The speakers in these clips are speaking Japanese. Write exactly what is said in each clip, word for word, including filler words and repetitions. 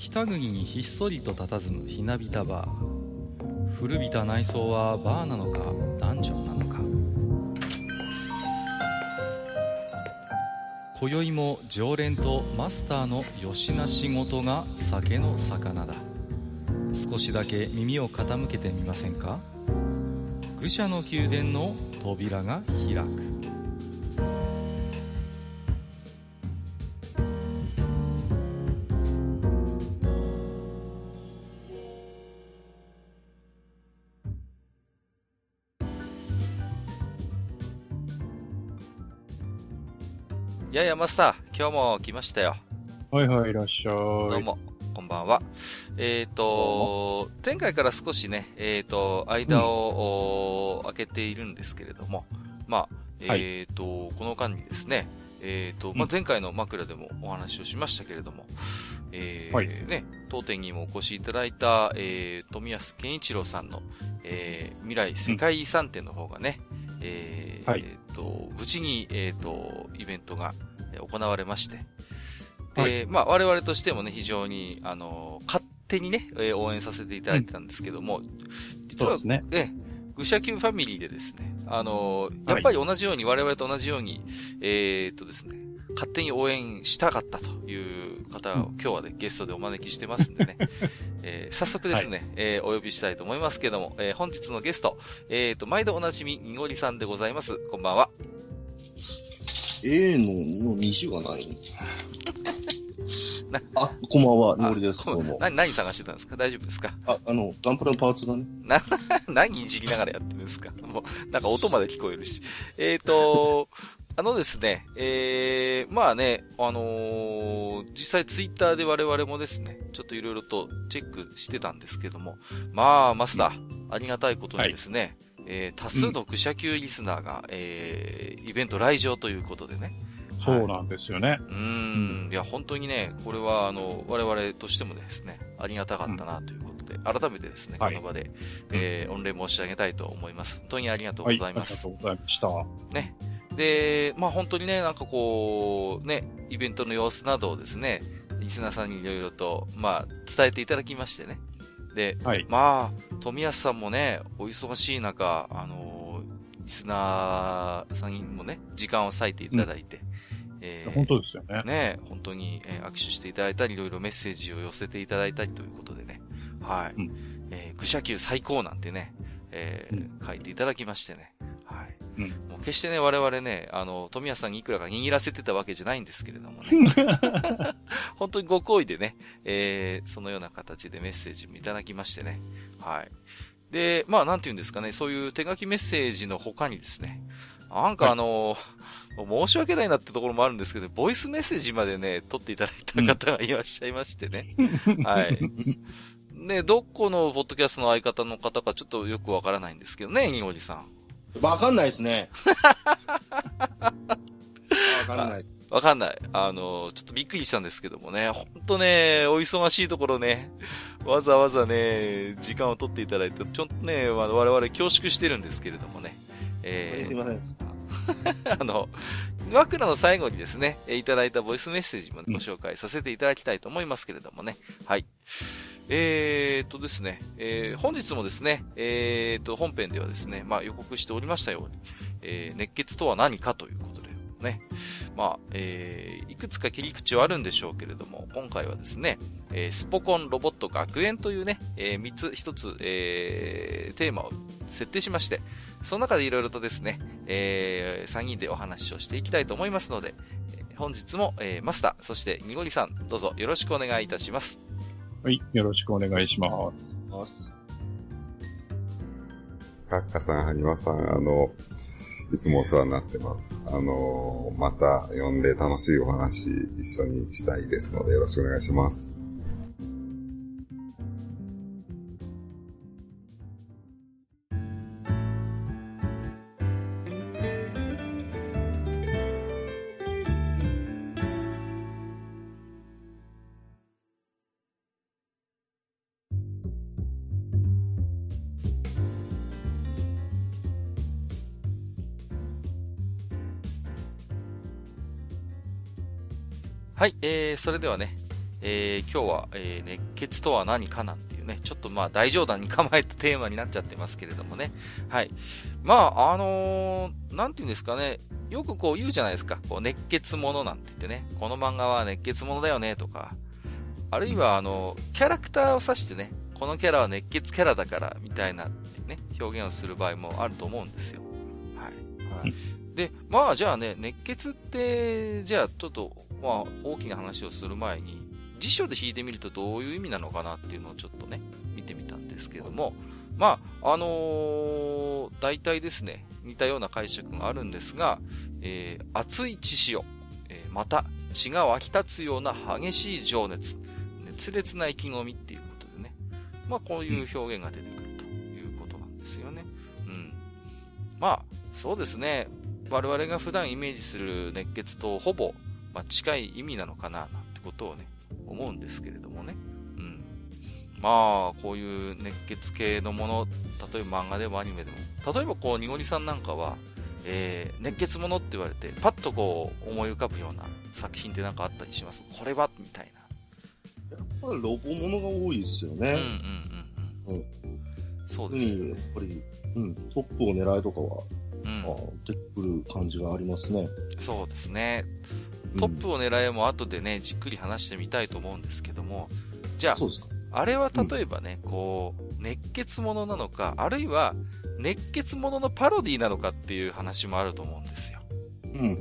北国にひっそりと佇むひなびたバー。古びた内装はバーなのかダンジョンなのか。今宵も常連とマスターのよしな仕事が酒の魚だ。少しだけ耳を傾けてみませんか。愚者の宮殿の扉が開く。いやいやマスター、今日も来ましたよ。 はいはい、いらっしゃい。 どうも、こんばんは。えっ、ー、と、前回から少しね、えっ、ー、と、間を、うん、空けているんですけれども、まあ、えっ、ー、と、はい、この間にですね、えっ、と、まあ、前回の枕でもお話をしましたけれども、えー、はい、ね、当店にもお越しいただいた、えー、富安健一郎さんの、えー、未来世界遺産展の方がね、うんえー、はい、えっ、ー、と、無事に、えっ、ー、と、イベントが行われまして、で、はい、まあ、我々としてもね、非常に、あの、勝手にね、えー、応援させていただいてたんですけども、うん、実は、ね、えー、愚者級ファミリーでですね、あの、やっぱり同じように、はい、我々と同じように、えー、っとですね、勝手に応援したかったという方を今日はね、ゲストでお招きしてますんでね、えー、早速ですね、はい、えー、お呼びしたいと思いますけども、えー、本日のゲスト、えー、と、毎度おなじみ、にごりさんでございます。こんばんは。 A の、のにじゅうがないのあ、こんばんは、にごりです。どうも。 な、何探してたんですか？大丈夫ですか？ あ、あの、ガンプラのパーツがね。 な、何いじりながらやってるんですか？もう、なんか音まで聞こえるし。えーと、あのですね、えー、まあね、あのー、実際ツイッターで我々もですね、ちょっといろいろとチェックしてたんですけども、まあ、マスター、うん、ありがたいことにですね、はい、えー、多数の愚者級リスナーが、うん、えー、イベント来場ということでね。 そうなんですよね。はい、 うーん、いや、本当にね、これは、あの、我々としてもですね、ありがたかったなということで、うん、改めてですね、この場で、はい、えー、御礼申し上げたいと思います。本当にありがとうございます。 はい、ありがとうございました。 ね。で、まあ本当にね、なんかこう、ね、イベントの様子などをですね、リスナーさんにいろいろと、まあ、伝えていただきましてね。で、はい、まあ、富安さんもね、お忙しい中、あのー、リスナーさんにもね、時間を割いていただいて、うんえー、本当ですよね。 ね、本当に、えー、握手していただいたり、いろいろメッセージを寄せていただいたりということでね、はい。うん、えー、愚者級最高なんてね、えーうん、書いていただきましてね、はい。うん、もう決してね、我々ね、あの、富安さんにいくらか握らせてたわけじゃないんですけれどもね、本当にご好意でね、えー、そのような形でメッセージもいただきましてね、はい。で、まあ、なんて言うんですかね、そういう手書きメッセージの他にですね、なんかあの、はい、申し訳ないなってところもあるんですけど、ボイスメッセージまでね、取っていただいた方がいらっしゃいましてね。うん、はい。ね、どこのポッドキャストの相方の方かちょっとよくわからないんですけどね、にごりさん。 わかんないですね。わかんない。 わかんない。あの、ちょっとびっくりしたんですけどもね、ほんとね、お忙しいところね、わざわざね、時間を取っていただいて、ちょっとね、我々恐縮してるんですけれどもね。 えー、すいませんでした。 あの、枕の最後にですね、いただいたボイスメッセージもご紹介させていただきたいと思いますけれどもね。はい。えーっとですね、えー、本日もですね、えーっと、本編ではですね、まあ予告しておりましたように、えー、熱血とは何かということでね、まあ、えー、いくつか切り口はあるんでしょうけれども、今回はですね、えー、スポコンロボット学園というね、えー、みっつひとつ、えー、テーマを設定しまして、その中でいろいろとですね、えー、さんにんでお話をしていきたいと思いますので、本日も、えー、マスター、そしてにごりさん、どうぞよろしくお願いいたします。 はい、よろしくお願いします。 カッカさん、はにわさん、あの、いつもお世話になってます。あの、また呼んで楽しいお話一緒にしたいですので、よろしくお願いします。 はい、えー、それではね、 えー、今日は、えー、熱血とは何かなんていうね、ちょっとまあ大冗談に構えたテーマになっちゃってますけれどもね。はい。まあ、あのー、なんていうんですかね、よくこう言うじゃないですか。こう熱血ものなんて言ってね、この漫画は熱血ものだよねとか、あるいはあの、キャラクターを指してね、このキャラは熱血キャラだからみたいな、ね、表現をする場合もあると思うんですよ。はい。はい。で、まあじゃあね、熱血って、じゃあちょっと、まあ大きな話をする前に、辞書で引いてみるとどういう意味なのかなっていうのをちょっとね、見てみたんですけれども、まあ、あのー、大体ですね、似たような解釈があるんですが、えー、熱い血潮、えー、また血が湧き立つような激しい情熱、熱烈な意気込みっていうことでね、まあこういう表現が出てくるということなんですよね。うん。まあ、そうですね、我々が普段イメージする熱血とほぼ、まあ、近い意味なのかななんてことをね、思うんですけれどもね。うん。まあ、こういう熱血系のもの、例えば漫画でもアニメでも、例えばこう、にごりさんなんかは、えー、熱血ものって言われて、パッとこう、思い浮かぶような作品ってなんかあったりします？これはみたいな。 やっぱりロボものが多いですよね。うんうんうんうん。うん、そうですね。やっぱり、うん、トップを狙いとかは、うん、あ出てくる感じがありますね。 そうですね。トップを狙いも後でね、じっくり話してみたいと思うんですけども、じゃあ、あれは例えばね、うん、こう、熱血ものなのか、あるいは熱血もののパロディなのかっていう話もあると思うんですよ。うんうん。うん。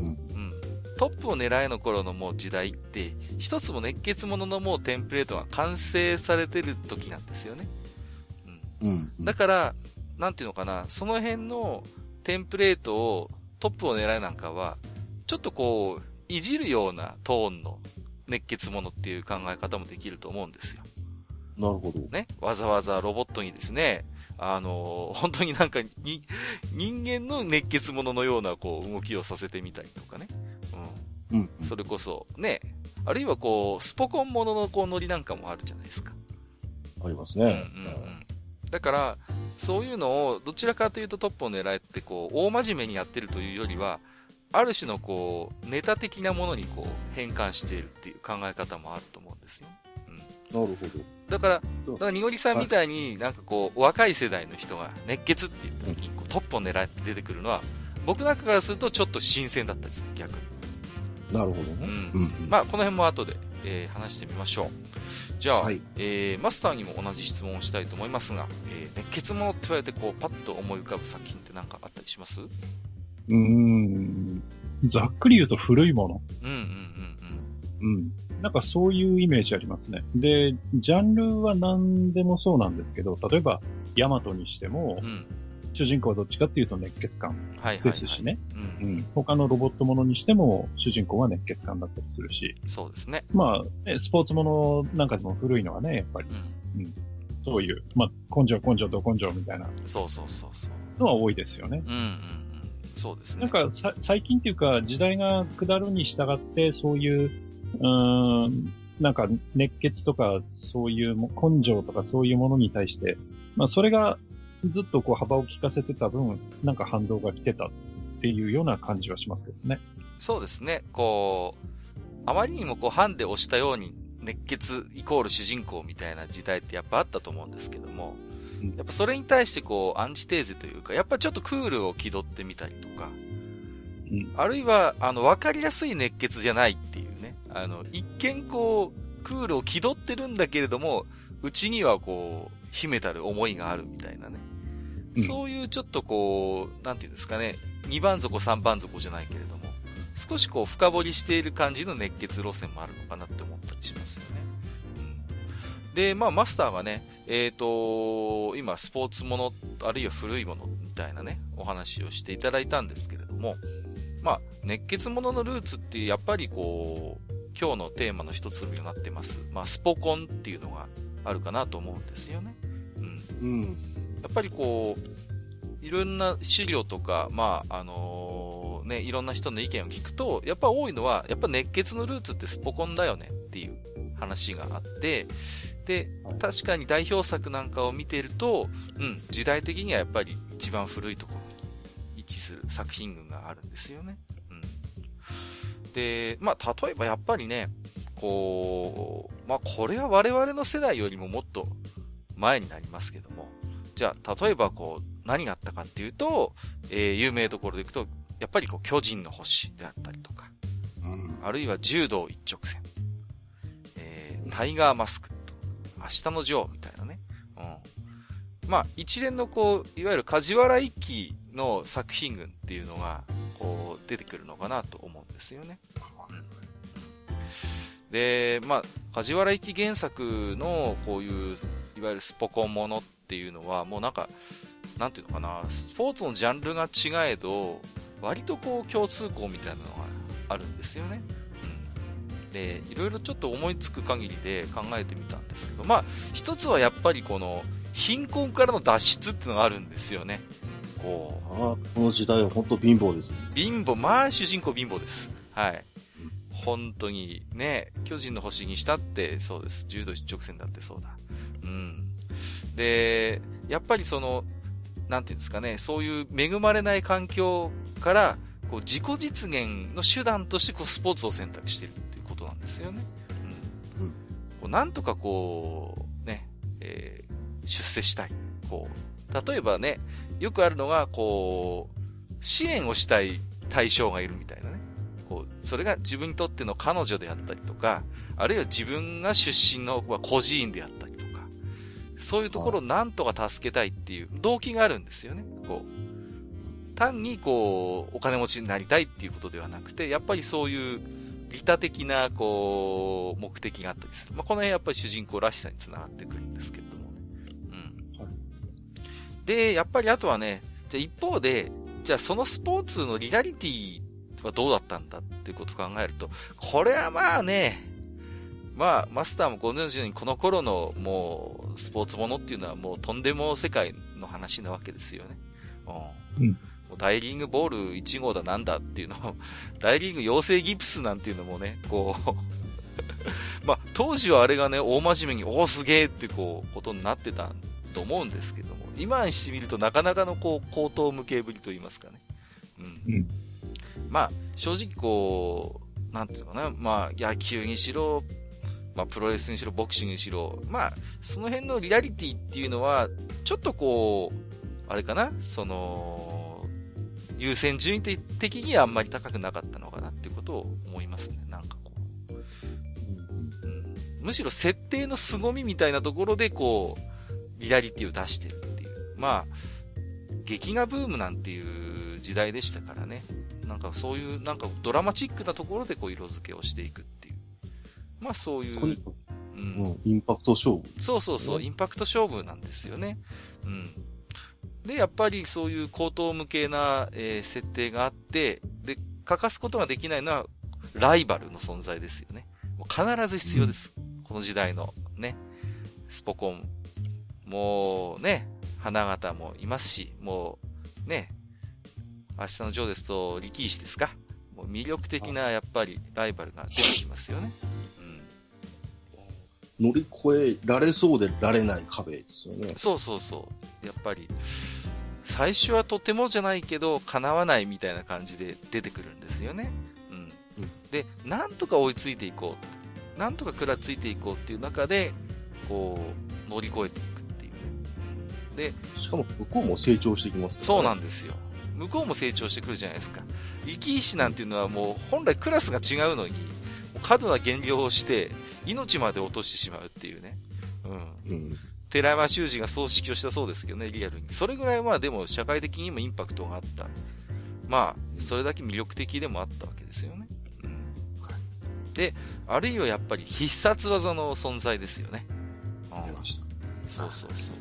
トップを狙いの頃のもう時代って、一つも熱血もののもうテンプレートが完成されてる時なんですよね。うん。うんうん、だから、なんていうのかな、その辺のテンプレートを、トップを狙いなんかは、ちょっとこう、いじるようなトーンの熱血ものっていう考え方もできると思うんですよ。 なるほど。 ね。わざわざロボットにですね、あのー、本当になんかに、人間の熱血もののようなこう動きをさせてみたりとかね。うん。うん、うん。それこそ、ね。あるいはこう、スポコンもののこうノリなんかもあるじゃないですか。 ありますね。 うんうんうん。だから、そういうのをどちらかというとトップを狙ってこう、大真面目にやってるというよりは、ある種のこう、ネタ的なものにこう、変換しているっていう考え方もあると思うんですよ。うん。なるほど。 だから、だから、にごりさんみたいになんかこう、若い世代の人が熱血って言った時にこう、トップを狙って出てくるのは、僕なんかからするとちょっと新鮮だったです、逆に。 なるほどね。うん。 うんうん、まあ、この辺も後で、えー、話してみましょう。じゃあ、はい、えー、マスターにも同じ質問をしたいと思いますが、えー、熱血ものって言われてこう、パッと思い浮かぶ作品って何かあったりします？ うーん、ざっくり言うと古いもの。 うんうんうんうん。 うん。なんかそういうイメージありますね。で、ジャンルは何でもそうなんですけど、例えば、ヤマトにしても、うん、主人公はどっちかっていうと熱血感ですしね。うん、他のロボットものにしても、主人公は熱血感だったりするし。 そうですね。 まあ、スポーツものなんかでも古いのはね、やっぱり。うんうん、そういう、まあ、根性根性と根性みたいな。 そうそうそうそう。 のは多いですよね。 うんうんそうですね。 なんかさ、最近っていうか、時代が下るに従って、そういう、うーん、なんか熱血とか、そういう根性とかそういうものに対して、まあそれがずっとこう幅を利かせてた分、なんか反動が来てたっていうような感じはしますけどね。 そうですね。こう、あまりにもこうハンデ押したように熱血イコール主人公みたいな時代ってやっぱあったと思うんですけども、やっぱそれに対してこうアンチテーゼというか、やっぱちょっとクールを気取ってみたりとか、うん、あるいはあの分かりやすい熱血じゃないっていうね、あの一見こうクールを気取ってるんだけれども、うちにはこう秘めたる思いがあるみたいなね、うん、そういうちょっとこうなんていうんですかね、二番底三番底じゃないけれども、少しこう深掘りしている感じの熱血路線もあるのかなって思ったりしますよね。うん、で、まあマスターはね。えっと、今、スポーツもの、あるいは古いものみたいなね、お話をしていただいたんですけれども、まあ、熱血もののルーツって、やっぱりこう、今日のテーマの一つになってます。まあ、スポコンっていうのがあるかなと思うんですよね。うん。うん。やっぱりこう、いろんな資料とか、まあ、あのー、ね、いろんな人の意見を聞くと、やっぱ多いのは、やっぱ熱血のルーツってスポコンだよねっていう話があって、で、確かに代表作なんかを見ていると、うん、時代的にはやっぱり一番古いところに位置する作品群があるんですよね。うん。で、まあ、例えばやっぱりね、 こう、まあ、これは我々の世代よりももっと前になりますけども、じゃあ、例えばこう、何があったかっていうと、えー、有名どころでいくと、やっぱりこう、巨人の星であったりとか、うん、あるいは柔道一直線、えー、タイガーマスクと、明日のジョーみたいなね、うん。まあ、一連のこう、いわゆる梶原一騎の作品群っていうのが、こう、出てくるのかなと思うんですよね。うん、で、まあ、梶原一騎原作のこういう、いわゆるスポコンものっていうのは、もうなんか、なんていうのかな、スポーツのジャンルが違えど、割とこう共通項みたいなのがあるんですよね。うん、で、いろいろちょっと思いつく限りで考えてみたんですけど、まあ、一つはやっぱりこの、貧困からの脱出っていうのがあるんですよね。こう。 ああ、この時代は本当貧乏です。 貧乏、まあ主人公貧乏です。はい。うん、本当にね、巨人の星にしたってそうです。柔道一直線だってそうだ。うん。で、やっぱりその、なんていうんですかね、そういう恵まれない環境から、こう自己実現の手段としてこうスポーツを選択しているっていうことなんですよね。うん。うん、こうなんとかこう、ね、えー、出世したい。こう、例えばね、よくあるのが、こう、支援をしたい対象がいるみたいなね。こう、それが自分にとっての彼女であったりとか、あるいは自分が出身の孤児院であったりとか、そういうところをなんとか助けたいっていう動機があるんですよね。こう、単にこう、お金持ちになりたいっていうことではなくて、やっぱりそういう利他的な、こう、目的があったりする。まあ、この辺やっぱり主人公らしさにつながってくるんですけれどもね。うん。はい、で、やっぱりあとはね、じゃあ一方で、じゃあそのスポーツのリアリティはどうだったんだっていうことを考えると、これはまあね、まあ、マスターもご存知のように、この頃のもう、スポーツものっていうのはもうとんでも世界の話なわけですよね。うん。うん、もう大リーグボールいち号だなんだっていうのを、大リーグ養成ギプスなんていうのもね、こう、まあ、当時はあれがね、大真面目に、おーすげーってこう、ことになってたと思うんですけども、今にしてみるとなかなかのこう、高等無形ぶりと言いますかね。うん。うん、まあ、正直こう、なんていうのかな、まあ、野球にしろ、まあ、プロレスにしろ、ボクシングにしろ、まあ、その辺のリアリティっていうのは、ちょっとこう、あれかな、その、優先順位的にはあんまり高くなかったのかなっていうことを思いますね、なんかこう。うん、むしろ設定の凄みみたいなところで、こう、リアリティを出してるっていう。まあ、劇画ブームなんていう時代でしたからね。なんかそういう、なんかドラマチックなところでこう色付けをしていくっていう。まあそういう、 うん、インパクト勝負。 そうそうそう、インパクト勝負なんですよね。うん。で、やっぱりそういう高等無形な、えー、設定があって、で、欠かすことができないのは、ライバルの存在ですよね。もう必ず必要です。うん、この時代のね、スポコン。もうね、花形もいますし、もうね、明日のジョーですと力石ですか。もう魅力的なやっぱりライバルが出てきますよね。 乗り越えられそうでられない壁ですよね。 そうそうそう。やっぱり、最初はとてもじゃないけど、叶わないみたいな感じで出てくるんですよね。うん。うん、で、なんとか追いついていこう。なんとか食らついていこうっていう中で、こう、乗り越えていくっていうね。 で、しかも向こうも成長していきますね。 そうなんですよ。向こうも成長してくるじゃないですか。力石なんていうのはもう、本来クラスが違うのに、過度な減量をして、命まで落としてしまうっていうね。うん。うん、寺山修司がそう指揮をしたそうですけどね、リアルに。それぐらいまあでも社会的にもインパクトがあった。まあ、それだけ魅力的でもあったわけですよね。うん。で、あるいはやっぱり必殺技の存在ですよね。 出ました。 そうそうそう。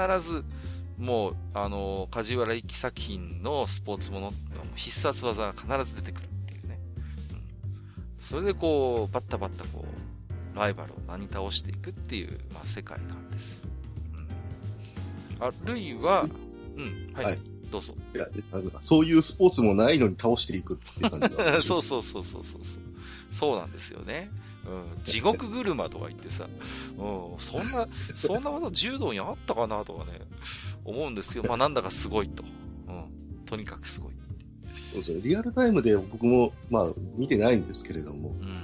必ず、もう、あの、梶原一騎作品のスポーツもの、必殺技が必ず出てくるっていうね。うん。それでこう、バッタバッタこう、ライバルを何倒していくっていう、まあ、世界観ですよ。うん。あるいは、うん、はい、はい。どうぞ。 いや、そういうスポーツもないのに倒していくっていう感じが。 そうそうそうそうそう。そうなんですよね。うん。地獄車とか言ってさ、うん。そんな、そんな技柔道にあったかなとかね、思うんですけど、まあなんだかすごいと。うん。とにかくすごい。 そうですね。リアルタイムで僕も、まあ、見てないんですけれども、うん、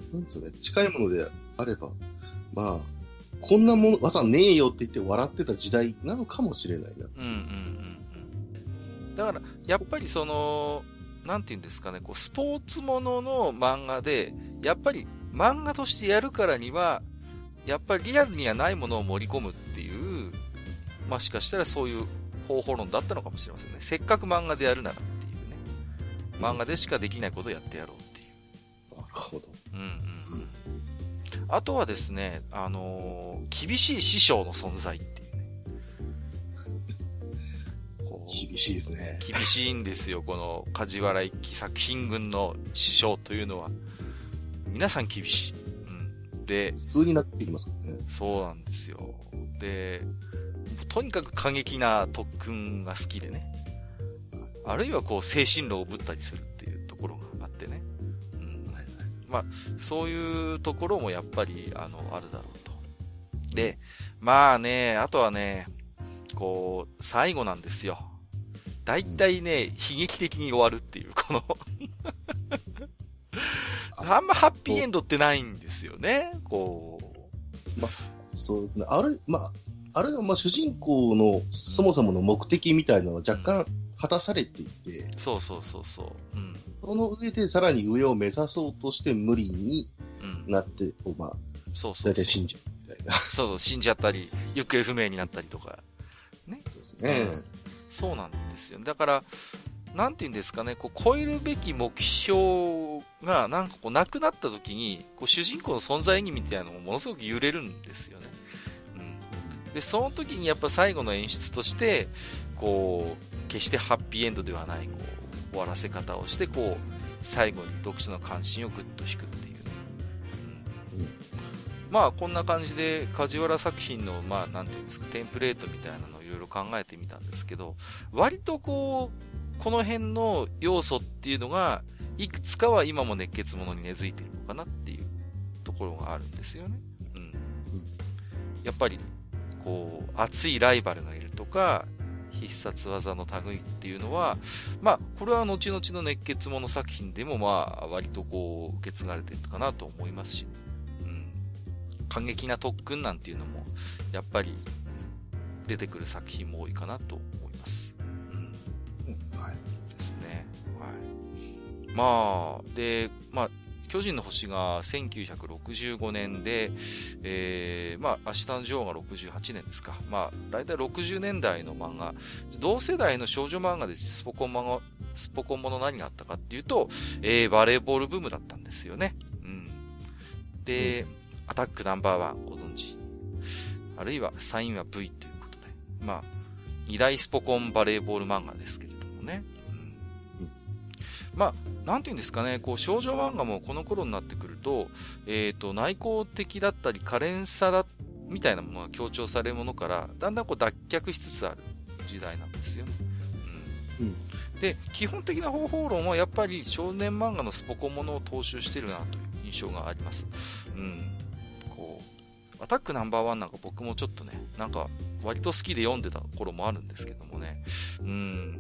なんですよね。近いものであれば、まあ、こんなもの、わざねえよって言って笑ってた時代なのかもしれないな。 うんうんうんうん。だから、やっぱりその、なんていうんですかね、こう、スポーツものの漫画で、やっぱり漫画としてやるからには、やっぱりリアルにはないものを盛り込むっていう、まあしかしたらそういう方法論だったのかもしれませんね。せっかく漫画でやるならっていうね。漫画でしかできないことをやってやろうっていう。 なるほど。 うんうんうん。あとはですね、あのー、厳しい師匠の存在っていうね。 こう厳しいですね。 厳しいんですよ、この梶原一騎作品群の師匠というのは。皆さん厳しい。うん。で、 普通になってきますからね。 そうなんですよ。で、とにかく過激な特訓が好きでね。あるいはこう精神論をぶったりするっていうところがあってね。うん。まあ、そういうところもやっぱり、あの、あるだろうと。で、まあね、あとはね、こう、最後なんですよ。だいたいね、悲劇的に終わるっていう、このあんまハッピーエンドってないんですよね、こう。まあ、そうですね。ある、まあ、あるいはまあ主人公のそもそもの目的みたいなのは若干果たされていて、 うん、そうそうそうそう。うん。 その上でさらに上を目指そうとして無理になって、うん、まあ、 そうそうそう。 大体死んじゃうみたいな。 そうそう、死んじゃったり、行方不明になったりとか。ね。 そうですね、 うん。そうなんですよ。だから、なんて言うんですかね、こう超えるべき目標がなんかこうなくなった時に、こう主人公の存在意義みたいなのもものすごく揺れるんですよね。うん。で、その時にやっぱ最後の演出として、こう、決してハッピーエンドではない、こう、終わらせ方をして、こう、最後に読者の関心をぐっと引くっていうね。うん。うん、まあ、こんな感じで、梶原作品の、まあ、なんていうんですか、テンプレートみたいなのをいろいろ考えてみたんですけど、割とこう、この辺の要素っていうのが、いくつかは今も熱血ものに根付いているのかなっていうところがあるんですよね。うん。うん、やっぱり、こう、熱いライバルがいるとか、必殺技の類っていうのは、まあ、これは後々の熱血もの作品でも、まあ、割とこう、受け継がれてるかなと思いますし、うん。過激な特訓なんていうのも、やっぱり、出てくる作品も多いかなと思います。まあ、で、まあ、巨人の星がせんきゅうひゃくろくじゅうごねんで、えー、まあ、明日のジョーがろくじゅうはちねんですか。まあ、だいたいろくじゅうねんだいの漫画、同世代の少女漫画でスポコン漫画、スポコンもの何があったかっていうと、えー、バレーボールブームだったんですよね。うん。で、うん、アタックナンバーワンご存知。あるいはサインは V ということで。まあ、二大スポコンバレーボール漫画ですけれどもね。まあ、なんていうんですかね、こう、少女漫画もこの頃になってくると、えっと、内向的だったり、可憐さだ、みたいなものが強調されるものから、だんだんこう脱却しつつある時代なんですよね。うん。うん、で、基本的な方法論はやっぱり少年漫画のスポコンものを踏襲してるなという印象があります。うん。こう、アタックナンバーワンなんか僕もちょっとね、なんか、割と好きで読んでた頃もあるんですけどもね。うん。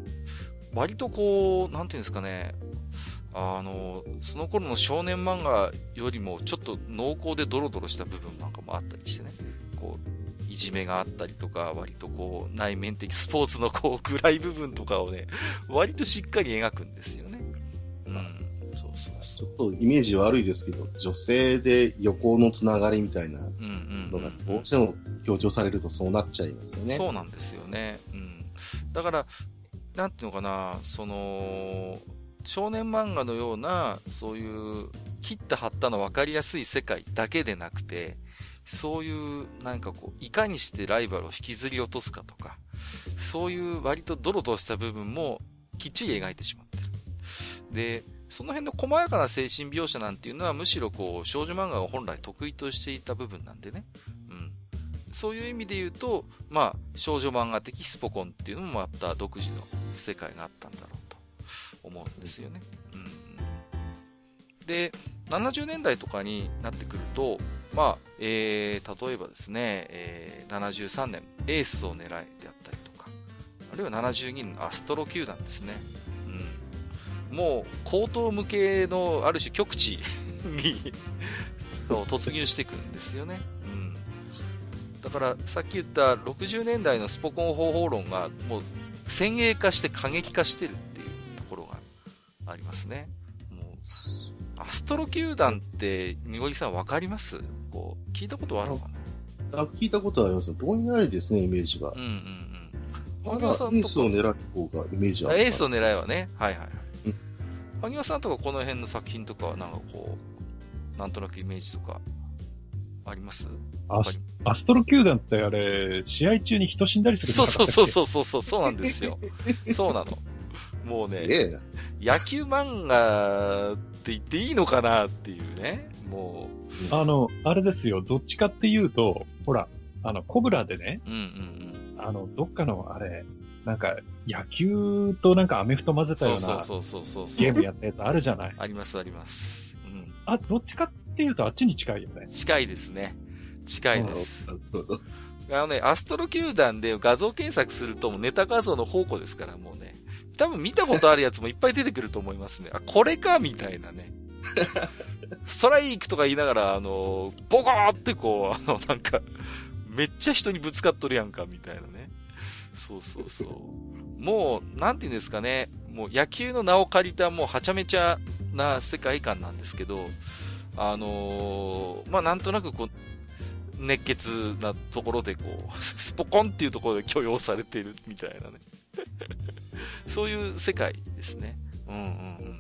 割とこう、なんていうんですかね、あの、その頃の少年漫画よりもちょっと濃厚でドロドロした部分なんかもあったりしてね、こう、いじめがあったりとか、割とこう、内面的スポーツのこう、暗い部分とかをね、割としっかり描くんですよね。うん。そうそうそう。 ちょっとイメージ悪いですけど、女性で横のつながりみたいなのがどうしても強調されるとそうなっちゃいますよね。 そうなんですよね。うん。だから、なんていうのかな、その、少年漫画のような、そういう、切った張ったの分かりやすい世界だけでなくて、そういう、なんかこう、いかにしてライバルを引きずり落とすかとか、そういう割とドロドロした部分もきっちり描いてしまってる。で、その辺の細やかな精神描写なんていうのは、むしろこう、少女漫画が本来得意としていた部分なんでね。うん。そういう意味で言うと、まあ、少女漫画的スポコンっていうのもまた独自の世界があったんだろうと思うんですよね。うん、で、ななじゅうねんだいとかになってくると、まあ、えー、例えばですね、えー、ななじゅうさんねん、エースを狙いであったりとか、あるいはななじゅうにねんのアストロ球団ですね。うん、もう、高等向けのある種極地に中を突入していくんですよね。うん。だから、さっき言ったろくじゅうねんだいのスポコン方法論が、もう、先鋭化して過激化してるっていうところがありますね。もう、アストロ球団って、にごりさんわかります？こう、聞いたことあるのかな？ あ、聞いたことあります。ぼんやりですね、イメージが。 うんうんうん。 まだエースを狙う方がイメージある。 エースを狙いはね。はいはいはい。萩尾さんとかこの辺の作品とかはなんかこう、なんとなくイメージとか、あります？ アスアストロ球団ってあれ、試合中に人死んだりするんそうそうそうそうそうそう、そうなんですよ。そうなの。もうね、野球漫画って言っていいのかなっていうね。もう。あの、あれですよ、どっちかっていうと、ほら、あの、コブラでね、 うんうんうん。 あの、どっかのあれ、なんか、野球となんかアメフト混ぜたようなゲームやったやつあるじゃない。 ありますあります。うん。 あ、どっちかっていうとあっちに近いよね。 近いですね。近いです。あのね、アストロ球団で画像検索するともうネタ画像の宝庫ですから、もうね。多分見たことあるやつもいっぱい出てくると思いますね。あ、これかみたいなね。ストライクとか言いながら、あの、ボコーってこう、あの、なんか、めっちゃ人にぶつかっとるやんか、みたいなね。そうそうそう。もう、なんていうんですかね。もう野球の名を借りたもうはちゃめちゃな世界観なんですけど、あのー、まあ、なんとなくこう、熱血なところでこう、スポコンっていうところで許容されているみたいなね。そういう世界ですね。うんうんうん。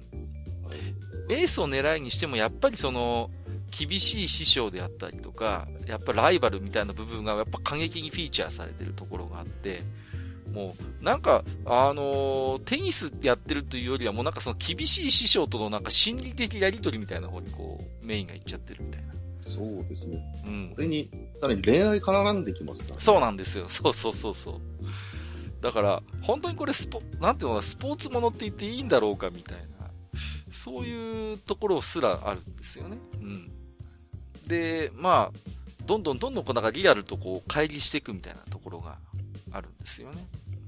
エースを狙いにしてもやっぱりその、厳しい師匠であったりとか、やっぱライバルみたいな部分がやっぱ過激にフィーチャーされてるところがあって、もう、なんか、あのー、テニスやってるというよりはもうなんかその厳しい師匠とのなんか心理的やりとりみたいな方にこう、メインがいっちゃってるみたいな。 そうですね。 うん。 それに、さらに恋愛絡んできますから、ね。 そうなんですよ。そうそうそうそう。だから、本当にこれスポ、なんていうのかな、スポーツものって言っていいんだろうかみたいな、そういうところすらあるんですよね。うん。で、まあ、どんどんどんどんこうなんかリアルとこう、乖離していくみたいなところがあるんですよね。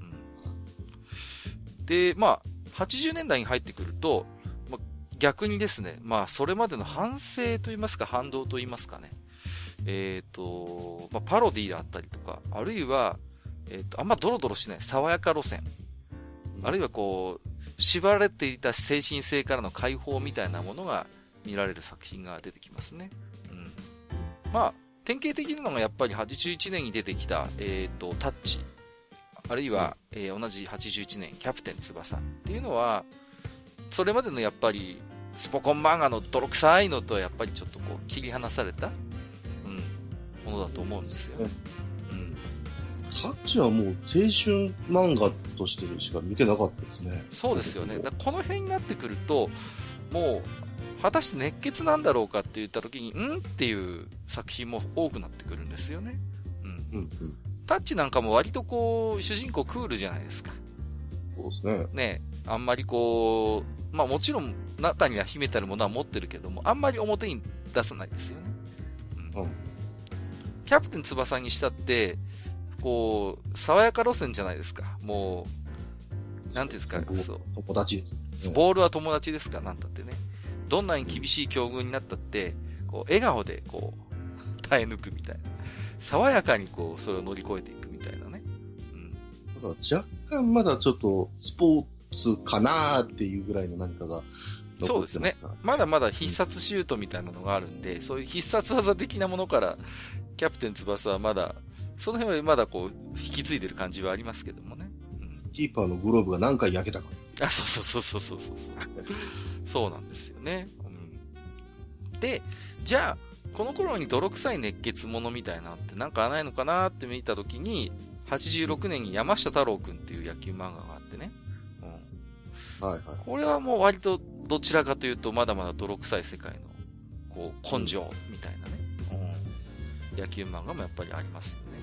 うん。で、まあ、はちじゅうねんだいに入ってくると、まあ、逆にですね、まあ、それまでの反省と言いますか、反動と言いますかね。えっと、まあ、パロディだったりとか、あるいは、えっと、あんまドロドロしない、爽やか路線。あるいはこう、縛られていた精神性からの解放みたいなものが見られる作品が出てきますね。うん。まあ、典型的なのがやっぱりはちじゅういちねんに出てきた、えっと、タッチ。あるいは、えー、同じはちじゅういちねん、キャプテン翼っていうのは、それまでのやっぱり、スポコン漫画の泥臭いのとやっぱりちょっとこう、切り離された、うん、ものだと思うんですよ。うん。 タッチはもう青春漫画としてしか見てなかったですね。 そうですよね。だこの辺になってくると、もう、果たして熱血なんだろうかって言った時に、んっていう作品も多くなってくるんですよね。うん。うんうん、タッチなんかも割とこう、主人公クールじゃないですか。 そうですね。 ね、あんまりこう、まあもちろん中には秘めたるものは持ってるけども、あんまり表に出さないですよね。うん。うん、キャプテン翼にしたって、こう、爽やか路線じゃないですか。もう、なんていうんですか、 そう。友達です、 ね。ボールは友達ですか、なんたってね。どんなに厳しい境遇になったって、こう、笑顔で、こう、耐え抜くみたいな。爽やかにこう、それを乗り越えていくみたいなね。 うん。だから若干まだちょっと、スポーツかなーっていうぐらいの何かが、 そうですね。まだまだ必殺シュートみたいなのがあるんで、うん、そういう必殺技的なものから、キャプテン翼はまだ、その辺はまだこう、引き継いでる感じはありますけどもね。 うん、キーパーのグローブが何回焼けたか。 あ、そうそうそうそうそうそう。そうなんですよね。うん、で、じゃあ、この頃に泥臭い熱血ものみたいなのってなんかないのかなって見たときに、はちじゅうろくねんに山下太郎くんっていう野球漫画があってね。うん。はいはい。これはもう割とどちらかというとまだまだ泥臭い世界の、こう、根性みたいなね。うん。野球漫画もやっぱりありますよね。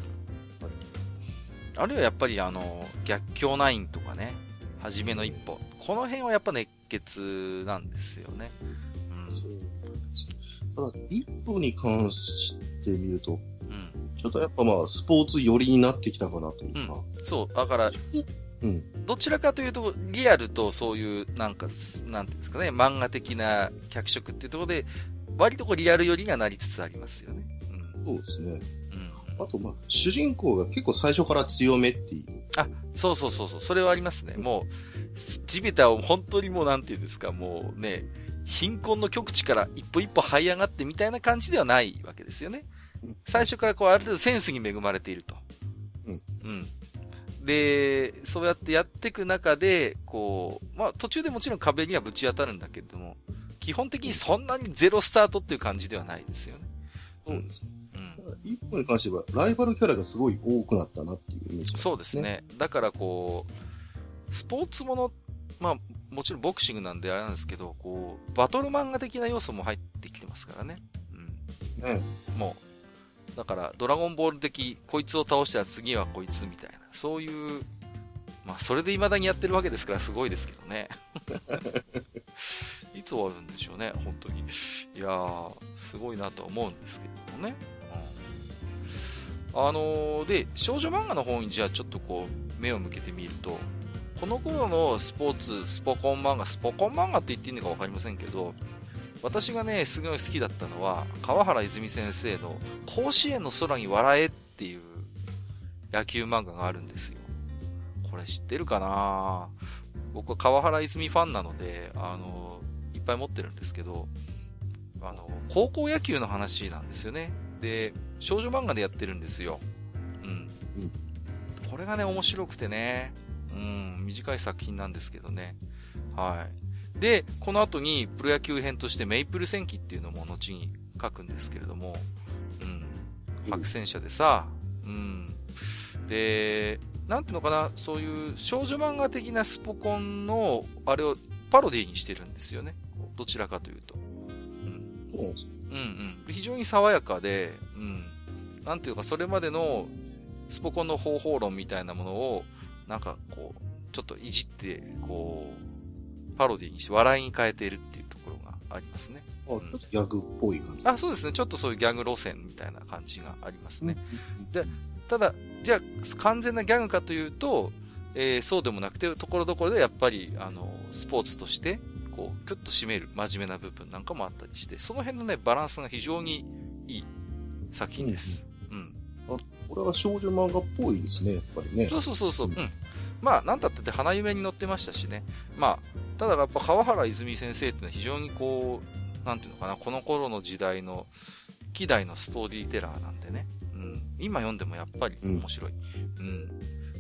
あるいはやっぱりあの、逆境ナインとかね、はじめの一歩。この辺はやっぱ熱血なんですよね。うん。 そうただ、一歩に関して見ると、うん、ちょっとやっぱまあ、スポーツ寄りになってきたかなというか。 うん、そう、だから、うん、どちらかというと、リアルとそういう、なんか、なんていうんですかね、漫画的な脚色っていうところで、 割とこうリアル寄りにはなりつつありますよね。 うん、そうですね。うん。あと、まあ、主人公が結構最初から強めっていう。 あ、そうそうそうそう、それはありますね。もう、地べたを本当にもうなんていうんですか、もうね、貧困の極地から一歩一歩這い上がってみたいな感じではないわけですよね。最初からこうある程度センスに恵まれていると。うん。うん。で、そうやってやっていく中で、こう、まあ途中でもちろん壁にはぶち当たるんだけれども、基本的にそんなにゼロスタートっていう感じではないですよね。 そうですね。うん。一歩に関しては、ライバルキャラがすごい多くなったなっていうイメージ、ね。 そうですね。だからこう、スポーツもの、まあもちろんボクシングなんであれなんですけど、こう、バトル漫画的な要素も入ってきてますからね。うん。ね。もう、だから、ドラゴンボール的、こいつを倒したら次はこいつみたいな、そういう、まあ、それで未だにやってるわけですからすごいですけどね。いつ終わるんでしょうね、本当に。いやー、すごいなとは思うんですけどもね。うん、あのー、で、少女漫画の方にじゃあちょっとこう、目を向けてみると、この頃のスポーツ、スポコン漫画、スポコン漫画って言っていいのかわかりませんけど、私がね、すごい好きだったのは、川原泉先生の甲子園の空に笑えっていう野球漫画があるんですよ。これ知ってるかな？僕は川原泉ファンなので、あの、いっぱい持ってるんですけど、あの、高校野球の話なんですよね。で、少女漫画でやってるんですよ。うん。うん、これがね、面白くてね、うん、短い作品なんですけどね。はい。で、この後にプロ野球編としてメイプル戦記っていうのも後に書くんですけれども、うん。白戦車でさ、うん。で、なんていうのかな、そういう少女漫画的なスポコンの、あれをパロディにしてるんですよね。どちらかというと。うん。そうです。うんうん。非常に爽やかで、うん。なんていうか、それまでのスポコンの方法論みたいなものを、なんかこう、ちょっといじって、こう、パロディにして笑いに変えているっていうところがありますね。 あ、うん、ちょっとギャグっぽい感じ。 あ、そうですね。ちょっとそういうギャグ路線みたいな感じがありますね。で、ただ、じゃあ、完全なギャグかというと、えー、そうでもなくて、ところどころでやっぱり、あの、スポーツとして、こう、キュッと締める真面目な部分なんかもあったりして、その辺のね、バランスが非常にいい作品です。うん。うん、 あ、これは少女漫画っぽいですね、やっぱりね。 そうそうそうそう。うん。まあ、なんだったって花夢に載ってましたしね。まあ、ただやっぱ川原泉先生っていうのは非常にこう、なんていうのかな、この頃の時代の、希代のストーリーテラーなんでね。うん。今読んでもやっぱり面白い。うん。うん、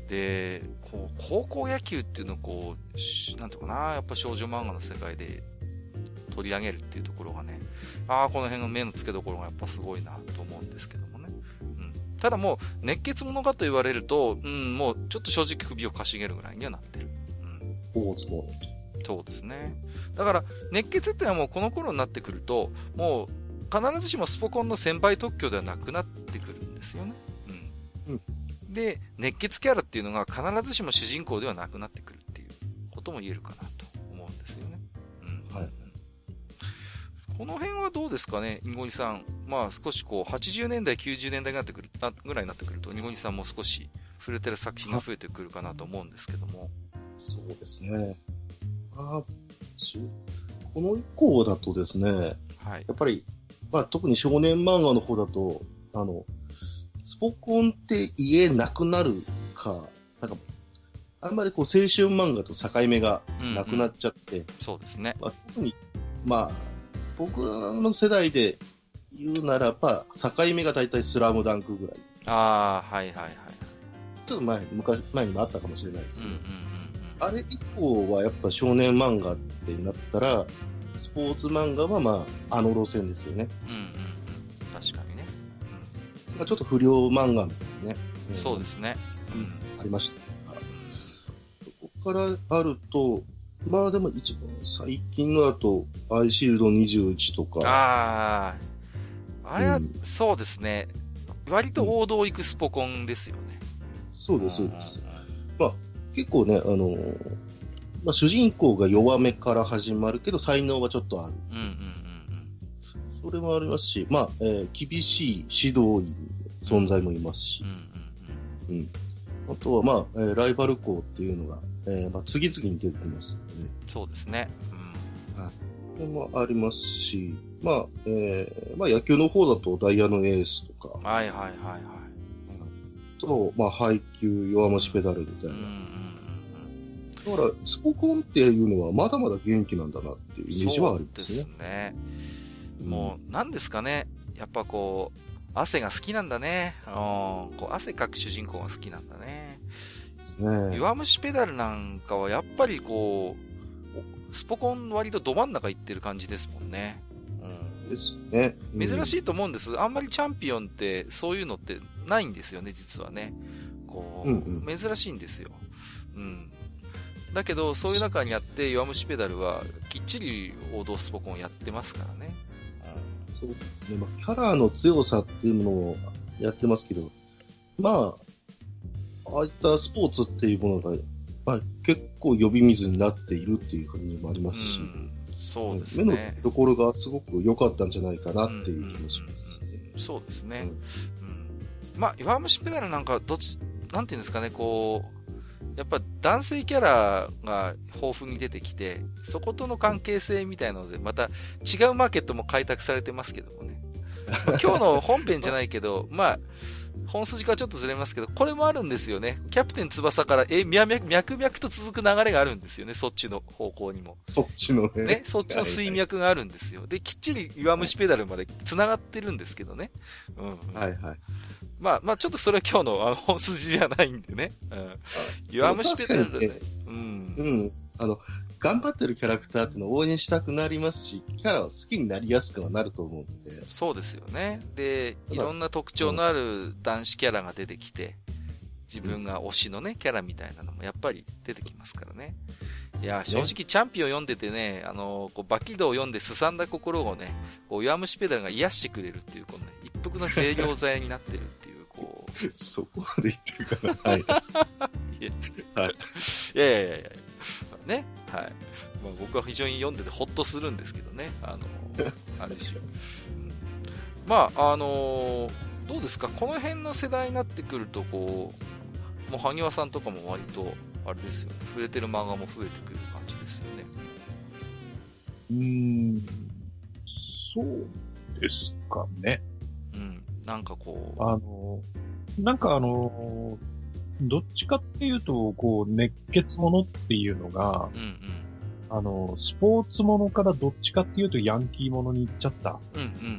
で、こう、高校野球っていうのをこう、なんていうかな、やっぱ少女漫画の世界で取り上げるっていうところがね、ああ、この辺の目の付けどころがやっぱすごいなと思うんですけどもね。うん。ただもう、熱血ものかと言われると、うん、もうちょっと正直首をかしげるぐらいにはなってる。 うん。おー、そう。 そうですね。だから、熱血ってのはもうこの頃になってくると、もう、必ずしもスポコンの先輩特許ではなくなってくるんですよね。うん。うん、で、熱血キャラっていうのが必ずしも主人公ではなくなってくるっていうことも言えるかなと思うんですよね。うん。はい。この辺はどうですかね、ニゴニさん。まあ少しこう、はちじゅうねんだい、きゅうじゅうねんだいになってくる、ぐらいになってくると、ニゴニさんも少し触れてる作品が増えてくるかなと思うんですけども。 そうですね。あこの以降だとですね、はい、やっぱり、まあ、特に少年漫画の方だと、あの、スポコンって言えなくなるか、なんか、あんまりこう青春漫画と境目がなくなっちゃって、うんうん、 そうですね。 まあ、特に、まあ、僕の世代で言うならば、境目が大体スラムダンクぐらい。 ああ、はいはいはい。 ちょっと前、昔、前にもあったかもしれないですけど、うんうんうんうん、あれ以降はやっぱ少年漫画ってなったら、スポーツ漫画はまあ、あの路線ですよね。 うんうんうん。確かにね。 うん、まあ、ちょっと不良漫画ですね。 うん、そうですね。 うん。ありました。そこからあると、まあでも一番最近のだと、アイシールドにじゅういちとか。 ああ。あれは、うん、そうですね。割と王道行くスポコンですよね。 うん、そうです、そうです。まあ、結構ね、あのー、まあ、主人公が弱めから始まるけど、才能はちょっとある。うんうんうんうん。それもありますし、まあ、えー、厳しい指導員の存在もいますし。うんうんうん。うん。あとは、まあ、えー、ライバル校っていうのが、えー、まあ、次々に出てきますのでね。 そうですね。 うん。はい。それもありますし、 まあ、えー、まあ野球の方だとダイヤのエースとか。 はいはいはいはい。 と、まあ配球、弱虫ペダルみたいな。うんうんうん、だから、スポコンっていうのはまだまだ元気なんだなっていうイメージはありますね。そうですね。 もう、なんですかね。やっぱこう、汗が好きなんだね。うん、こう汗かく主人公が好きなんだね。ね、弱虫ペダルなんかはやっぱりこう、スポコン割とど真ん中行ってる感じですもんね。 うん、ですね、 うん。珍しいと思うんです。あんまりチャンピオンってそういうのってないんですよね、実はね。こう、うんうん、珍しいんですよ。うん。だけど、そういう中にあって弱虫ペダルはきっちり王道スポコンをやってますからね。 うん、そうですね。まあ、キャラの強さっていうものをやってますけど、まあ、ああいったスポーツっていうものが、まあ、結構呼び水になっているっていう感じもありますし、うん、 そうですね。 目のところがすごく良かったんじゃないかなっていう気もします、ねうんうん、そうですね。うんうん、まあ、弱虫ペダルなんか、どっち、なんていうんですかね、こう、やっぱ男性キャラが豊富に出てきて、そことの関係性みたいなので、また違うマーケットも開拓されてますけどもね。まあ、今日の本編じゃないけど、まあ、本筋からちょっとずれますけど、これもあるんですよね。キャプテン翼から、え、脈々、脈々と続く流れがあるんですよね。そっちの方向にも。 そっちのね。 ね、そっちの水脈があるんですよ。で、きっちり弱虫ペダルまで繋がってるんですけどね。うん、うん。 はいはい。 まあ、まあ、ちょっとそれは今日のあの本筋じゃないんでね。うん。弱虫ペダルね。うん。 うん。あの、頑張ってるキャラクターっていうのを応援したくなりますし、キャラは好きになりやすくはなると思うので。 そうですよね。で、いろんな特徴のある男子キャラが出てきて、自分が推しのね、キャラみたいなのもやっぱり出てきますからね。いや、正直チャンピオン読んでてね、あの、こう、バキドを読んで、すさんだ心をね、こう、弱虫ペダルが癒してくれるっていう、このね、一服の清涼剤になってるっていう、こう。そこまで言ってるかな。はい。 いや、はい。いやいやいやいや。ね。はい。まあ、僕は非常に読んでてホッとするんですけどね。あの、ある種。うん、まあ、あのー、どうですかこの辺の世代になってくると、こう、もう萩和さんとかも割と、あれですよね。触れてる漫画も増えてくる感じですよね。 うーん。そうですかね。 うん。なんかこう。 あの、なんかあの、どっちかっていうと、こう、熱血ものっていうのが、うんうん、あの、スポーツものからどっちかっていうとヤンキーものに行っちゃった。 うんうんうんうん。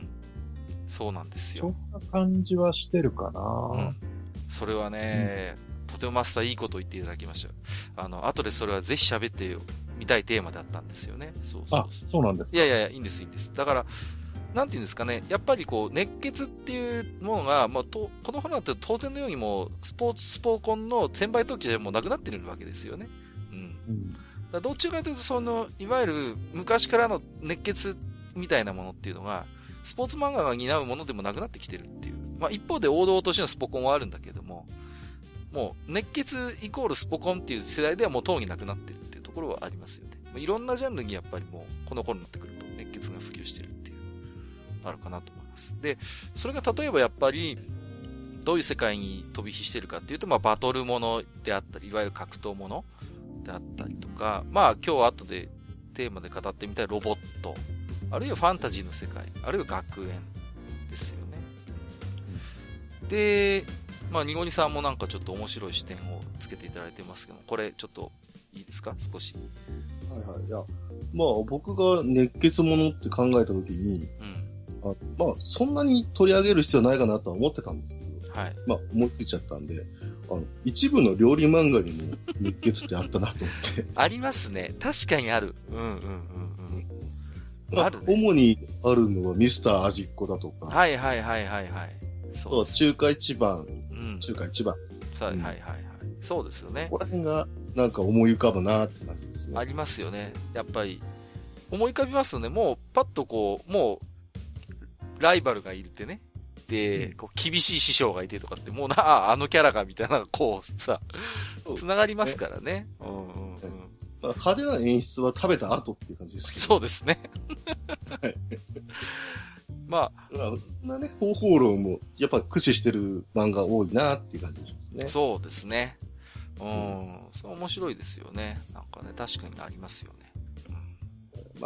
そうなんですよ。 そんな感じはしてるかな、うん、 それはね、うん、とてもマスターいいことを言っていただきました。あの、後でそれはぜひ喋ってみたいテーマだったんですよね。そうそうそう。 あ、そうなんですか。 いやいやいや、いいんです、いいんです。だから、なんていうんですかね、やっぱりこう、熱血っていうものが、まあ、とこの本なんて当然のようにもう、スポーツスポーコンの専売特許じゃもうなくなってるわけですよね。うん。うん、だどっちかというと、その、いわゆる昔からの熱血みたいなものっていうのが、スポーツ漫画が担うものでもなくなってきてるっていう。まあ、一方で王道としてのスポコンはあるんだけども、もう、熱血イコールスポコンっていう世代ではもうとうになくなってるっていうところはありますよね。いろんなジャンルにやっぱりもう、この頃になってくると熱血が普及してるっていう、あるかなと思います。で、それが例えばやっぱり、どういう世界に飛び火してるかっていうと、まあ、バトルものであったり、いわゆる格闘ものであったりとか、まあ、今日後でテーマで語ってみたいロボット、あるいはファンタジーの世界、あるいは学園ですよね。うん、で、まあ、ニゴニさんもなんかちょっと面白い視点をつけていただいてますけど、これちょっといいですか少し。 はいはい。いや、まあ僕が熱血ものって考えたときに、うん、あまあそんなに取り上げる必要ないかなとは思ってたんですけど、はい、まあ思いついちゃったんで、あの一部の料理漫画にも熱血ってあったなと思って。 ありますね。確かにある。うんうんうんうん。 まあ、あるね、主にあるのはミスター味っ子だとか。 はいはいはいはいはい。 そう中華一番、うん、中華一番。 はいはいはいはい。そうですよね。 ここら辺がなんか思い浮かぶなって感じですね。 ありますよね。やっぱり、思い浮かびますよね。もう、パッとこう、もう、ライバルがいるってね。で、うん、こう厳しい師匠がいてとかって、もうな、あ、あのキャラがみたいな、こうさ、つながりますからね。うんうんうん。 まあ、派手な演出は食べた後っていう感じですけど。 そうですね。はい。まあ、 まあ、そんなね、方法論も、やっぱ駆使してる漫画多いなっていう感じですね。 そうですね。うん、うん、そう面白いですよね。なんかね、確かにありますよね。 うん、まあ、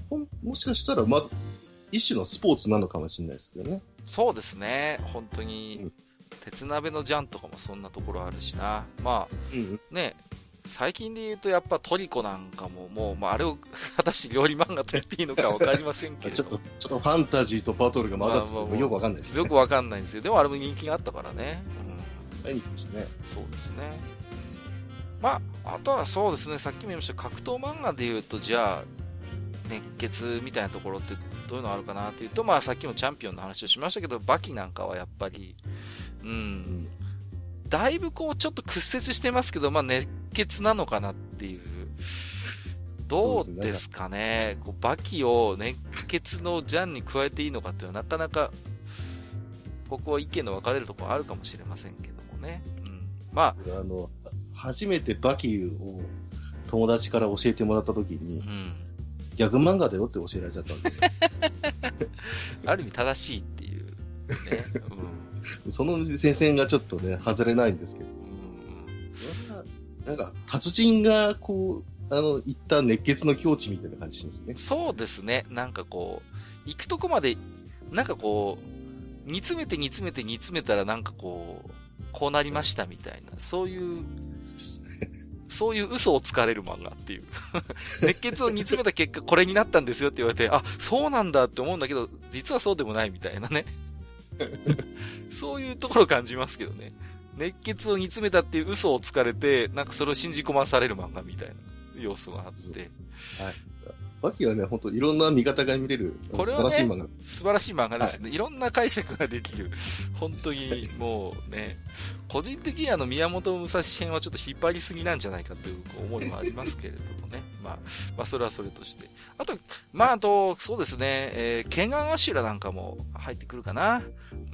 もしかしたら、まず、一種のスポーツなのかもしれないですけどね。 そうですね。本当に、うん、鉄鍋のジャンとかもそんなところあるしな。まあ、うん、ね、最近で言うとやっぱトリコなんかももう、まあ、あれを果たして料理漫画と言っていいのかわかりませんけれどちょっと、ちょっとファンタジーとバトルが混ざっててもよくわかんないですね。 よくわかんないんですよ。でもあれも人気があったからね。 うん。人気ですね。 そうですね。まあ、あとはそうですね、さっきも言いました格闘漫画で言うと、じゃあ、熱血みたいなところってどういうのあるかなっていうと、まあさっきもチャンピオンの話をしましたけど、バキなんかはやっぱり、うん、うん、だいぶこうちょっと屈折してますけど、まあ熱血なのかなっていう。どうですかね。こうバキを熱血のジャンに加えていいのかっていうのはなかなか、ここは意見の分かれるところあるかもしれませんけどもね。うん、まあ、あの、初めてバキを友達から教えてもらったときに、うん、ギャグ漫画だよって教えられちゃったんですよ。 ある意味正しいっていう、ね。 うん、その戦線がちょっとね、外れないんですけど。うん、なんか、達人がこう、あの、一旦熱血の境地みたいな感じしますね。 そうですね。なんかこう、行くとこまで、なんかこう、煮詰めて煮詰めて煮詰めたらなんかこう、こうなりましたみたいな、そういう、そういう嘘をつかれる漫画っていう。熱血を煮詰めた結果これになったんですよって言われて、あ、そうなんだって思うんだけど、実はそうでもないみたいなね。そういうところを感じますけどね。熱血を煮詰めたっていう嘘をつかれて、なんかそれを信じ込まされる漫画みたいな要素があって。はい。 バキはね、本当いろんな見方が見れる、これはね、素晴らしい漫画。 素晴らしい漫画ですね、はい。いろんな解釈ができる。本当にもうね、個人的にあの宮本武蔵編はちょっと引っ張りすぎなんじゃないかという思いもありますけれどもね。まあ、まあそれはそれとして。あと、まああと、そうですね、えー、ケンガンアシュラなんかも入ってくるかな。うん。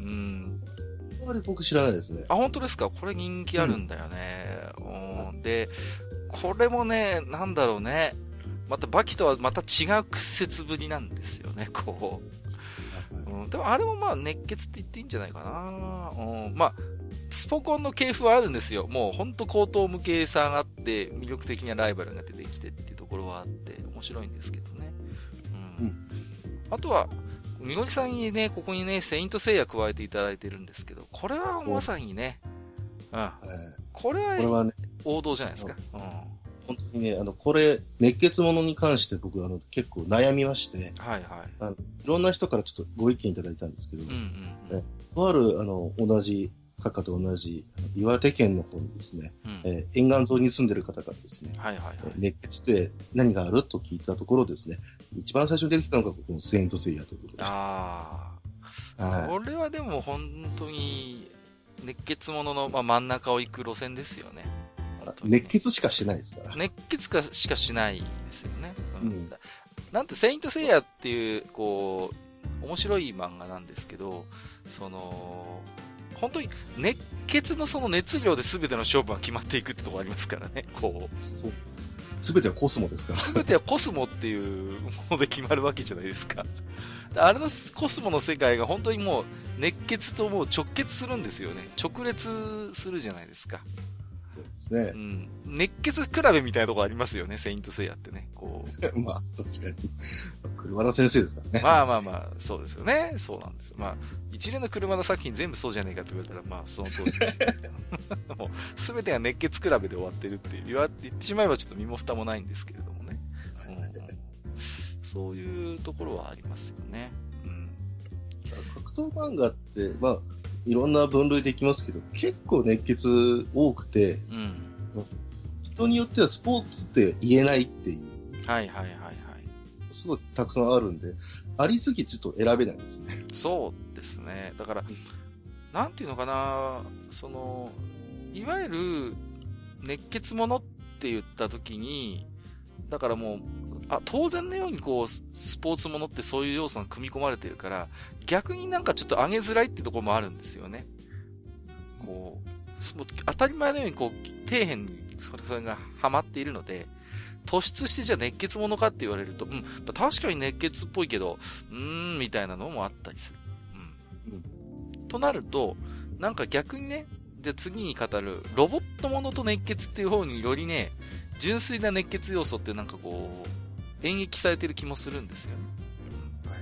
あれ僕知らないですね。 あ、本当ですか。これ人気あるんだよね。うん、で、これもね、なんだろうね。またバキとはまた違う屈折ぶりなんですよね、こう。うん、でもあれもまあ熱血って言っていいんじゃないかな。うん、まあ、スポコンの系譜はあるんですよ。もうほんと高等無形さがあって、魅力的なライバルが出てきてっていうところはあって、面白いんですけどね。うん。うん、あとは、みのりさんにね、ここにね、セイントセイヤ加えていただいてるんですけど、これはまさにね、うん。えー、これは、これはね、王道じゃないですか。うん。 本当にね、あの、これ、熱血ものに関して僕、あの、結構悩みまして、 はいはい。 あのいろんな人からちょっとご意見いただいたんですけど、うんうんうん、とある、あの、同じ、閣下と同じ、岩手県の方にですね、うんえー、沿岸沿いに住んでる方がですね、 はいはいはい、 熱血って何があると聞いたところですね、一番最初に出てきたのがこのセイントセイヤということで。 ああ。はい、これはでも本当に、熱血ものの、まあ、真ん中を行く路線ですよね。 熱血しかしてないですから。 熱血かしかしないですよね。うん。うん、なんて、セイントセイヤっていう、こう、面白い漫画なんですけど、その、本当に熱血のその熱量で全ての勝負が決まっていくってところありますからね、こう。 そう。全てはコスモですから。 全てはコスモっていうもので決まるわけじゃないですか。あれのコスモの世界が本当にもう熱血ともう直結するんですよね。直列するじゃないですか。 そうですね。 うん。熱血比べみたいなところありますよね、セイントセイヤってね。こう。まあ、確かに。車田先生ですからね。 まあまあまあ、そうですよね。そうなんですよ。まあ、一連の車の作品全部そうじゃねえかって言われたら、まあ、その通り。もう、すべてが熱血比べで終わってるって言わ言ってしまえばちょっと身も蓋もないんですけれどもね。うん、そういうところはありますよね。うん。 格闘漫画って、まあ、いろんな分類できますけど、結構熱血多くて、うん、人によってはスポーツって言えないっていう。 はいはいはいはい。 すごいたくさんあるんで、ありすぎちょっと選べないですね。 そうですね。だから、なんていうのかな、その、いわゆる熱血ものって言った時に、だからもう、あ、当然のようにこう、スポーツものってそういう要素が組み込まれてるから、逆になんかちょっと上げづらいってところもあるんですよね。こう、当たり前のようにこう、底辺にそれそれがはまっているので、突出してじゃあ熱血ものかって言われると、うん、確かに熱血っぽいけど、うーん、みたいなのもあったりする。うん。うん、となると、なんか逆にね、じゃあ次に語る、ロボットものと熱血っていう方によりね、純粋な熱血要素ってなんかこう、 演繹されてる気もするんですよね。 はい。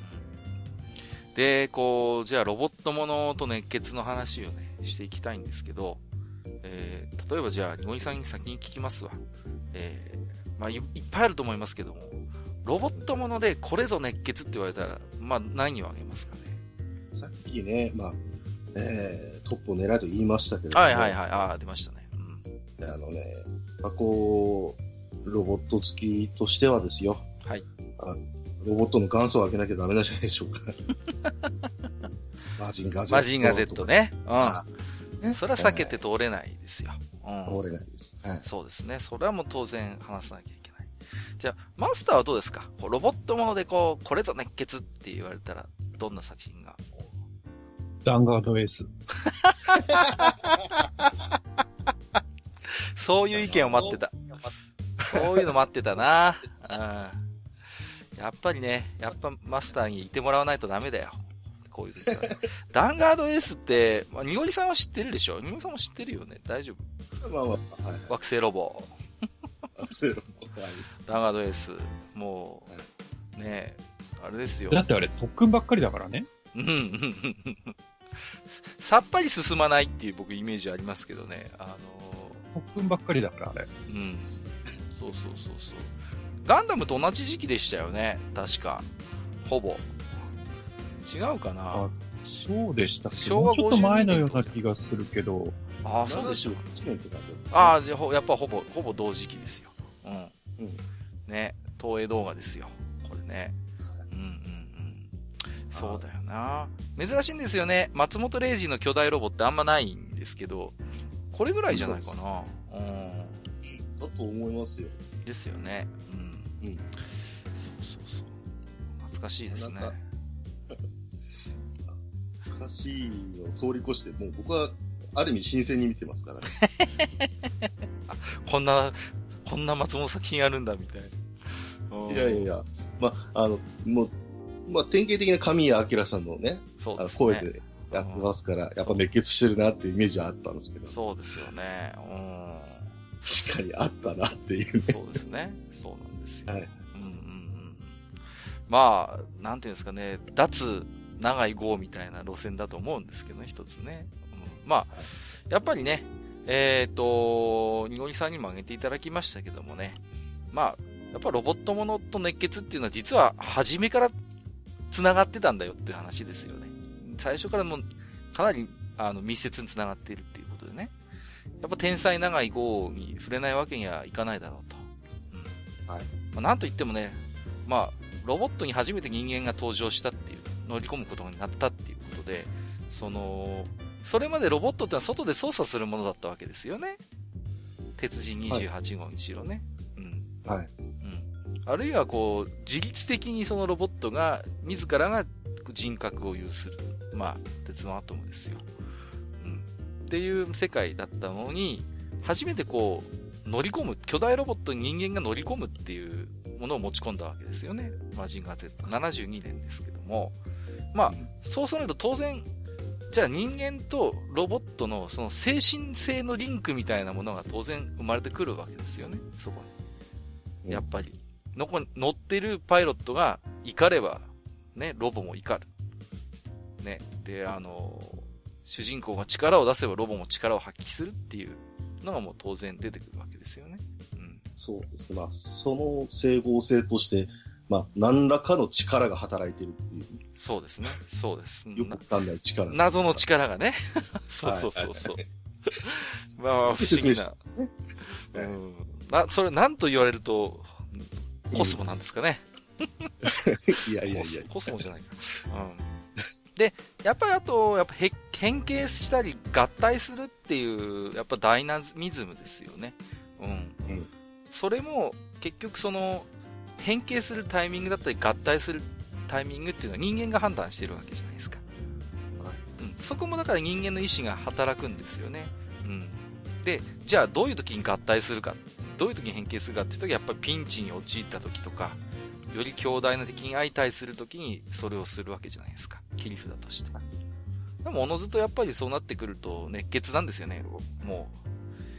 で、こう、じゃあロボットものと熱血の話をね、していきたいんですけど、えー、例えばじゃあ、ニゴリさんに先に聞きますわ。えー、まあい、いっぱいあると思いますけども、ロボットものでこれぞ熱血って言われたら、まあ何をあげますかね。 さっきね、まあ、えー、トップを狙いと言いましたけれども。 はいはいはい、ああ、出ましたね。 うん。あのね、過去、ロボット好きとしてはですよ。 はい。 あロボットの元祖を開けなきゃダメなんじゃないでしょうか。マジンガ Z。 マジンガ Z ね。うん。 ね、 それは避けて通れないですよ。うん。 通れないです。はい。 そうですね。それはもう当然話さなきゃいけない。じゃあ、マスターはどうですか？ロボットものでこう、これぞ熱血って言われたら、どんな作品が？ ダンガードエース。 そういう意見を待ってた。そういうの待ってたな。うん。やっぱりね、やっぱマスターにいてもらわないとダメだよ。こういう時はね。ダンガードエースって、まあ、ニゴリさんは知ってるでしょ？ニゴリさんも知ってるよね。大丈夫？ まあまあ、はい。 惑星ロボ。 惑星ロボ。はい。 ダンガードエース。もう、ねえ、あれですよ。 だってあれ特訓ばっかりだからね。 うん。さっぱり進まないっていう僕イメージありますけどね。あのー、特訓ばっかりだからあれ。 うん。そうそうそうそう。ガンダムと同じ時期でしたよね。確か。ほぼ。違うかな。 あ、そうでしたっけ？ 昭和ちょっと前のような気がするけど。 ああ、そうでしょう。 あああ、じゃあ、やっぱほぼ、ほぼ同時期ですよ。うん。 うん。 ね。東映動画ですよ。これね。うんうんうん。そうだよな。珍しいんですよね。松本零士の巨大ロボってあんまないんですけど、これぐらいじゃないかな。うん。 だと思いますよ。 ですよね。うん。うん。そうそうそう。懐かしいですね。 懐かしいのを通り越して、もう僕はある意味新鮮に見てますからね。 こんな、こんな松本作品あるんだみたいな。 いやいやいや、まあ、あの、もう、まあ、典型的な神谷明さんのね、 そうですね、 声でやってますから、やっぱ熱血してるなっていうイメージはあったんですけど。 そうですよね。うん。 確かにあったなっていうね。 そうですね。そうなんですよ。 はい。 うんうんうん。まあ、なんていうんですかね、脱長い号みたいな路線だと思うんですけどね、一つね。うん、まあ、やっぱりね、えっ、ー、と、ニゴリさんにも挙げていただきましたけどもね、まあ、やっぱロボットものと熱血っていうのは実は初めから繋がってたんだよっていう話ですよね。最初からもうかなりあの密接に繋がっているっていうことでね。やっぱ天才長い号に触れないわけにはいかないだろうと。うん、はい。まあ、なんといってもね、まあ、ロボットに初めて人間が登場したっていう、乗り込むことになったっていうことで、その、それまでロボットってのは外で操作するものだったわけですよね。鉄人にじゅうはち号にしろね。はい、うん。はい。うん。あるいはこう、自律的にそのロボットが、自らが人格を有する。まあ、鉄のアトムですよ。うん。っていう世界だったのに、初めてこう、乗り込む、巨大ロボットに人間が乗り込むっていうものを持ち込んだわけですよね。マジンガー Z。ななじゅうにねんですけども。まあ、そうすると当然、じゃあ人間とロボットのその精神性のリンクみたいなものが当然生まれてくるわけですよね、そこに。やっぱり。のこ乗ってるパイロットが怒れば、ね、ロボも怒る。ね。で、あの、主人公が力を出せばロボも力を発揮するっていうのがもう当然出てくるわけですよね。うん。 そうですね。まあ、その整合性として、まあ、何らかの力が働いてるっていう。 そうですね。そうです。 よくわかんない力。 謎の力がね。そうそうそうそう。まあ、不思議な。うん。な、それ何と言われると、コスモなんですかね。 いやいやいや。 コスモじゃないか。うん。で、やっぱりあと、やっぱ変形したり合体するっていう、やっぱダイナミズムですよね。うん。うん、それも、結局その、変形するタイミングだったり合体するタイミングっていうのは人間が判断してるわけじゃないですか。はい、うん。そこもだから人間の意思が働くんですよね。うん。で、じゃあどういう時に合体するか、どういう時に変形するかっていうと、やっぱりピンチに陥った時とか、より強大な敵に相対する時にそれをするわけじゃないですか。切り札として。でもおのずとやっぱりそうなってくると熱血なんですよね。もう、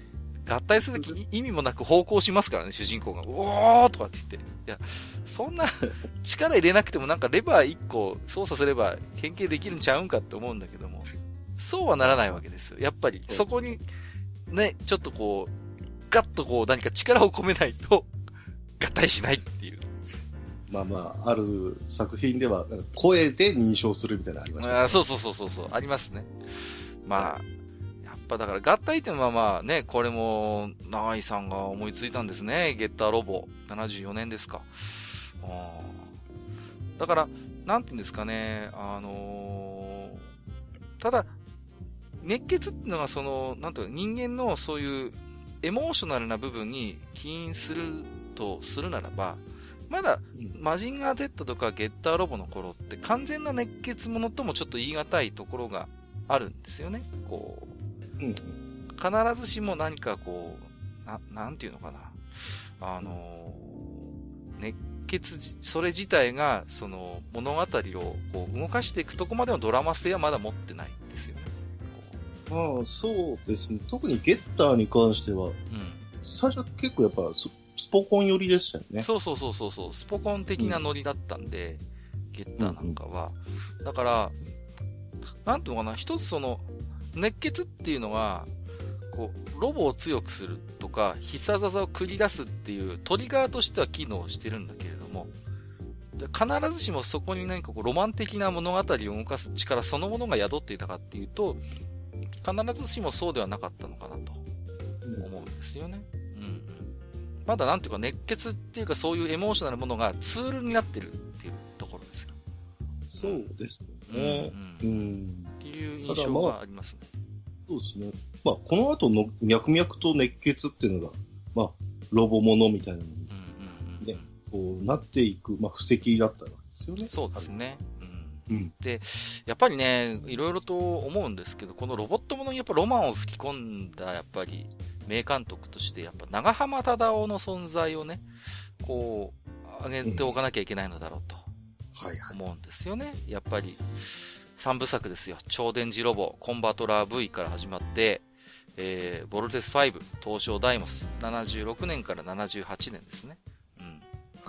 合体するときに意味もなく方向しますからね、主人公が。うおーとかって言って。いや、そんな力入れなくてもなんかレバーいっこ操作すれば変形できるんちゃうんかって思うんだけども、そうはならないわけですよ。やっぱり、そこに、ね、ちょっとこう、ガッとこう何か力を込めないと、合体しないっていう。 まあまあ、ある作品では、声で認証するみたいなのありました、ね。 あそうそうそうそうそう、ありますね。まあ、やっぱだから合体ってのはまあね、これも、長井さんが思いついたんですね。ゲッターロボ。ななじゅうよねんですか。あだから、なんていうんですかね、あのー、ただ、熱血っていうのがその、なんていうか、人間のそういうエモーショナルな部分に起因するとするならば、まだ、マジンガー Z とかゲッターロボの頃って完全な熱血ものともちょっと言い難いところがあるんですよね。こう、うん、必ずしも何かこう、な、なんていうのかな。あのー、熱血、それ自体が、その物語をこう動かしていくとこまでのドラマ性はまだ持ってないんですよね。 ああ、そうですね。特にゲッターに関しては、うん、最初結構やっぱス、スポコン寄りでしたよね。 そうそうそうそうそう、スポコン的なノリだったんで、うん、ゲッターなんかは。うんうん、だから、なんていうのかな、一つその、熱血っていうのは、こう、ロボを強くするとか、必殺技を繰り出すっていうトリガーとしては機能してるんだけれども、必ずしもそこに何かこう、ロマン的な物語を動かす力そのものが宿っていたかっていうと、必ずしもそうではなかったのかなと思うんですよね。うん、うん。まだなんていうか熱血っていうかそういうエモーショナルなものがツールになってるっていうところですよ。 そうですね。うん。うん、 っていう印象がありますね。 そうですね。まあ、この後の脈々と熱血っていうのが、まあ、ロボものみたいなのに、ね、うんうんうん、こうなっていく、まあ、布石だったわけですよね。 そうですね。うん、で、やっぱりね、いろいろと思うんですけど、このロボットものにやっぱロマンを吹き込んだ、やっぱり、名監督として、やっぱ長浜忠夫の存在をね、こう、上げておかなきゃいけないのだろうと、思うんですよね。やっぱり、三部作ですよ。超電磁ロボ、コンバトラー V から始まって、えー、ボルテスファイブ、東証ダイモス、ななじゅうろくねんからななじゅうはちねんですね。うん。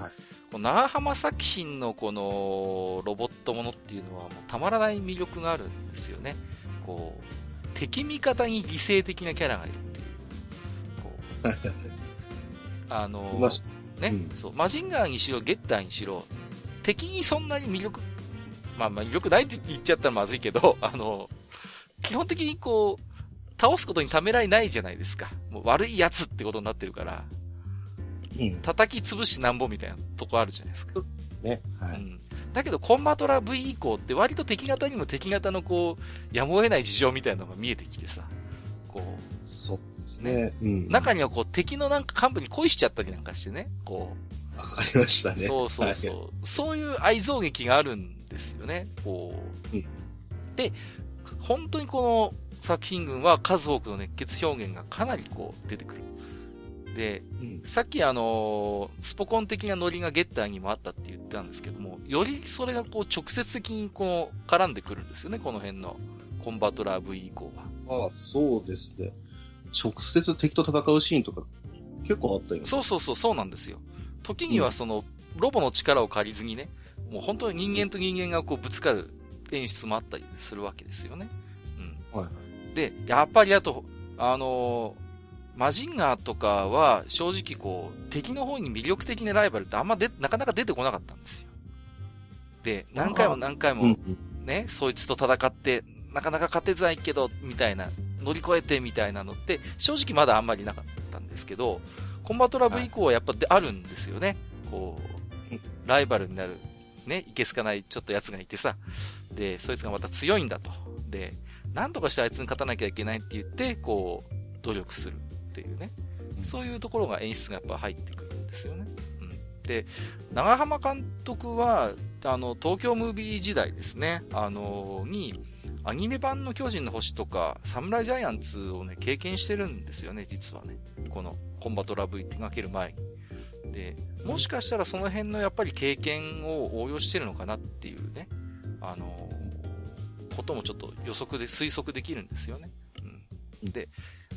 はい。この長浜作品のこのロボットものっていうのはもうたまらない魅力があるんですよね。こう、敵味方に犠牲的なキャラがいるっていう。こうあのー、ね、うん、そう、マジンガーにしろ、ゲッターにしろ、敵にそんなに魅力、まあまあ魅力ないって言っちゃったらまずいけど、あのー、基本的にこう、倒すことにためらいないじゃないですか。もう悪いやつってことになってるから。うん、叩き潰しなんぼみたいなとこあるじゃないですか。 ね。はい。 うん。だけど、コンバトラ V 以降って割と敵型にも敵型のこう、やむを得ない事情みたいなのが見えてきてさ、こう。 そうですね。うん。 中にはこう、敵のなんか幹部に恋しちゃったりなんかしてね、こう。ありましたね。 そうそうそう。はい、そういう愛憎劇があるんですよね、こう。うん、で、本当にこの作品群は数多くの熱血表現がかなりこう、出てくる。で、うん、さっきあのー、スポコン的なノリがゲッターにもあったって言ったんですけども、よりそれがこう直接的にこう絡んでくるんですよね、この辺のコンバトラー V 以降は。ああ、そうですね。直接敵と戦うシーンとか結構あったよね。 そうそうそう、そうなんですよ。時にはその、うん、ロボの力を借りずにね、もう本当に人間と人間がこうぶつかる演出もあったりするわけですよね。うん。はいはい。で、やっぱりあと、あのー、マジンガーとかは正直こう敵の方に魅力的なライバルってあんまでなかなか出てこなかったんですよ。で、何回も何回もね、そいつと戦ってなかなか勝てづらいけどみたいな乗り越えてみたいなのって正直まだあんまりなかったんですけど、コンバトラブ以降はやっぱであるんですよね。こうライバルになるね、いけすかないちょっとやつがいてさ、でそいつがまた強いんだと、で何とかしてあいつに勝たなきゃいけないって言ってこう努力する。っていうね、そういうところが演出がやっぱ入ってくるんですよね。うん、で、長浜監督はあの東京ムービー時代ですね、あのにアニメ版の巨人の星とかサムライジャイアンツをね経験してるんですよね、実はね。このコンバトラ V 手掛ける前に。で、もしかしたらその辺のやっぱり経験を応用してるのかなっていうね、あのこともちょっと予測で推測できるんですよね。うん、で、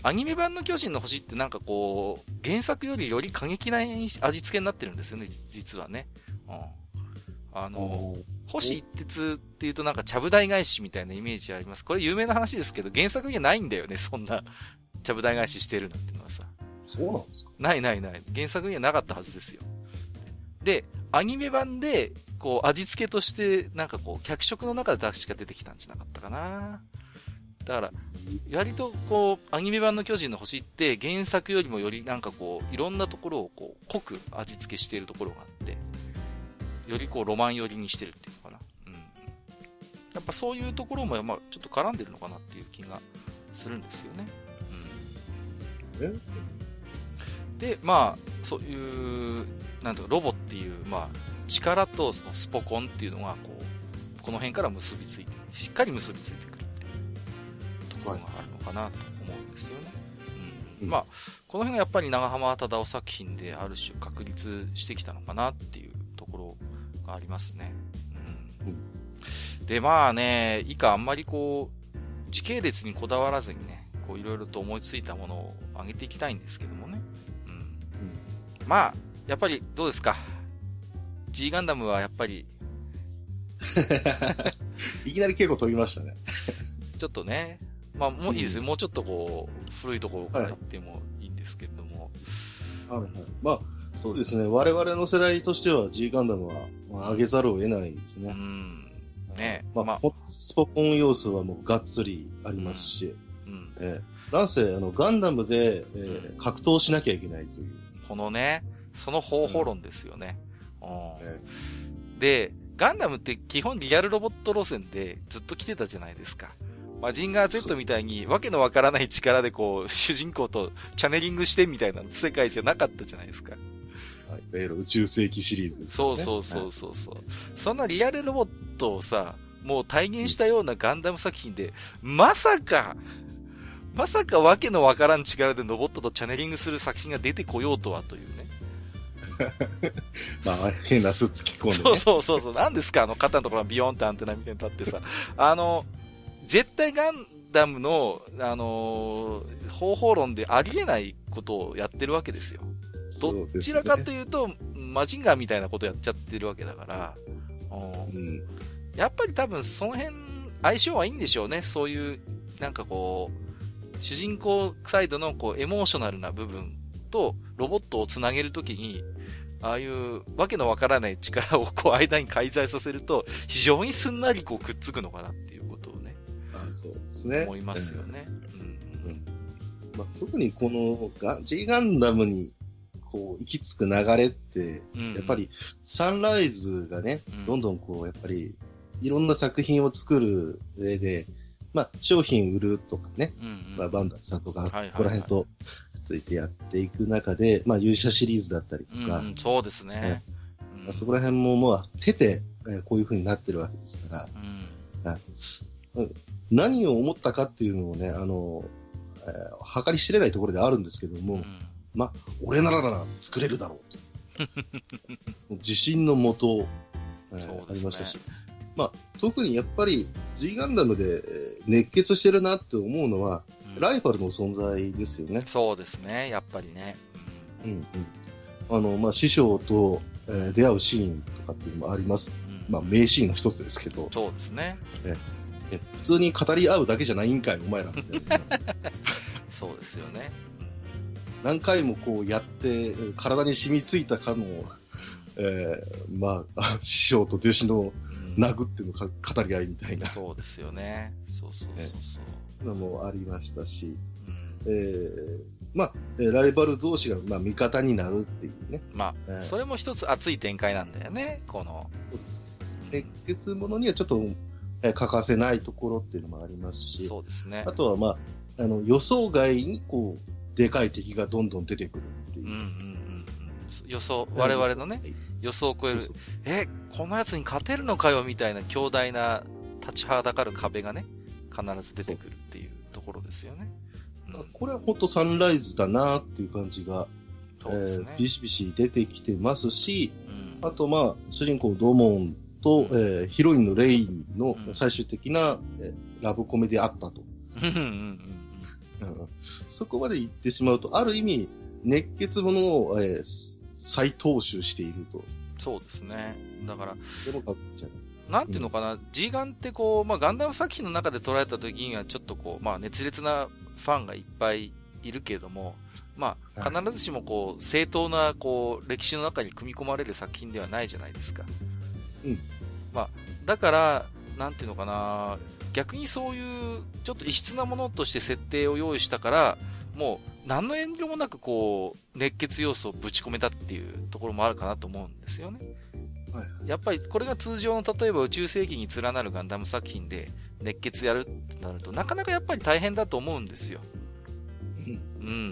アニメ版の巨人の星ってなんかこう、原作よりより過激な味付けになってるんですよね、実はね。うん、あの、星一徹っていうとなんかちゃぶ台返しみたいなイメージあります。これ有名な話ですけど、原作にはないんだよね、そんな、ちゃぶ台返ししてるなんてのはさ。 そうなんですか？ ないないない。原作にはなかったはずですよ。で、アニメ版で、こう、味付けとして、なんかこう、脚色の中で確か出てきたんじゃなかったかな。だから、割とこう、アニメ版の巨人の星って原作よりもよりなんかこう、いろんなところをこう、濃く味付けしているところがあって、よりこう、ロマン寄りにしてるっていうのかな。うん。やっぱそういうところも、まあちょっと絡んでるのかなっていう気がするんですよね。うん。えで、まあ、そういう、なんていうか、ロボっていう、まあ、力とそのスポコンっていうのが、こう、この辺から結びついて、しっかり結びついてくるっていうところがあるのかなと思うんですよね。うん。うん、まあ、この辺がやっぱり長浜忠夫作品である種確立してきたのかなっていうところがありますね。うん。うん、で、まあね、以下あんまりこう、時系列にこだわらずにね、こういろいろと思いついたものを挙げていきたいんですけどもね。うん。うん、まあ、やっぱりどうですか？ G ガンダムはやっぱりいきなり結構飛びましたね。 ちょっとね、まあもういいですよ、うん、もうちょっとこう古いところから言ってもいいんですけれども、 はいはい、まあそうですね、我々の世代としては G ガンダムは、まあ、上げざるを得ないですね。うん、 ね、 まあ、まあ、スポコン要素はもうがっつりありますし、うんうん、えー、なんせあのガンダムで、えー、格闘しなきゃいけないという。 このね、その方法論ですよね。うんえー、で、ガンダムって基本リアルロボット路線でずっと来てたじゃないですか。マジンガー Z みたいにわけのわからない力でこう、主人公とチャネリングしてみたいな世界じゃなかったじゃないですか。 はい、いわゆる宇宙世紀シリーズですね。 そうそうそうそうそう、はい。そんなリアルロボットをさ、もう体現したようなガンダム作品で、まさか、まさかわけのわからん力でロボットとチャネリングする作品が出てこようとはというね。 まあ、変なスーツ着込んで、ね。 そうそうそうそう。何ですかあの肩のところがビヨーンってアンテナみたいに立ってさ。あの、絶対ガンダムの、あのー、方法論でありえないことをやってるわけですよ。どちらかというと、マジンガーみたいなことやっちゃってるわけだから、うん、やっぱり多分その辺、相性はいいんでしょうね。そういう、なんかこう、主人公サイドのこうエモーショナルな部分とロボットをつなげるときに、ああいうわけのわからない力をこう間に介在させると、非常にすんなりこうくっつくのかなっていうことをね。 ああそうですね。 思いますよね。 うんうんまあ、特にこのガ G ガンダムにこう行き着く流れって、うんうん、やっぱりサンライズがね、うん、どんどんこうやっぱりいろんな作品を作る上で、まあ商品売るとかね、うんうんまあ、バンダイさんとか、はいはいはい、ここら辺とついてやっていく中で、まあ勇者シリーズだったりとか、 うんうん、そうですね。 うんまあ、そこら辺ももう手で、えー、こういう風になってるわけですから、うん、何を思ったかっていうのをね、あの、えー、計り知れないところであるんですけども、うん、まあ、俺ならなら作れるだろうと。自信のもと、えーね、ありましたし、まあ、特にやっぱり G ガンダムで熱血してるなって思うのは、うん、ライバルの存在ですよね。 そうですね、やっぱりね。 うんうん。あの、まあ、師匠と、えー、出会うシーンとかっていうのもあります。うん、まあ、名シーンの一つですけど。 そうですね。 ええ普通に語り合うだけじゃないんかい、お前らみたいな。 そうですよね。 何回もこうやって、体に染みついたかの、えー、まあ、師匠と弟子の殴ってのか語り合いみたいな。 そうですよね。そうそうそうそう。 のもありましたし、うん、えー、まあ、ライバル同士が、まあ、味方になるっていうね。 まあ、えー、それも一つ熱い展開なんだよね、この。 そうです。熱血ものにはちょっと、えー、欠かせないところっていうのもありますし、 そうですね。 あとは、まあ、あの、予想外に、こう、でかい敵がどんどん出てくるっていう。うんうんうんうん、 予想、我々のね、はい、予想を超える、え、このやつに勝てるのかよみたいな強大な立ちはだかる壁がね、必ず出てくるっていうところですよね。 うん、これは本当サンライズだなっていう感じが、そうですね、えー、ビシビシ出てきてますし、うん、あとまあ、主人公ドモンと、うん、えー、ヒロインのレインの最終的な、うん、えー、ラブコメであったと。 うん、そこまで言ってしまうと、ある意味、熱血ものを、えー、再踏襲していると。 そうですね。だから、 でもかっちゃう。 なんていうのかな、うん、G ガンってこう、まあ、ガンダム作品の中で捉えた時にはちょっとこう、まあ、熱烈なファンがいっぱいいるけれども、まあ、必ずしもこう、正当なこう、歴史の中に組み込まれる作品ではないじゃないですか。 うん。 まあ、だから、なんていうのかな、逆にそういう、ちょっと異質なものとして設定を用意したから、もう、何の遠慮もなくこう、熱血要素をぶち込めたっていうところもあるかなと思うんですよね。はい、やっぱりこれが通常の例えば宇宙世紀に連なるガンダム作品で熱血やるってなるとなかなかやっぱり大変だと思うんですよ。うんうん。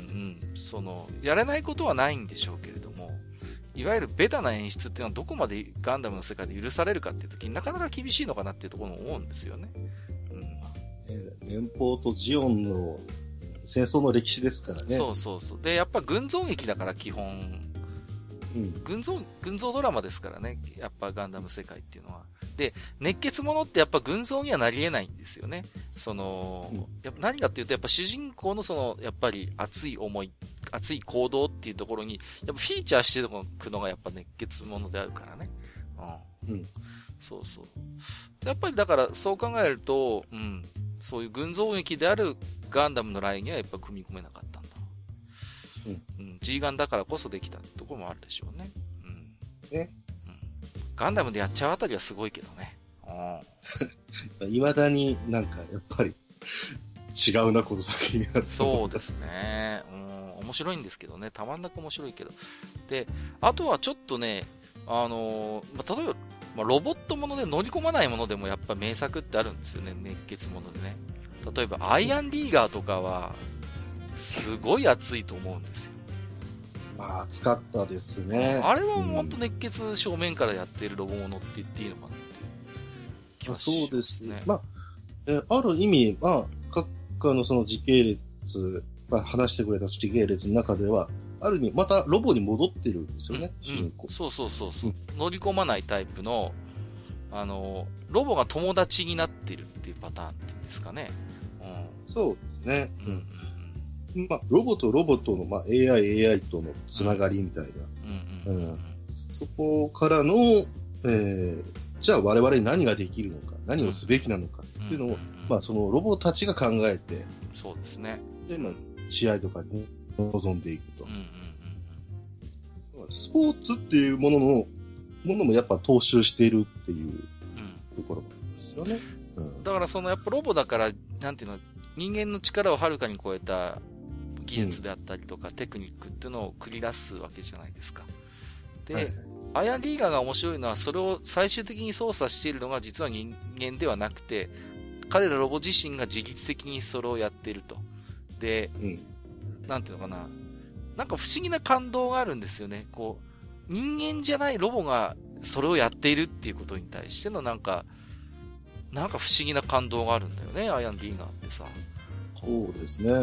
その、やれないことはないんでしょうけれども、いわゆるベタな演出っていうのはどこまでガンダムの世界で許されるかっていう時になかなか厳しいのかなっていうところも思うんですよね。うん。 えー、連邦とジオンの戦争の歴史ですからね。 そうそうそう。で、やっぱ群像劇だから基本、うん、群像、群像ドラマですからね。やっぱガンダム世界っていうのは。で、熱血ものってやっぱ群像にはなり得ないんですよね。その、うん、やっぱ何かっていうと、やっぱ主人公のその、やっぱり熱い思い、熱い行動っていうところに、やっぱフィーチャーしておくのがやっぱ熱血ものであるからね。うん。うん。そうそう。やっぱりだからそう考えると、うん。そういう群像劇であるガンダムのラインにはやっぱ組み込めなかったんだ。うん。うん。G ガンだからこそできたところもあるでしょうね。うん。 えうん。ガンダムでやっちゃうあたりはすごいけどね。 うん。未だになんかやっぱり違うな、この作品が。 そうですね。うん。面白いんですけどね。たまんなく面白いけど。で、あとはちょっとね、あのー、まあ、例えば、まあ、ロボットもので乗り込まないものでもやっぱ名作ってあるんですよね。熱血ものでね。例えば、アイアンリーガーとかは、すごい熱いと思うんですよ。 まあ、熱かったですね。 あれは本当熱血正面からやっているロボものって言っていいのかなっていう気はしますね。 そうですね。まあ、えある意味、まあ、各家のその時系列、まあ、話してくれた時系列の中では、ある意味、またロボに戻ってるんですよね。 うんうん、そうそうそうそう、うん。乗り込まないタイプの、あの、ロボが友達になってるっていうパターンっていうんですかね。 うん、そうですね。うんうんうん、まあ、ロボとロボとの、まあ、エーアイ、エーアイ とのつながりみたいな。うんうんうんうん、そこからの、えー、じゃあ我々に何ができるのか、何をすべきなのかっていうのを、うんうんうん、まあ、そのロボたちが考えて、 そうですね。 で、まあ、試合とかに臨んでいくと。うんうんうん、スポーツっていうものの、ものもやっぱ踏襲しているっていうところなんですよね。うん、 だからそのやっぱロボだから、なんていうの、人間の力をはるかに超えた技術であったりとか、うん、テクニックっていうのを繰り出すわけじゃないですか。で、はい、アイアンリーガーが面白いのは、それを最終的に操作しているのが実は人間ではなくて、彼らロボ自身が自律的にそれをやっていると。で、うん、なんていうのかな。なんか不思議な感動があるんですよね。こう、人間じゃないロボがそれをやっているっていうことに対してのなんか、なんか不思議な感動があるんだよね、アイアンリーガーってさ。 そうですね。うん。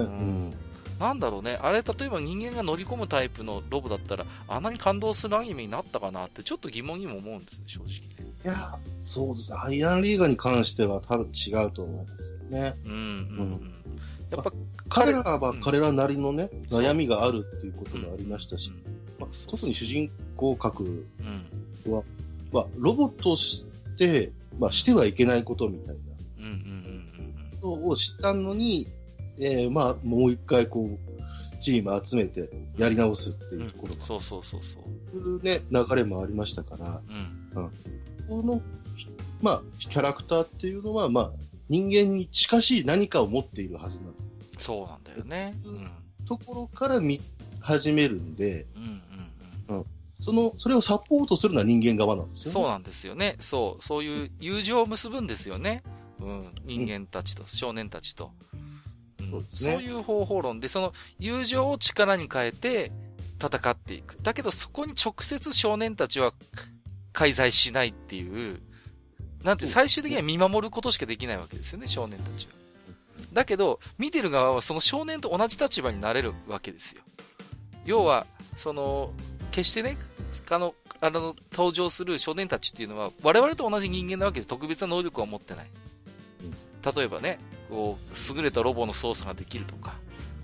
なんだろうね。あれ、例えば人間が乗り込むタイプのロボだったら、あんなに感動するアニメになったかなって、ちょっと疑問にも思うんですね、正直ね。 いや、そうですね。アイアンリーガーに関しては多分違うと思いますよね。 うん、うん、うん。やっぱ、 彼らは彼らなりのね、うん、悩みがあるっていうことがありましたし、うんまあ、特に主人公格は、まあ、ロボとして、まあ、してはいけないことみたいな、うんうんうんうん、を知ったのに、えー、まあ、もう一回こう、チーム集めてやり直すっていうところが、うん、 そうそうそうそう。 いうね、流れもありましたから、うんうん、この、まあ、キャラクターっていうのは、まあ、人間に近しい何かを持っているはずなんです。 そうなんだよね。うん。 ところから見始めるんで、うんうんうん。うん。その、それをサポートするのは人間側なんですよね。 そうなんですよね。そう。そういう友情を結ぶんですよね。うん。人間たちと、うん、少年たちと、うん。そうですね。そういう方法論で、その友情を力に変えて戦っていく。だけどそこに直接少年たちは介在しないっていう、なんて最終的には見守ることしかできないわけですよね、少年たちは。だけど、見てる側はその少年と同じ立場になれるわけですよ。要は、その、決してね、あの、あの、登場する少年たちっていうのは、我々と同じ人間なわけです。特別な能力は持ってない。例えばね、こう、優れたロボの操作ができるとか、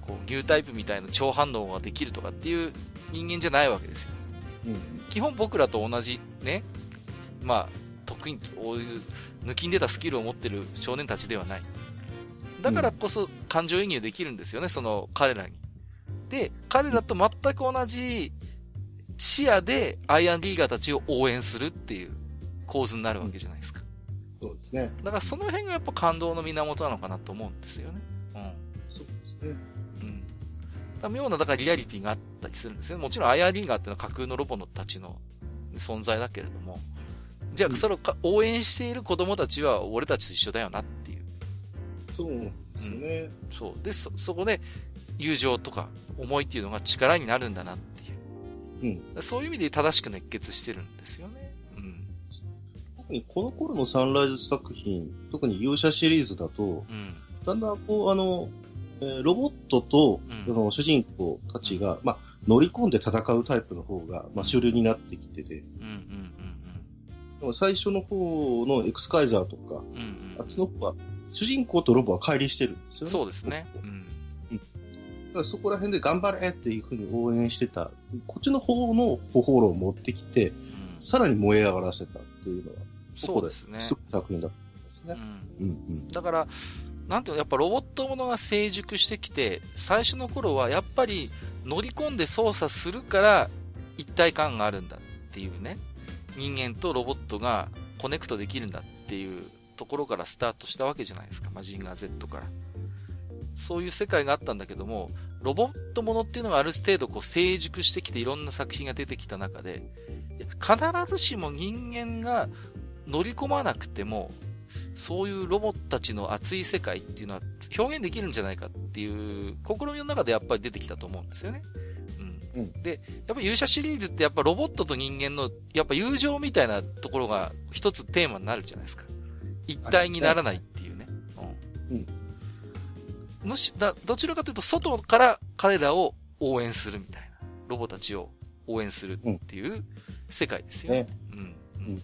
こうニュータイプみたいな超反応ができるとかっていう人間じゃないわけですよ。うん、基本僕らと同じね、まあ得意、こういう抜きん出たスキルを持ってる少年たちではない。だからこそ感情移入できるんですよね、その彼らに。で、彼らと全く同じ視野でアイアンリーガーたちを応援するっていう構図になるわけじゃないですか。 うん、そうですね。 だからその辺がやっぱ感動の源なのかなと思うんですよね。うん。 そうですね。 うん。だ妙な、だからリアリティがあったりするんですよね。もちろんアイアンリーガーっていうのは架空のロボのたちの存在だけれども、じゃあそれをか応援している子供たちは俺たちと一緒だよなっていう。 そうですよね。うん、 そう。で、そ、そこで友情とか思いっていうのが力になるんだなっていう。うん。そういう意味で正しく熱血してるんですよね。うん。 特にこの頃のサンライズ作品、特に勇者シリーズだと、うん、だんだんこう、あの、えー、ロボットと、うん、の主人公たちが、うん、まあ、乗り込んで戦うタイプの方が、まあ、主流になってきてて、うんうんうんうん、でも最初の方のエクスカイザーとか、うんうん、あっちの方は、主人公とロボは乖離してるんですよね。 そうですね。うん。 うん、だからそこら辺で頑張れっていうふうに応援してた、こっちの方の方法論を持ってきて、うん、さらに燃え上がらせたっていうのは、 そうですね。 すごい作品だったんですね。 うん。うんうん、だから、なんていうの、やっぱロボットものが成熟してきて、最初の頃はやっぱり乗り込んで操作するから一体感があるんだっていうね、人間とロボットがコネクトできるんだっていうところからスタートしたわけじゃないですか。マジンガー Z から。そういう世界があったんだけども、ロボットものっていうのがある程度こう成熟してきていろんな作品が出てきた中で、必ずしも人間が乗り込まなくても、そういうロボットたちの熱い世界っていうのは表現できるんじゃないかっていう試みの中でやっぱり出てきたと思うんですよね。うん。うん、で、やっぱり勇者シリーズってやっぱロボットと人間のやっぱ友情みたいなところが一つテーマになるじゃないですか。一体にならないっていうね。うん。うん、むしだどちらかというと外から彼らを応援するみたいな。ロボたちを応援するっていう世界ですよね。ね、うん。うん。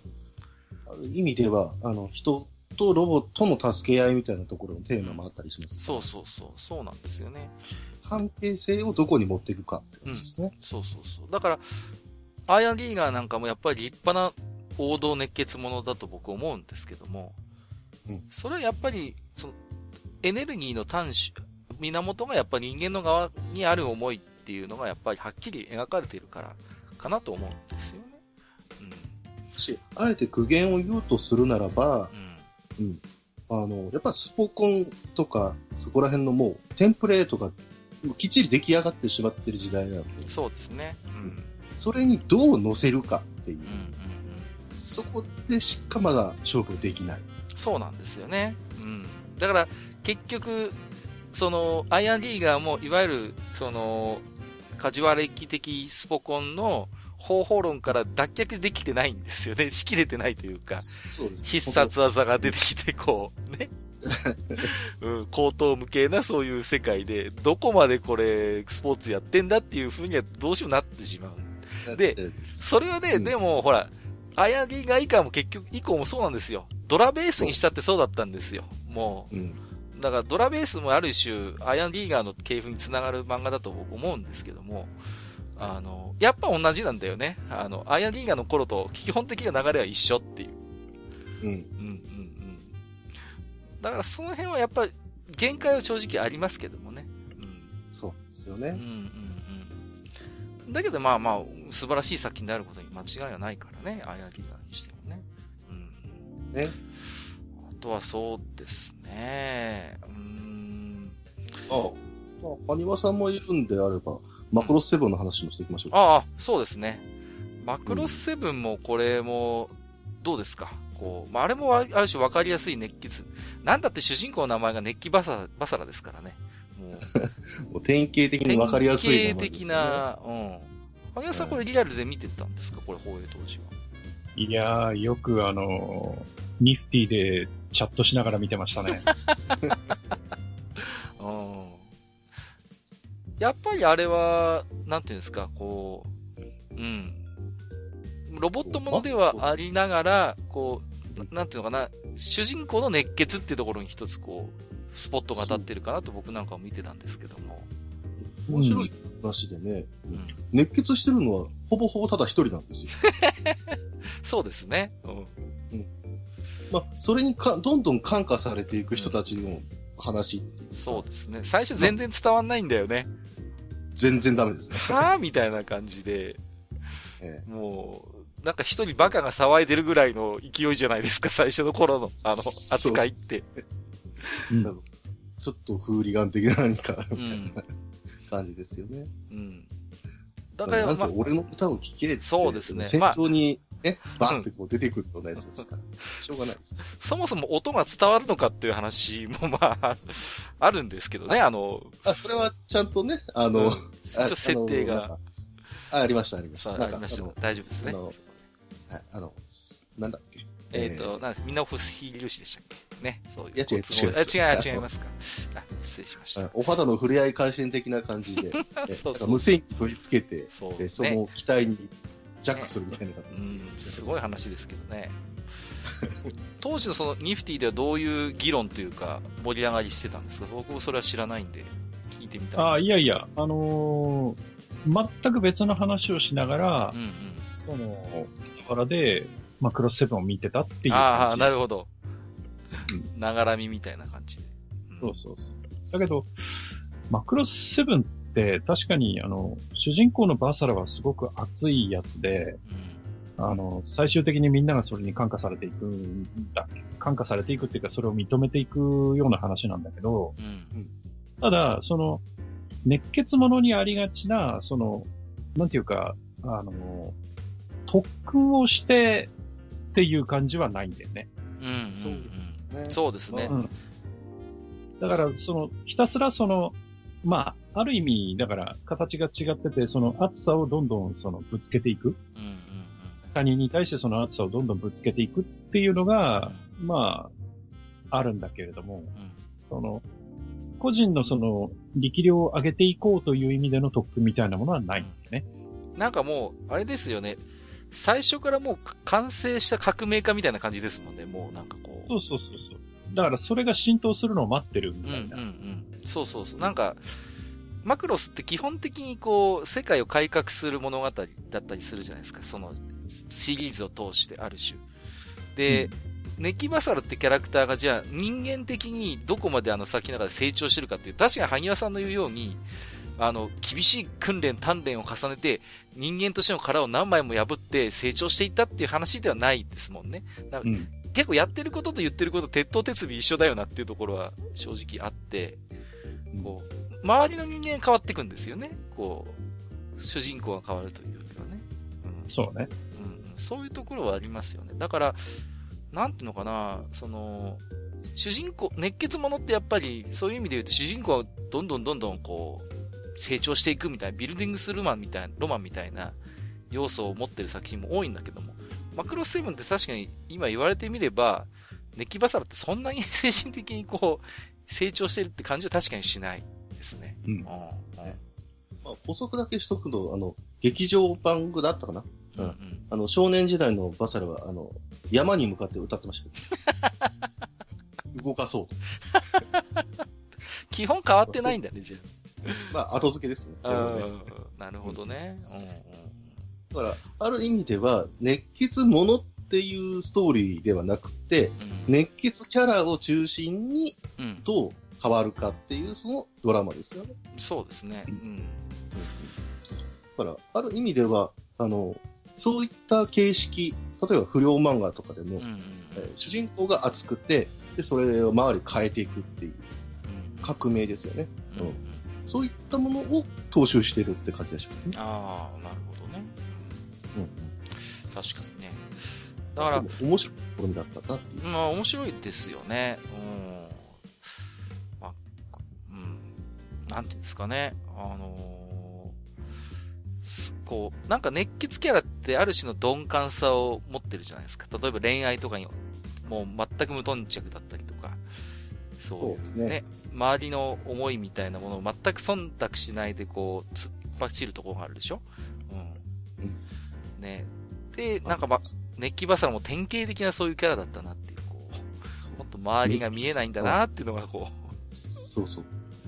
ある意味では、あの、人とロボットの助け合いみたいなところのテーマもあったりします、ね、うん、 そうそうそう。そうなんですよね。 関係性をどこに持っていくかって感じですね、 うん。そうそうそう。だから、アイアンリーガーなんかもやっぱり立派な王道熱血ものだと僕思うんですけども、うん、それはやっぱり、その、エネルギーの端子、源がやっぱり人間の側にある思いっていうのがやっぱりはっきり描かれているからかなと思うんですよね。 うん。し、あえて苦言を言うとするならば、うん。うん。あの、やっぱスポコンとか、そこら辺のもう、テンプレートがきっちり出来上がってしまってる時代なので。 そうですね。うん。 それにどう乗せるかっていう。うんうんうん、そこでしかまだ勝負できない。 そうなんですよね。うん。だから、結局、その、アイアンリーガーも、いわゆる、その、カジュアル的スポコンの方法論から脱却できてないんですよね。しきれてないというか、そうです、必殺技が出てきて、こう、ね。うん、高等無形なそういう世界で、どこまでこれ、スポーツやってんだっていう風にはどうしようもなってしまう。で、それはね、うん、でも、ほら、アイアンリーガー以下も結局、以降もそうなんですよ。ドラベースにしたってそうだったんですよ。もう。うん、だからドラベースもある種、アイアンリーガーの系譜につながる漫画だと思うんですけども、あの、やっぱ同じなんだよね。あの、アイアンリーガーの頃と基本的な流れは一緒っていう。うん。うんうんうん。だからその辺はやっぱり限界は正直ありますけどもね。 うん。そうですよね。うんうんうん。だけどまあまあ、素晴らしい作品であることに間違いはないからね。アイアンリーガーにしてもね。うん。ね。あとはそうですね。うーん。 ああ。まあ、アニマさんもいるんであれば、マクロスセブンの話もしていきましょう。 ああ、そうですね。マクロスセブンもこれも、どうですか、こう、まあ、あれもある種分かりやすい熱血。なんだって主人公の名前が熱気バサラ、バサラですからね。もう。もう典型的に分かりやすい名前です、ね。 典型的な、うん。萩谷さんこれリアルで見てたんですか、これ放映当時は。 いやー、よくあの、ニフティでチャットしながら見てましたね。 うん。やっぱりあれは、なんていうんですか、こう、うん。ロボットものではありながら、こう、なんていうのかな、主人公の熱血っていうところに一つこう、スポットが当たってるかなと僕なんかも見てたんですけども。 面白い話でね、 うん、 熱血してるのはほぼほぼただ一人なんですよ。 そうですね。うん。うん、 まあ、それにかどんどん感化されていく人たちの話、 うん。そうですね。最初全然伝わんないんだよね。 全然ダメですね。 はぁみたいな感じで。 ええ、 もう、なんか一人バカが騒いでるぐらいの勢いじゃないですか、最初の頃の、あの、扱いって。 うん、ちょっとフーリガン的な何か、みたいな感じですよね。うん。だから、まあ、俺の歌を聴けって、 そうですね。 先頭にね、バーってこう出てくるようなやつですから、しょうがないです。 そもそも音が伝わるのかっていう話もまあ、あるんですけどね、あの、 あ、それはちゃんとね、あの、うん、 一応設定が。 あ、ありました、ありました。 ありました。大丈夫ですね。 あの、はい、あの、なんだっけ。 えっ、ー、と、なんミノフスキー粒子でしたっけね。そういう。 いや、違う、違う。 違う、違いますか。あ、失礼しました。 お肌の触れ合い回線的な感じで、そうそう無線機取り付けて、そう、ね、その機体にジャックするみたいな形で、ね、 うん。すごい話ですけどね。当時のそのニフティではどういう議論というか、盛り上がりしてたんですか？僕もそれは知らないんで、聞いてみたいです。 ああ、いやいや、あのー、全く別の話をしながら、うんうん、その、河原で、まあ、クロスセブンを見てたっていう。 ああ、なるほど。ながらみみたいな感じで。 うん、そうそうそう。だけど、まあ、クロスセブンって確かに、あの、主人公のバーサラはすごく熱いやつで、うん、あの、最終的にみんながそれに感化されていくんだ。感化されていくっていうか、それを認めていくような話なんだけど、うん、ただ、その、熱血者にありがちな、その、なんていうか、あの、特訓をして、っていう感じはないんだよね。 うんうんうん、そう, そうですね、うん。 だから、その、ひたすらその、まあ、ある意味、だから、形が違ってて、その熱さをどんどん、その、ぶつけていく。うんうんうん、他人に対してその熱さをどんどんぶつけていくっていうのが、うん、まあ、あるんだけれども、うん、その、個人のその、力量を上げていこうという意味での特訓みたいなものはないんだよね。 うん、なんかもう、あれですよね。最初からもう完成した革命家みたいな感じですもんね、もうなんかこう。 そうそうそうそう。だからそれが浸透するのを待ってるみたいな。 うんうんうん。そうそうそう。なんか、マクロスって基本的にこう、世界を改革する物語だったりするじゃないですか。そのシリーズを通してある種。で、うん、ネキバサルってキャラクターがじゃあ人間的にどこまであの先の中で成長してるかっていう、確かに萩和さんの言うように、あの、厳しい訓練、鍛錬を重ねて、人間としての殻を何枚も破って成長していったっていう話ではないですもんね。だからうん、結構やってることと言ってること、鉄頭鉄尾一緒だよなっていうところは正直あって、こう、周りの人間変わっていくんですよね。こう、主人公が変わるというよりはね。 うん、そうね、 うん。そういうところはありますよね。だから、なんていうのかな、その、主人公、熱血者ってやっぱり、そういう意味で言うと主人公はどんどんどんどんこう、成長していくみたいな、ビルディングスルマンみたいな、ロマンみたいな要素を持ってる作品も多いんだけども、マクロスセブンって確かに今言われてみれば、ネキバサラってそんなに精神的にこう、成長してるって感じは確かにしないですね。うん。うん、まあ、補足だけしとくと、あの、劇場版だったかな、うんうん、あの、少年時代のバサラは、あの、山に向かって歌ってましたけど。動かそうと。 基本変わってないんだね、じゃあ。 まあ、後付けですね。 なるほどね。うんうん、 だから、ある意味では、熱血ものっていうストーリーではなくて、うん、熱血キャラを中心にどう変わるかっていう、そのドラマですよね。 そうですね。うん。 だから、ある意味では、あの、そういった形式、例えば不良漫画とかでも、うんうんえー、主人公が熱くて、で、それを周り変えていくっていう、革命ですよね。うんうんそういったものを踏襲してるって感じがしますね。 ああ、なるほどね。うん。確かにね。だから、面白い試みだったなっていう。 まあ、面白いですよね。うん。まあ、うん。なんていうんですかね。あのー、こう、なんか熱血キャラってある種の鈍感さを持ってるじゃないですか。例えば恋愛とかに、もう全く無頓着だったりとか。そうですね。ね周りの思いみたいなものを全く忖度しないでこう、突っ走るところがあるでしょうん。うん、ねで、なんかま、熱気バサラも典型的なそういうキャラだったなっていう、こう、もっと周りが見えないんだなっていうのがこう。そうそう。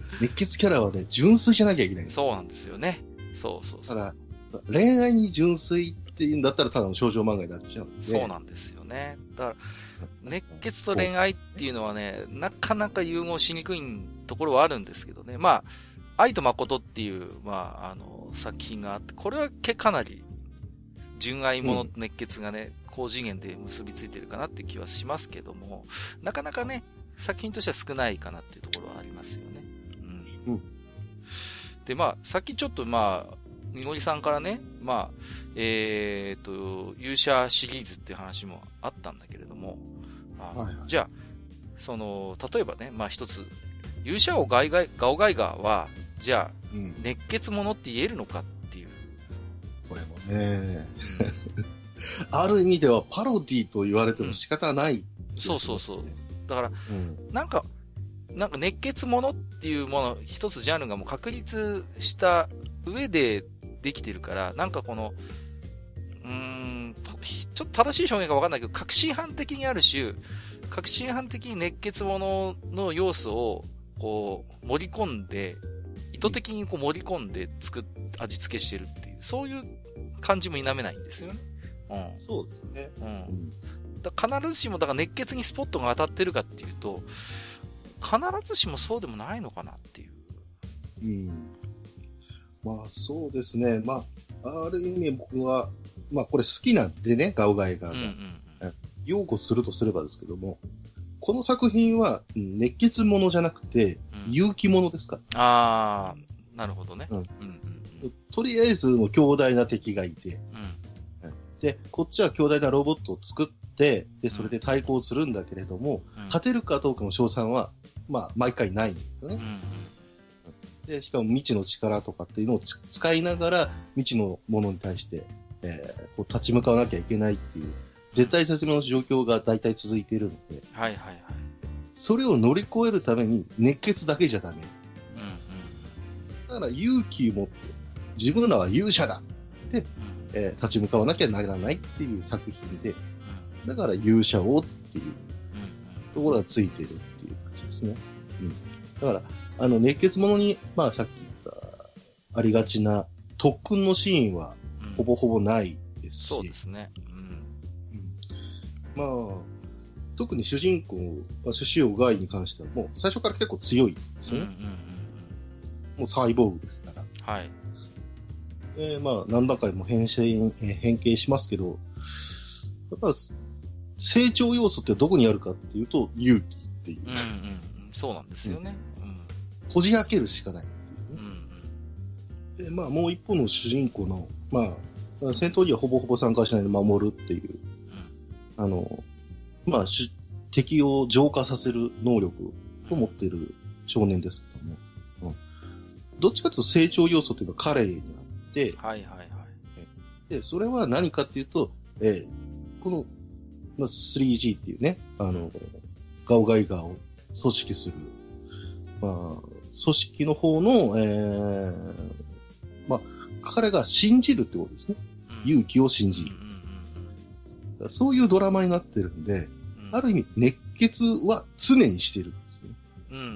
熱血キャラはね、純粋じゃなきゃいけない。 そうなんですよね。そうそうそう。 だから、恋愛に純粋っていうんだったらただの少女漫画になっちゃうんで。 そうなんですよね。だから、熱血と恋愛っていうのはね、なかなか融合しにくいところはあるんですけどね。まあ、愛と誠っていう、まあ、あの、作品があって、これはかなり、純愛ものと熱血がね、高次元で結びついてるかなっていう気はしますけども、なかなかね、作品としては少ないかなっていうところはありますよね。うん。うん、で、まあ、さっきちょっとまあ、みのりさんからね、まあ、えーと、勇者シリーズっていう話もあったんだけれども、あはいはい、じゃあ、その、例えばね、まあ一つ、勇者王ガイガイ、ガオガイガーは、じゃあ、うん、熱血ものって言えるのかっていう。 これもね、ある意味ではパロディと言われても仕方ない、ねうん。そうそうそう。だから、うん、なんか、なんか熱血ものっていうもの、一つジャンルがもう確立した上でできてるから、なんかこの、うーん、ちょっと正しい表現かわかんないけど、革新犯的にある種、革新犯的に熱血ものの要素を、こう、盛り込んで、意図的にこう盛り込んで作っ、味付けしてるっていう、そういう感じも否めないんですよね。 うん。そうですね。 うん。だ必ずしも、だから熱血にスポットが当たってるかっていうと、必ずしもそうでもないのかなっていう。 うん。まあそうですね。まあ、ある意味僕は、まあこれ好きなんでね、ガオガイガーが。うんうんうん、擁護するとすればですけども、この作品は熱血ものじゃなくて、勇気ものですか、うん、 ああ、なるほどね、うんうんうん。とりあえずの強大な敵がいて、うん、で、こっちは強大なロボットを作って、で、それで対抗するんだけれども、うん、勝てるかどうかの賞賛は、まあ、毎回ないんですよね。うんうん、で、しかも未知の力とかっていうのを使いながら、未知のものに対して、えー、こう立ち向かわなきゃいけないっていう、絶対絶命の状況が大体続いているので、 はいはいはい。 それを乗り越えるために熱血だけじゃダメ。うんうん、だから勇気を持って、自分らは勇者だって、うんえー、立ち向かわなきゃならないっていう作品で、うん、だから勇者王っていうところがついてるっていう感じですね。うん、だから、あの熱血ものに、まあさっき言ったありがちな特訓のシーンはほぼほぼないですし、 そうですね。 まあ、特に主人公、シュシオガイに関してはもう最初から結構強いですよね。うんうんうん、もうサイボーグですから。はい。えー、まあ、何段階も変身、変形しますけど、やっぱ成長要素ってどこにあるかっていうと、勇気っていう。 うんうん、そうなんですよね。うん、 こじ開けるしかないっていうね。うんうん、で、まあ、もう一方の主人公の、まあ、戦闘にはほぼほぼ参加しないで守るっていう、あの、まあ、敵を浄化させる能力を持っている少年ですけども、うん、どっちかというと成長要素というのは彼にあって、はいはいはい。で、それは何かっていうと、えー、この、まあ、スリージー っていうね、あの、ガオガイガーを組織する、まあ、組織の方の、えー、まあ、彼が信じるってことですね。うん、勇気を信じる。そういうドラマになってるんで、うん、ある意味熱血は常にしてるんですよね。うんうんうんうん。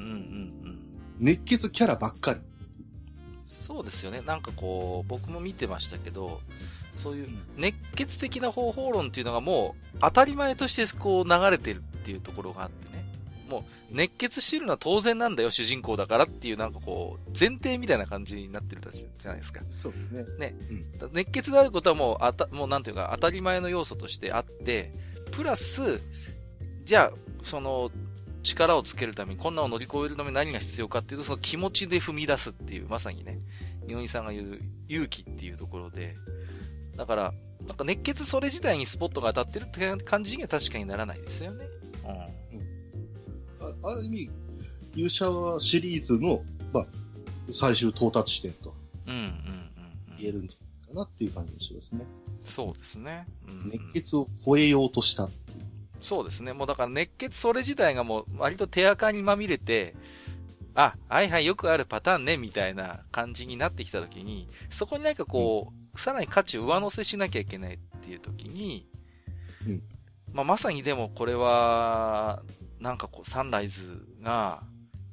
熱血キャラばっかり。 そうですよね。なんかこう、僕も見てましたけど、そういう熱血的な方法論っていうのがもう当たり前としてこう流れてるっていうところがあってね。もう熱血してるのは当然なんだよ、主人公だからっていうなんかこう、前提みたいな感じになってるじゃないですか。 そうですね。 ね。うん、熱血であることはもうあた、もうなんていうか当たり前の要素としてあって、プラス、じゃあ、その、力をつけるために、こんなのを乗り越えるために何が必要かっていうと、その気持ちで踏み出すっていう、まさにね、ニオニさんが言う勇気っていうところで、だから、なんか熱血それ自体にスポットが当たってるって感じには確かにならないですよね。 うん。あ, ある意味、勇者シリーズの、まあ、最終到達地点と言えるんじゃないかなっていう感じがしますね。 そうですね。 うん、熱血を超えようとしたっていう。 そうですね。もうだから熱血それ自体がもう割と手垢にまみれて、あ、はいはいよくあるパターンねみたいな感じになってきたときに、そこになんかこう、うん、さらに価値を上乗せしなきゃいけないっていうときに、うん、まあまさにでもこれは、なんかこうサンライズが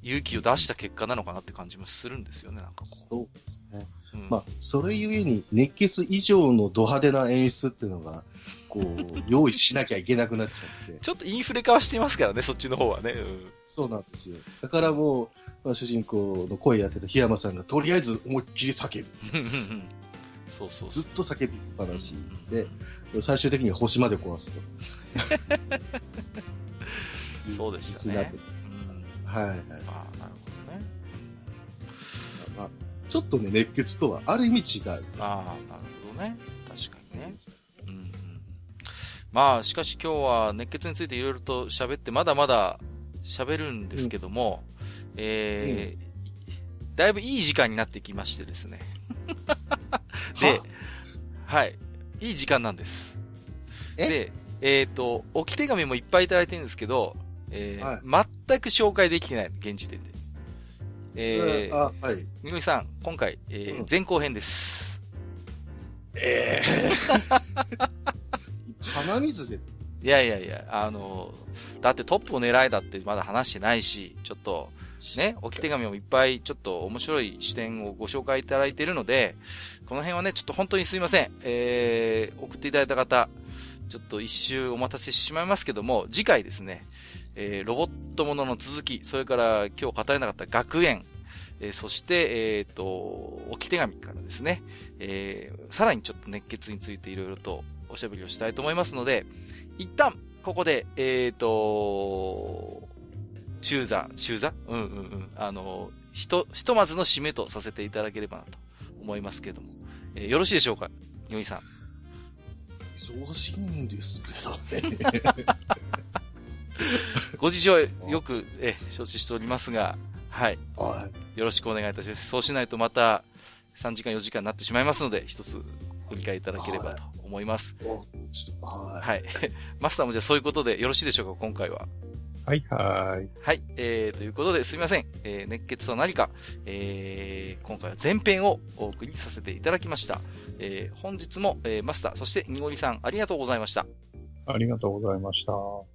勇気を出した結果なのかなって感じもするんですよね、なんかこう。 そうですね。 うん、 まあ、それゆえに熱血以上のド派手な演出っていうのが、こう、用意しなきゃいけなくなっちゃって。 ちょっとインフレ化はしていますからね、そっちの方はね。うん、 そうなんですよ。だからもう、まあ、主人公の声やってた檜山さんがとりあえず思いっきり叫ぶ。 そうそうそう。 ずっと叫びっぱなしで、最終的には星まで壊すと。 そうでしたね。 うん、はい、はい。ああ、なるほどね。まあ、ちょっとね、熱血とはある意味違い。 ああ、なるほどね。確かにね。うんうん、まあ、しかし今日は熱血についていろいろと喋って、まだまだ喋るんですけども、うん、えーうん、だいぶいい時間になってきましてですね。で、はい。いい時間なんです。で、えっ、ー、と、置き手紙もいっぱいいただいてるんですけど、えーはい、全く紹介できてない、現時点で。えー、あ、はい。みのりさん、今回、えーうん、前後編です。 えー、鼻水で。 いやいやいや、あの、だってトップを狙いだってまだ話してないし、ちょっと、ね、置き手紙もいっぱいちょっと面白い視点をご紹介いただいているので、この辺はね、ちょっと本当にすいません。えー、送っていただいた方、ちょっと一周お待たせしてしまいますけども、次回ですね、えー、ロボットものの続き、それから今日語れなかった学園、えー、そして、えっ、ー、と、置き手紙からですね、えー、さらにちょっと熱血についていろいろとおしゃべりをしたいと思いますので、一旦、ここで、えっ、ー、と、中座、中座うんうんうん。あの、ひと、ひとまずの締めとさせていただければなと思いますけども。えー、よろしいでしょうか、よいさん。 忙しいんですけどね。 ご事情よく、え、承知しておりますが、はい。はい。よろしくお願いいたします。そうしないとまたさんじかんよじかんになってしまいますので、一つご理解いただければと思います。はい。はい。マスターもじゃあそういうことでよろしいでしょうか、今回は。 はいはい。 はい。えー、ということで、すみません。えー、熱血とは何か、えー、今回は前編をお送りさせていただきました。えー、本日も、えー、マスター、そしてにごりさん、ありがとうございました。 ありがとうございました。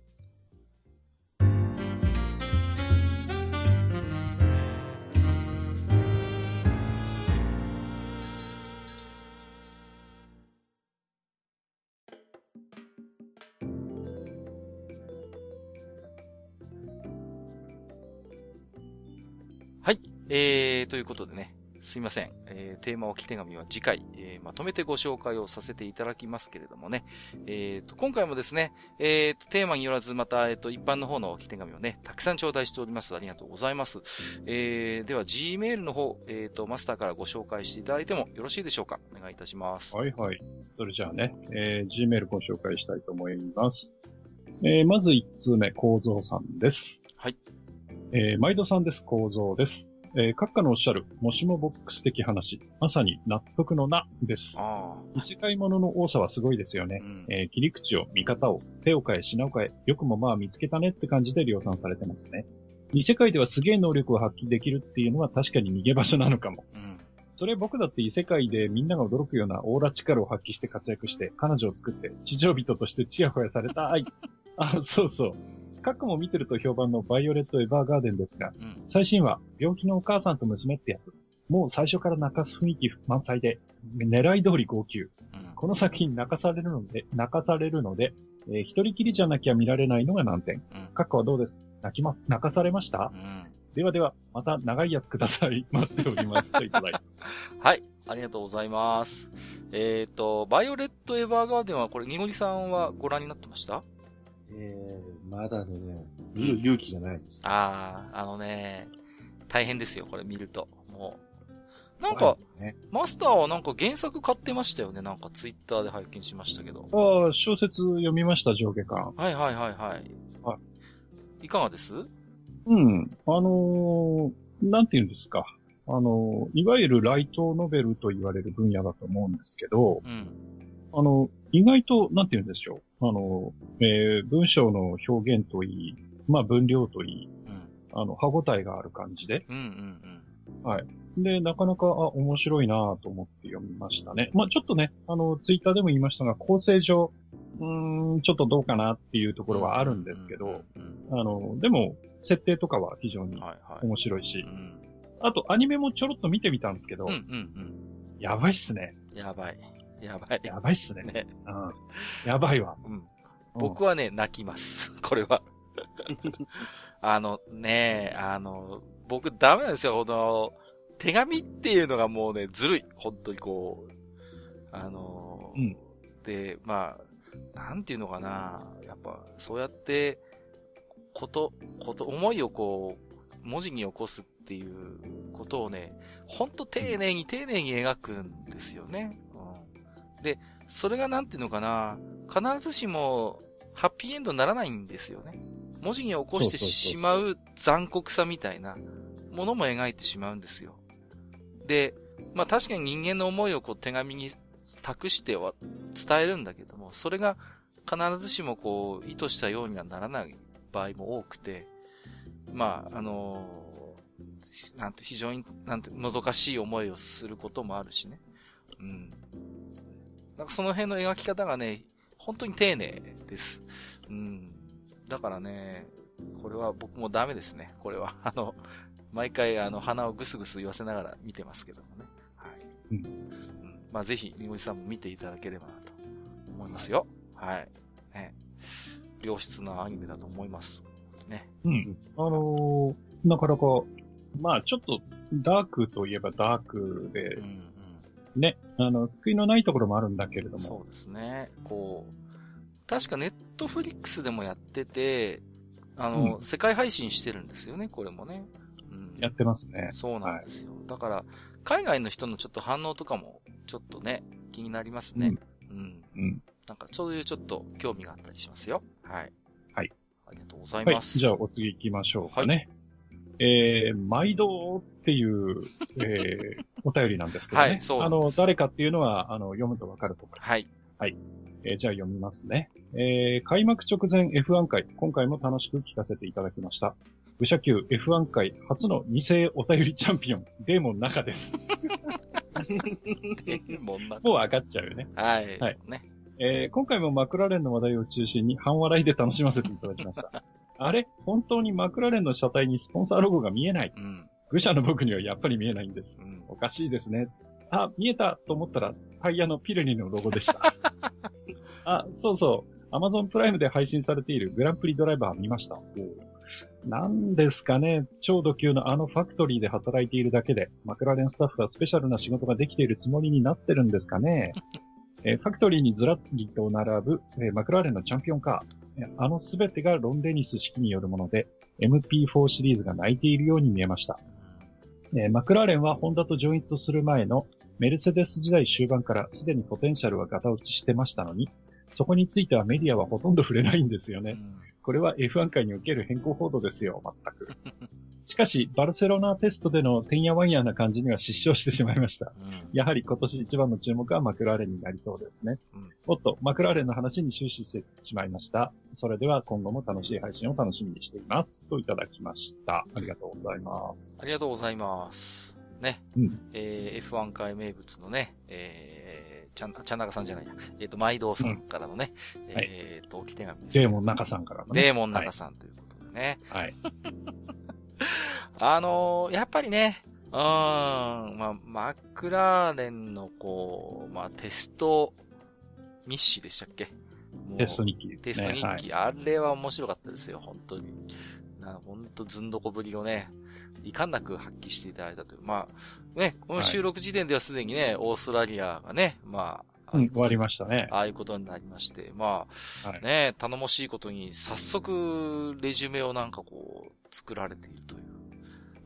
はい。えー、ということでね、すいません。えー、テーマ置き手紙は次回、えー、まとめてご紹介をさせていただきますけれどもね。えーと、今回もですね、えーと、テーマによらずまた、えーと、一般の方の置き手紙をね、たくさん頂戴しております。ありがとうございます。えー、では Gmail の方、えーと、マスターからご紹介していただいてもよろしいでしょうか。お願いいたします。 はいはい。それじゃあね、えー、Gmail ご紹介したいと思います。えー、まず一通目、構造さんです。 はい。 えー、毎度さんです。構造です。えー、閣下のおっしゃる、もしもボックス的話、まさに納得のな、です。異世界ものの多さはすごいですよね。うん、えー、切り口を、見方を、手を変え、品を変え、よくもまあ見つけたねって感じで量産されてますね。異世界ではすげえ能力を発揮できるっていうのは確かに逃げ場所なのかも。うん、それ僕だって異世界でみんなが驚くようなオーラ力を発揮して活躍して、彼女を作って、地上人としてチヤホヤされたい。あ、そうそう。過去も見てると評判のバイオレット・エヴァーガーデンですが、うん、最新話、病気のお母さんと娘ってやつ。もう最初から泣かす雰囲気満載で、狙い通り号泣。うん、この作品泣かされるので、泣かされるので、えー、一人きりじゃなきゃ見られないのが難点。過去はどうです？泣きま、泣かされました？うん、ではでは、また長いやつください。待っております。といただいて。 はい。ありがとうございます。えっ、ー、と、バイオレット・エヴァーガーデンはこれ、にごりさんはご覧になってました？ えー、まだね、見る勇気がないです、ね。 ああ、あのね、大変ですよ、これ見ると。もう。なんか、ね、マスターはなんか原作買ってましたよね。なんかツイッターで拝見しましたけど。 ああ、小説読みました、上下巻。 はいはいはいはい。はい。いかがです？ うん。あのー、なんて言うんですか。あのー、いわゆるライトノベルと言われる分野だと思うんですけど、うん。あの、意外と、なんて言うんでしょう。あの、えー、文章の表現といい、まあ分量といい、うん、あの、歯応えがある感じで。うんうんうん。はい。で、なかなか、あ、面白いなぁと思って読みましたね。まあちょっとね、あの、ツイッターでも言いましたが、構成上、うーん、ちょっとどうかなっていうところはあるんですけど、あの、でも、 設定とかは非常に面白いし、はいはいうん、あとアニメもちょろっと見てみたんですけど、うんうんうん、やばいっすね。 やばい。やばい。 やばいっすね。ねうん、やばいわ、うん。 僕はね、泣きます。これは。あの、ねえ、あの、僕ダメなんですよ。この、手紙っていうのがもうね、ずるい。本当にこう、あの、うん、で、まあ、なんていうのかな。やっぱ、そうやって、こと、こと、思いをこう、文字に起こすっていうことをね、ほんと丁寧に丁寧に描くんですよね。うん、で、それがなんていうのかな。必ずしも、ハッピーエンドにならないんですよね。文字に起こしてしまう残酷さみたいなものも描いてしまうんですよ。で、まあ確かに人間の思いをこう手紙に託しては伝えるんだけども、それが必ずしもこう意図したようにはならない場合も多くて、まああのー、なんて非常になんてもどかしい思いをすることもあるしね。うん。なんかその辺の描き方がね、本当に丁寧です。うん。だからね、これは僕もダメですね。これは。あの、毎回あの鼻をぐすぐす言わせながら見てますけどもね。はい。うん。うん、まあぜひ、みごじさんも見ていただければなと思いますよ。はい。ね。良質なアニメだと思います。ね。 うん。あのー、なかなか、まあちょっとダークといえばダークで、うんうん、ね。あの、救いのないところもあるんだけれども。 そうですね。こう、確かネットフリックスでもやってて、あの、うん、世界配信してるんですよね、これもね。 うん、やってますね。 そうなんですよ。はい、だから、海外の人のちょっと反応とかも、ちょっとね、気になりますね。うん。うん。うん、なんか、そういうちょっと興味があったりしますよ。はい。 はい。 ありがとうございます。 はい、じゃあ、お次行きましょうかね。はい、えー、毎度っていう、えー、お便りなんですけどね。はい、そうなんです。あの、誰かっていうのは、あの、読むとわかると思います。はい。はい。えー、じゃあ読みますね。えー、開幕直前 エフワン 回、今回も楽しく聞かせていただきました。武者級 エフワン 回初のに世お便りチャンピオン、デーモン中です。 デーモン中もう上がっちゃうよね。 はい。はい。ね。 えー、今回もマクラーレンの話題を中心に半笑いで楽しませていただきました。あれ本当にマクラーレンの車体にスポンサーロゴが見えない。うん。愚者の僕にはやっぱり見えないんです。うん、おかしいですね。あ、見えたと思ったらタイヤのピレニのロゴでした。あ、そうそう。Amazon プライムで配信されているグランプリドライバー見ました。なんですかね、超ド級のあのファクトリーで働いているだけで、マクラーレンスタッフはスペシャルな仕事ができているつもりになってるんですかね。えー、ファクトリーにずらりと並ぶ、えー、マクラーレンのチャンピオンカー。あのすべてがロン・デニス式によるもので、エムピーフォー シリーズが泣いているように見えました。えー、マクラーレンはホンダとジョイントする前のメルセデス時代終盤からすでにポテンシャルはガタ落ちしてましたのに、そこについてはメディアはほとんど触れないんですよね。うん、これは エフワン 界における変更報道ですよ、全く。しかし、バルセロナテストでのてんやわんやな感じには失笑してしまいました。うん、やはり今年一番の注目はマクラーレンになりそうですね。うん、おっと、マクラーレンの話に終始してしまいました。それでは今後も楽しい配信を楽しみにしています。といただきました。ありがとうございます。 ありがとうございます。ね。うん、えー、エフワン 界名物のね、えー、ちゃん、ちゃんなかさんじゃないや。えっ、ー、と、毎度さんからのね、うん、えっ、ー、と、置き手紙です、ね。 デーモン中さんからのね。 デーモン中さんということでね。 はい。 あのー、やっぱりね、うーん、まあ、マクラーレンのこう、まあ、テスト日誌でしたっけ？ テスト日記ですね。 テスト日記、はい。あれは面白かったですよ、本当に。な本当ずんどこぶりをね、いかんなく発揮していただいたという。まあ、ね、この収録時点ではすでにね、はい、オーストラリアがね、まあ、 うん、終わりましたね。 ああいうことになりまして、まあ、はい、ね、頼もしいことに、早速、レジュメをなんかこう、作られているという、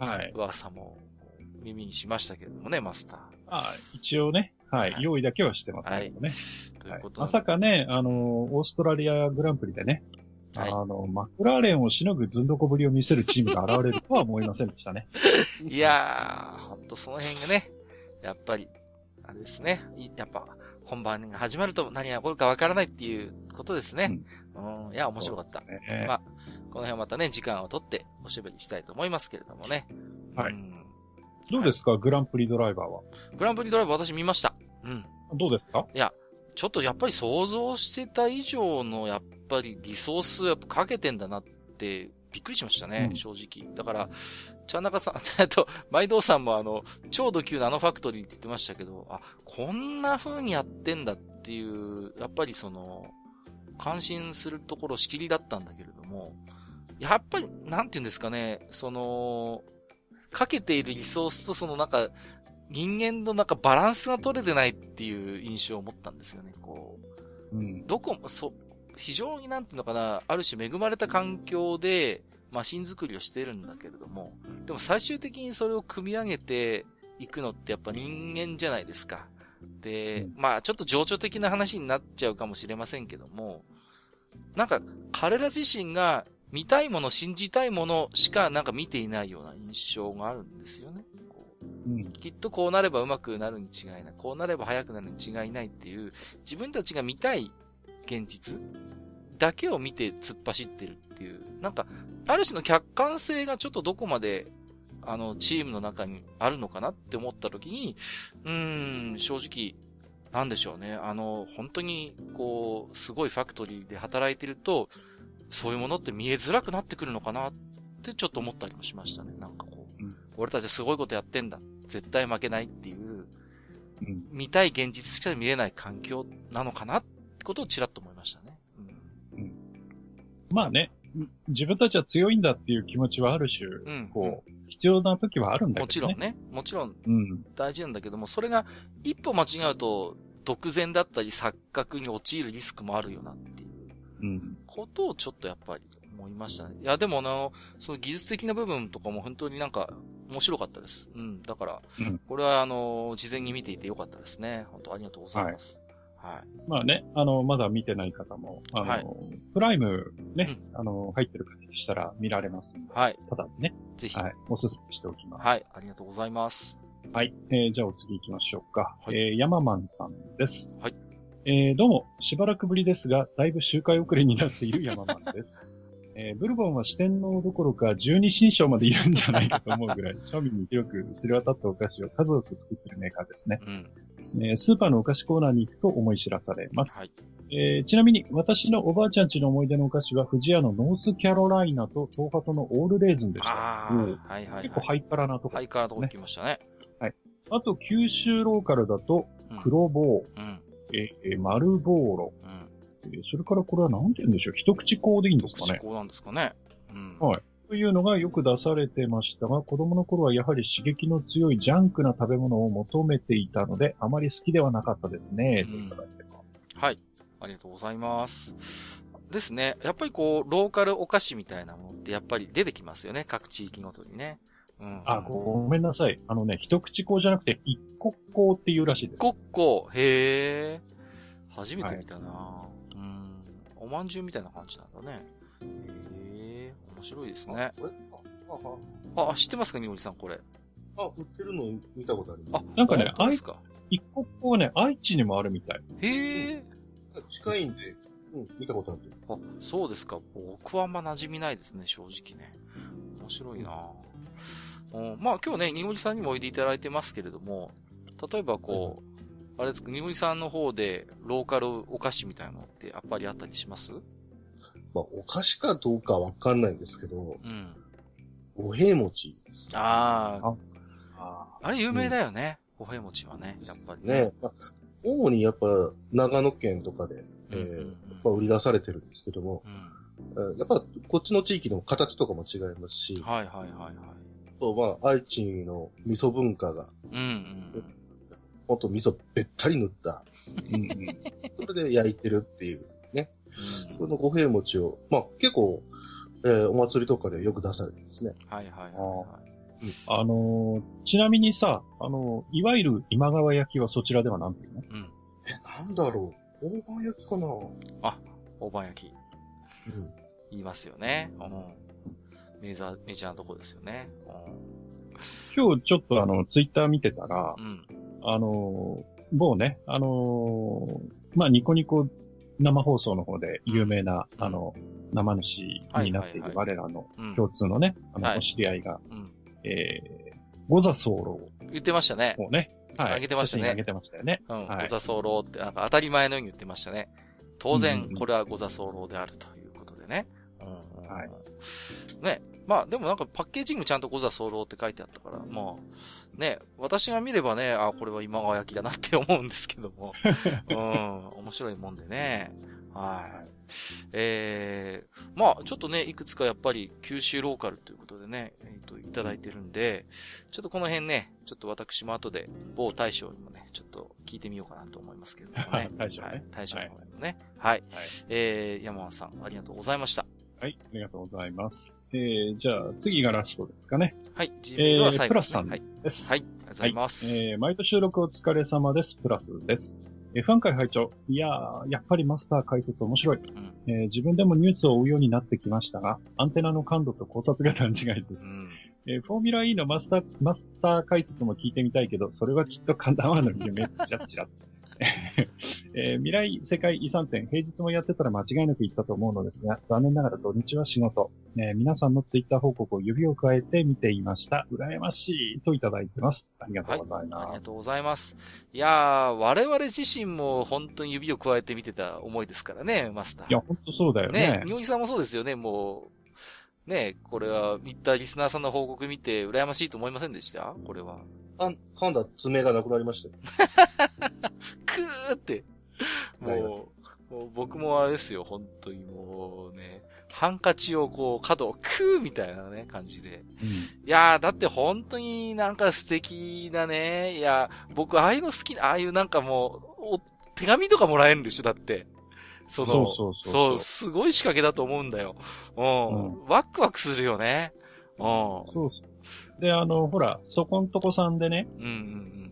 はい。噂も耳にしましたけれどもね、マスター。ああ、一応ね、はい、はい、用意だけはしてますけどね。はい、ということ、はい、まさかね、あの、オーストラリアグランプリでね、はい、あの、マクラーレンをしのぐずんどこぶりを見せるチームが現れるとは思いませんでしたね。 いやー、ほんとその辺がね、やっぱり、あれですね。やっぱ、本番が始まると何が起こるかわからないっていうことですね。うん。うん、いや、面白かった。ね、まあ、この辺またね、時間をとっておしゃべりしたいと思いますけれどもね。 はい。うん、どうですか、はい、グランプリドライバーは。 グランプリドライバー私見ました。うん。 どうですか？ いや、ちょっとやっぱり想像してた以上の、やっぱりリソースをやっぱかけてんだなってびっくりしましたね、 うん、 正直。だから、ちゃんなかさん、えっと、毎度さんもあの、超ド級ナノファクトリーって言ってましたけど、あ、こんな風にやってんだっていう、やっぱりその、感心するところしきりだったんだけれども、やっぱり、なんて言うんですかね、その、かけているリソースとそのなんか、人間のなんかバランスが取れてないっていう印象を持ったんですよね、こう。うん。どこも、そ、非常になんていうのかな、ある種恵まれた環境で、マシン作りをしてるんだけれども、でも最終的にそれを組み上げていくのってやっぱ人間じゃないですか。で、まあちょっと情緒的な話になっちゃうかもしれませんけども、なんか彼ら自身が見たいもの、信じたいものしかなんか見ていないような印象があるんですよね。こううん、きっとこうなればうまくなるに違いない。こうなれば早くなるに違いないっていう、自分たちが見たい現実だけを見て突っ走ってるっていう、なんか、ある種の客観性がちょっとどこまで、あの、チームの中にあるのかなって思った時に、うーん、正直、なんでしょうね。あの、本当に、こう、すごいファクトリーで働いてると、そういうものって見えづらくなってくるのかなってちょっと思ったりもしましたね。なんかこう、うん、俺たちすごいことやってんだ。絶対負けないっていう、うん、見たい現実しか見えない環境なのかなってことをちらっと思いましたね。 うんうん、まあね、自分たちは強いんだっていう気持ちはある種、うん、こう、必要な時はあるんだけどね。 もちろんね。もちろん、大事なんだけども、それが一歩間違うと、独善だったり錯覚に陥るリスクもあるよなっていう、ことをちょっとやっぱり思いましたね。いや、でもあの、その技術的な部分とかも本当になんか面白かったです。うん。だから、うん、これはあの、事前に見ていてよかったですね。本当ありがとうございます。はい。はい、 まあね、あの、まだ見てない方も、あの、はい、プライムね、うん、あの、入ってる方でしたら見られますんで、はい。ただね、 ぜひ、 はい、おすすめしておきます。 はい、ありがとうございます。 はい、えー、じゃあお次行きましょうか。はい、えー、ヤママンさんです。 はい。 えー、どうも、しばらくぶりですが、だいぶ周回遅れになっているヤママンです。えー、ブルボンは四天王どころか十二神将までいるんじゃないかと思うぐらい、庶民に広く知れ渡ったお菓子を数多く作っているメーカーですね。うんえー、スーパーのお菓子コーナーに行くと思い知らされます。はいえー、ちなみに、私のおばあちゃんちの思い出のお菓子は、富士屋のノースキャロライナと東ハトのオールレーズンでした。 ああ、はいはい、はい。 結構ハイカラなところ、 ね。ハイカラなとこ行きましたね。 はい。あと、九州ローカルだと、黒棒、うんうんえー、丸ボーロ、うんえー、それからこれは何て言うんでしょう、一口香でいいんですかね。 一口香なんですかね。 うん。はい。というのがよく出されてましたが、子供の頃はやはり刺激の強いジャンクな食べ物を求めていたので、あまり好きではなかったですね。うん、といただいてます。 はい。ありがとうございます。ですね。やっぱりこう、ローカルお菓子みたいなものってやっぱり出てきますよね。各地域ごとにね。 うん、あ、ごめんなさい。あのね、一口香じゃなくて、一国香っていうらしいです。 一国香。へー。初めて見たな、はい、うん。おまんじゅうみたいな感じなんだね。へー。面白いですね。あ、あ、知ってますか、にごりさん、これ。 あ、売ってるの見たことあります。 あ、なんかね、あい、一国香はね、愛知にもあるみたい。 へー。 うん、近いんで、うん、見たことある。 あ、そうですか。僕はあんま馴染みないですね、正直ね。面白いな、うん、まあ今日ね、にごりさんにもおいでいただいてますけれども、例えばこう、うん、あれですか、にごりさんの方でローカルお菓子みたいなのってやっぱりあったりします？ まあお菓子かどうかわかんないんですけど、うん。五平餅ですね。 ああ。ああれ有名だよね、うん、五平餅はね、やっぱりね。ね、まあ主にやっぱ長野県とかで、えーうんうんうん、やっぱ売り出されてるんですけども、うん、やっぱこっちの地域の形とかも違いますし、 はいはいはいはい。 そうまあ愛知の味噌文化が、うんうん、ほんと味噌べったり塗った、うんうん、それで焼いてるっていうね、うん、その五平餅をまあ結構、えー、お祭りとかでよく出されてるんですね。 はいはいはいはい。 あのー、ちなみにさ、あのー、いわゆる今川焼きはそちらでは何て言うの？うん。 え、なんだろう。大判焼きかな？ あ、大判焼き。うん。言いますよね。うん。メジャー、メジャーなとこですよね。うん。 今日ちょっとあの、ツイッター見てたら、うん。あのー、某ね、あのー、まあ、ニコニコ生放送の方で有名な、うん、あの、生主になっている我らの共通のね、うん、あの、お知り合いが、うんえー、ゴザソーロー。言ってましたね。 もうね。 はい。あげてましたね。 あげてましたよね。 うん。はい、ゴザソーローって、なんか当たり前のように言ってましたね。当然、これはゴザソーローであるということでね。うんうん、はい。 ね。まあでもなんかパッケージングちゃんとご座候って書いてあったから、まあ、ね、私が見ればね、あ、これは今川焼きだなって思うんですけども。うん、面白いもんでね。はい。えー、まあちょっとね、いくつかやっぱり九州ローカルということでね、えっと、いただいてるんで、ちょっとこの辺ね、ちょっと私も後で某大将にもね、ちょっと聞いてみようかなと思いますけれどもね。 大将ね。 はい、大将の方にもね。はい。はい、えー、山間さん、ありがとうございました。 はい、ありがとうございます。えー、じゃあ次がラストですかね。 はい、G メールは最後ですね。 えー、プラスさんです。 はい、はい、ありがとうございます。 はい、えー、毎度収録お疲れ様です。プラスです。エフワン 回拝聴。いやー、やっぱりマスター解説面白い、うんえー。自分でもニュースを追うようになってきましたが、アンテナの感度と考察が段違いです。うんえー、フォーミュラ E のマスター、マスター解説も聞いてみたいけど、それはきっと叶わぬ夢、チラッチラッ。えー、未来世界遺産展、平日もやってたら間違いなく行ったと思うのですが、残念ながら土日は仕事。えー、皆さんのツイッター報告を指を加えて見ていました。羨ましいといただいてます。ありがとうございます。はい、 ありがとうございます。いやー、我々自身も本当に指を加えて見てた思いですからね、マスター。 いや、本当そうだよね。 ね、日本さんもそうですよね、もう。ね、これは、見たリスナーさんの報告見て、羨ましいと思いませんでしたこれは。 あ、噛んだ爪がなくなりましたよ。 くーって。もう、もう僕もあれですよ、本当にもうね、ハンカチをこう、角をクーみたいなね、感じで。うん、いやー、だって本当になんか素敵なね、いや、僕ああいうの好き、ああいうなんかもう、お手紙とかもらえるんでしょ、だって。その、そうそうそうそう。そう、すごい仕掛けだと思うんだよ。うん。うん、ワクワクするよね。うん。 そうそう。で、あの、ほら、そこんとこさんでね。うんうんうん。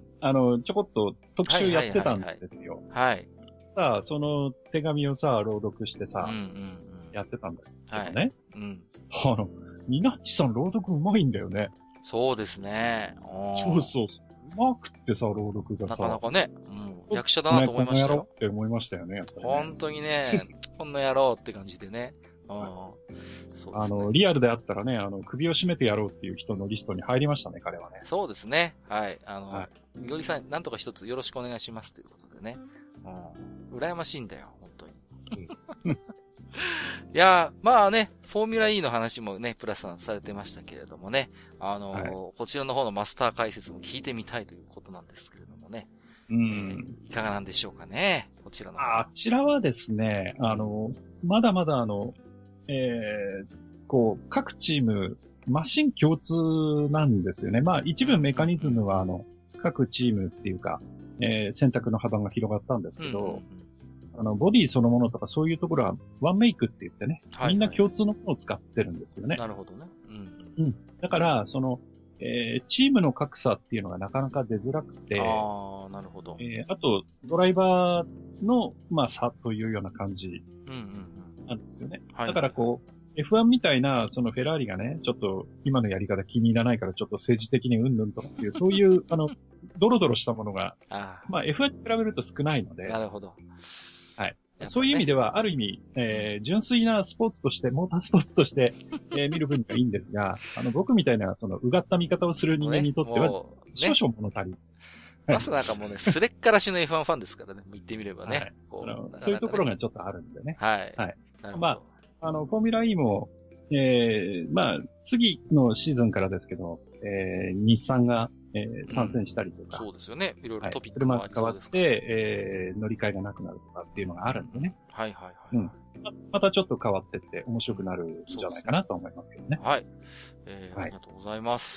あの、ちょこっと特集やってたんですよ。 はいはいはいはい。はい。 さあ、その手紙をさ、朗読してさ、うんうんうん、やってたんだけどね。はい、うん。あの、ニナッチさん朗読うまいんだよね。 そうですね。 そうそう。うまくってさ、朗読がさ。 なかなかね。うん。役者だなと思いましたよ。 この野郎って思いましたよね、やっぱり、ね。 本当にね、こんな野郎って感じでね。うん。そうですね。 あの、リアルであったらね、あの、首を絞めてやろうっていう人のリストに入りましたね、彼はね。 そうですね。はい。あの、はい、みのりさん、なんとか一つよろしくお願いしますということでね。うん。羨ましいんだよ、本当に。うん、いやー、まあね、フォーミュラ E の話もね、プラスさんされてましたけれどもね。あのーはい、こちらの方のマスター解説も聞いてみたいということなんですけれどもね。うん、えー、いかがなんでしょうかね、こちらの方。 あちらはですね、あの、まだまだあの、えー、こう、各チーム、マシン共通なんですよね。まあ、一部メカニズムはあの、各チームっていうか、えー、選択の幅が広がったんですけど、うんうんうん、あの、ボディそのものとかそういうところは、ワンメイクって言ってね、はいはい、みんな共通のものを使ってるんですよね。 なるほどね。うん。 うん。だから、その、えー、チームの格差っていうのがなかなか出づらくて、 ああ、なるほど。 えー、あと、ドライバーの、まあ、差というような感じなんですよね。うんうんうん、だからこう、エフワン みたいな、そのフェラーリがね、ちょっと今のやり方気に入らないからちょっと政治的にうんぬんとかっていう、そういう、あの、ドロドロしたものが、あまあ エフワン に比べると少ないので。 なるほど。 はい。ね、そういう意味では、ある意味、えー、純粋なスポーツとして、モータースポーツとして、えー、見る分にはいいんですが、あの、僕みたいな、その、うがった見方をする人間にとっては、ね、少々物足り。 まさなんかもうね、すれっからしの エフワン ファンですからね、言ってみればね。はい、 こうなかなかね、そういうところがちょっとあるんでね。 はい。 はい。まあ、あの、フォーミュラ E も、えー、まあ、次のシーズンからですけど、えー、日産が、えー、参戦したりとか、 うん。そうですよね。いろいろトピックもありそうですから、 はい、車が変わって、えー、乗り換えがなくなるとかっていうのがあるんでね。 はいはいはい。 うん。またちょっと変わってって面白くなるんじゃないかなと思いますけどね。 はい。えー、ありがとうございます。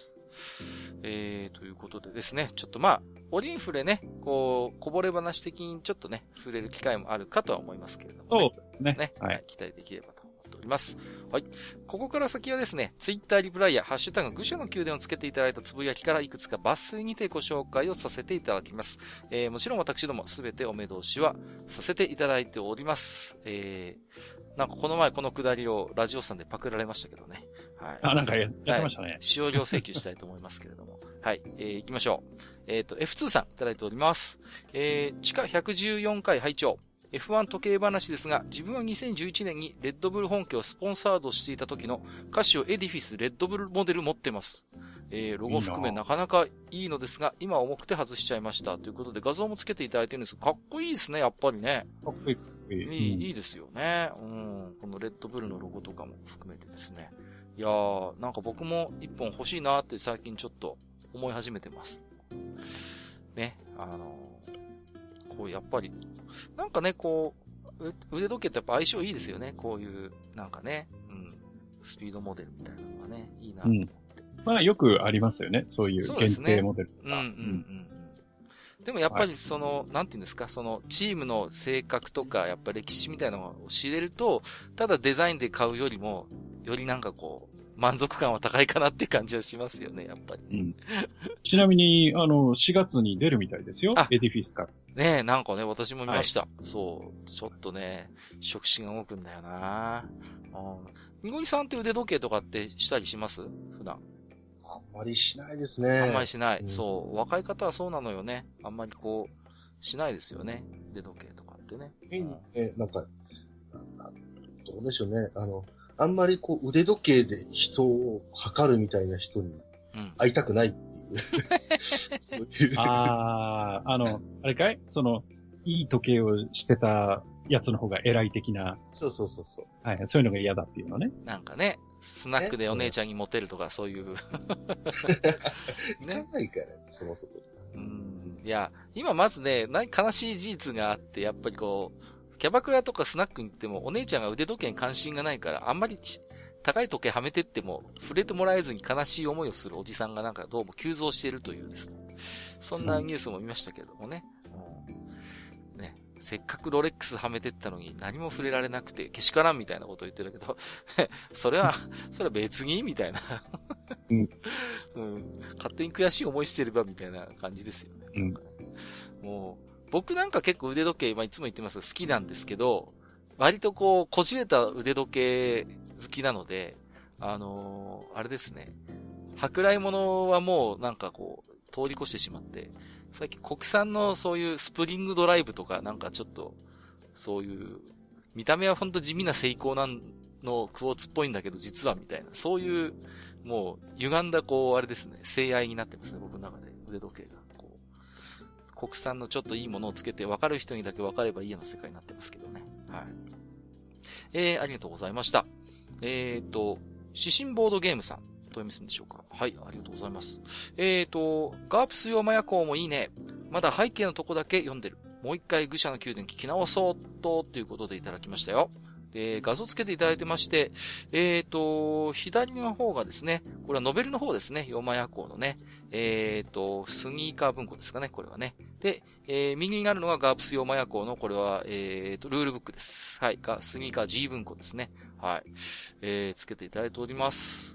はい、えー、ということでですね、ちょっとまあ、オリンフレね、こう、こぼれ話的にちょっとね、触れる機会もあるかとは思いますけれども、 ね。そうですね。 ね。はい。期待できればと思っております。はい。ここから先はですね、ツイッターリプライやハッシュタグ愚者の宮殿をつけていただいたつぶやきからいくつか抜粋にてご紹介をさせていただきます。えー、もちろん私どもすべてお目通しはさせていただいております。えー、なんかこの前このくだりをラジオさんでパクられましたけどね。はい。 あ、なんかやってましたね。はい、 使用料請求したいと思いますけれども。はい。えー、行きましょう。えっ、ー、と、エフツー さんいただいております。えー、地下ひゃくじゅうよんかい拝聴。エフワン 時計話ですが、自分はにせんじゅういちねんにレッドブル本家をスポンサードしていた時のカシオエディフィスレッドブルモデル持ってます。えー、ロゴ含めなかなかいいのですが、今重くて外しちゃいました。ということで画像もつけていただいてるんですが、かっこいいですね、やっぱりね。 かっこいい。 いい、いいですよね。うん。このレッドブルのロゴとかも含めてですね。 いやー、なんか僕も一本欲しいなって最近ちょっと思い始めてます。ね、あのー、こうやっぱり、なんかね、こう、腕時計ってやっぱ相性いいですよね。こういう、なんかね、うん、スピードモデルみたいなのがね、いいなと思って。 うん、まあよくありますよね。そういう限定モデルとか。 うんうんうん。でもやっぱりその、はい、なんていうんですか、そのチームの性格とか、やっぱ歴史みたいなのを知れると、ただデザインで買うよりも、よりなんかこう、満足感は高いかなって感じはしますよね、やっぱり。うん、 ちなみに、あの、しがつに出るみたいですよ。エディフィスから。 ねえ、なんかね、私も見ました。はい、そう。ちょっとね、触手が動くんだよなうん。みごりさんって腕時計とかってしたりします普段。 あんまりしないですね。 あんまりしない。うん、そう。若い方はそうなのよね。あんまりこう、しないですよね。腕時計とかってね。 変に、え、なんか、どうでしょうね。あの、あんまりこう腕時計で人を測るみたいな人に会いたくないっていう。うん、 そういうああ、あの、あれかいその、いい時計をしてたやつの方が偉い的な。 そうそうそうそう。 はい、そういうのが嫌だっていうのね。 なんかね、スナックでお姉ちゃんにモテるとかそういう。ね。 いかないからね、そもそも。 うん。いや、今まずね、悲しい事実があって、やっぱりこう、キャバクラとかスナックに行ってもお姉ちゃんが腕時計に関心がないから、あんまり高い時計はめてっても触れてもらえずに悲しい思いをするおじさんがなんかどうも急増しているというですね。そんなニュースも見ましたけどもね。うん、ね。せっかくロレックスはめてったのに何も触れられなくてけしからんみたいなことを言ってるけど、それは、それは別にみたいな、うんうん。勝手に悔しい思いしてればみたいな感じですよね。うん、もう、僕なんか結構腕時計、まあ、いつも言ってますが好きなんですけど、割とこう、こじれた腕時計好きなので、あのー、あれですね。舶来物はもうなんかこう、通り越してしまって、最近国産のそういうスプリングドライブとかなんかちょっと、そういう、見た目はほんと地味な成功なんのクォーツっぽいんだけど実はみたいな、そういう、もう歪んだこう、あれですね、性愛になってますね、僕の中で腕時計が。国産のちょっといいものをつけて分かる人にだけ分かればいいような世界になってますけどね。はい。えー、ありがとうございました。えーと、指針ボードゲームさん、どう読みするんでしょうか。はい、ありがとうございます。えーと、ガープス用マヤコもいいね。まだ背景のとこだけ読んでる。もう一回愚者の宮殿聞き直そうと、ということでいただきましたよ。で、画像つけていただいてまして、えーと、左の方がですね、これはノベルの方ですね、ヨマヤコのね、えーと、スニーカー文庫ですかね、これはね。で、えー、右になるのがガープス用マヤコの、これは、えーと、ルールブックです。はい、が、スニーカー G 文庫ですね。はい。えー、つけていただいております。